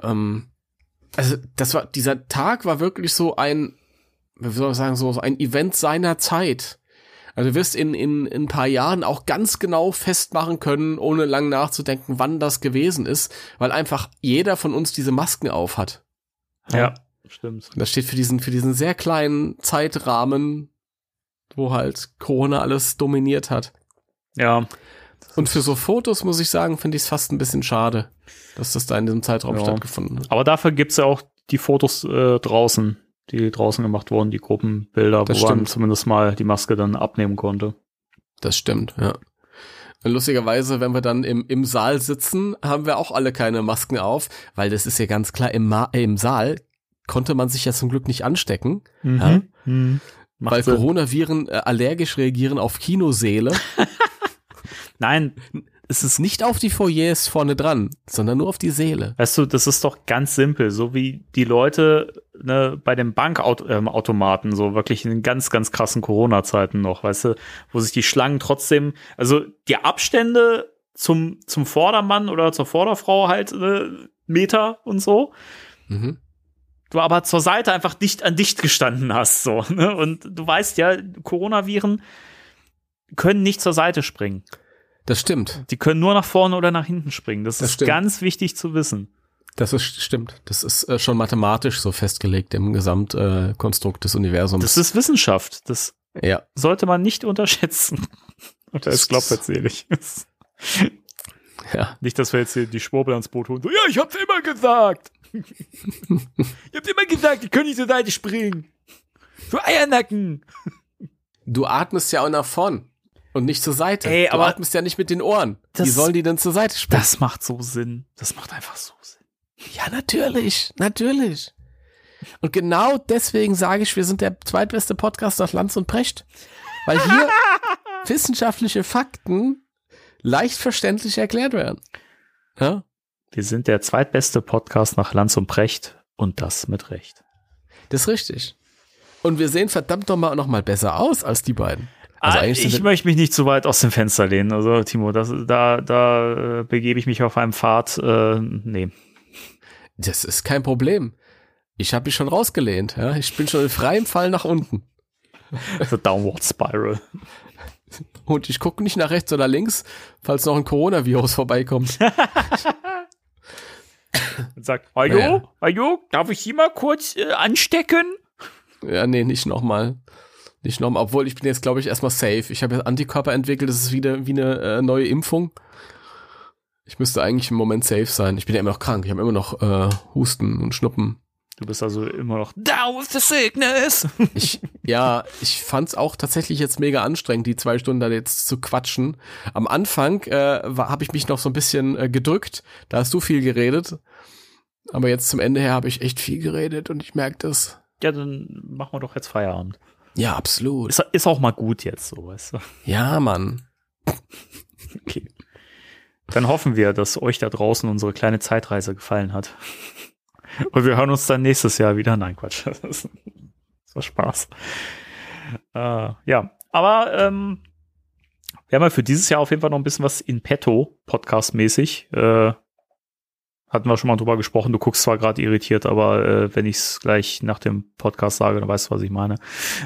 Tag war wirklich so ein, wie soll ich sagen, so ein Event seiner Zeit. Also du wirst in ein paar Jahren auch ganz genau festmachen können, ohne lang nachzudenken, wann das gewesen ist, weil einfach jeder von uns diese Masken auf hat. Ja, stimmt. Das steht für diesen sehr kleinen Zeitrahmen, wo halt Corona alles dominiert hat. Ja. Und für so Fotos, muss ich sagen, finde ich es fast ein bisschen schade, dass das da in diesem Zeitraum stattgefunden hat. Aber dafür gibt's ja auch die Fotos draußen, die draußen gemacht wurden, die Gruppenbilder, wo man zumindest mal die Maske dann abnehmen konnte. Das stimmt, ja. Und lustigerweise, wenn wir dann im Saal sitzen, haben wir auch alle keine Masken auf, weil das ist ja ganz klar, im Saal konnte man sich ja zum Glück nicht anstecken, weil Coronaviren allergisch reagieren auf Kinosäle. Nein, es ist nicht auf die Foyers vorne dran, sondern nur auf die Säle. Weißt du, das ist doch ganz simpel, so wie die Leute bei den Bankautomaten, so wirklich in ganz, ganz krassen Corona-Zeiten noch, weißt du, wo sich die Schlangen trotzdem, also die Abstände zum Vordermann oder zur Vorderfrau halt Meter und so, du aber zur Seite einfach dicht an dicht gestanden hast, so, ne? Und du weißt ja, Coronaviren können nicht zur Seite springen. Das stimmt. Die können nur nach vorne oder nach hinten springen. Das ist ganz wichtig zu wissen. Stimmt. Das ist schon mathematisch so festgelegt im Gesamtkonstrukt des Universums. Das ist Wissenschaft. Das sollte man nicht unterschätzen. Und das ist glaubwürdig. Ja. Nicht, dass wir jetzt hier die Schwurbel ans Boot holen. So, ja, ich hab's immer gesagt. Ich hab's immer gesagt, die können nicht zur Seite springen. So Eiernacken. Du atmest ja auch nach vorn. Und nicht zur Seite. Ey, du atmest ja nicht mit den Ohren. Wie sollen die denn zur Seite springen? Das macht so Sinn. Das macht einfach so Sinn. Ja, natürlich. Und genau deswegen sage ich, wir sind der zweitbeste Podcast aus Lanz und Precht. Weil wissenschaftliche Fakten leicht verständlich erklärt werden. Ja? Wir sind der zweitbeste Podcast nach Lanz und Precht und das mit Recht. Das ist richtig. Und wir sehen verdammt noch mal besser aus als die beiden. Also ich möchte mich nicht zu weit aus dem Fenster lehnen. Also Timo, da begebe ich mich auf einem Pfad. Nee. Das ist kein Problem. Ich habe mich schon rausgelehnt. Ja? Ich bin schon in freiem Fall nach unten. The Downward Spiral. Und ich gucke nicht nach rechts oder links, falls noch ein Coronavirus vorbeikommt. Und sagt, hallo, darf ich Sie mal kurz anstecken? Ja, nee, nicht nochmal. Obwohl, ich bin jetzt, glaube ich, erstmal safe. Ich habe jetzt Antikörper entwickelt, das ist wieder wie eine neue Impfung. Ich müsste eigentlich im Moment safe sein. Ich bin ja immer noch krank, ich habe immer noch Husten und Schnuppen. Du bist also immer noch down with the sickness. Ich fand's auch tatsächlich jetzt mega anstrengend, die 2 Stunden da jetzt zu quatschen. Am Anfang habe ich mich noch so ein bisschen gedrückt. Da hast du viel geredet. Aber jetzt zum Ende her habe ich echt viel geredet und ich merke das. Ja, dann machen wir doch jetzt Feierabend. Ja, absolut. Ist auch mal gut jetzt, so, weißt du. Ja, Mann. Okay. Dann hoffen wir, dass euch da draußen unsere kleine Zeitreise gefallen hat. Und wir hören uns dann nächstes Jahr wieder. Nein, Quatsch. Das war Spaß. Ja, aber wir haben ja für dieses Jahr auf jeden Fall noch ein bisschen was in petto, podcastmäßig. Hatten wir schon mal drüber gesprochen. Du guckst zwar gerade irritiert, aber wenn ich es gleich nach dem Podcast sage, dann weißt du, was ich meine.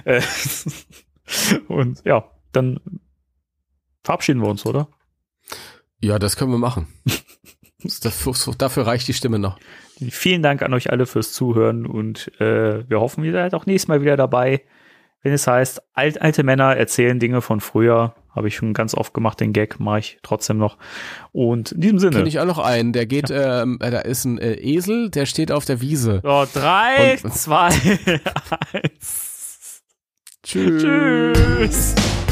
Und ja, dann verabschieden wir uns, oder? Ja, das können wir machen. Dafür reicht die Stimme noch. Vielen Dank an euch alle fürs Zuhören und wir hoffen, ihr seid auch nächstes Mal wieder dabei, wenn es heißt, alte Männer erzählen Dinge von früher. Habe ich schon ganz oft gemacht, den Gag mache ich trotzdem noch. Und in diesem Sinne. Kenne ich auch noch einen, der geht, da ist ein Esel, der steht auf der Wiese. So, 3, 2, 1. Tschüss.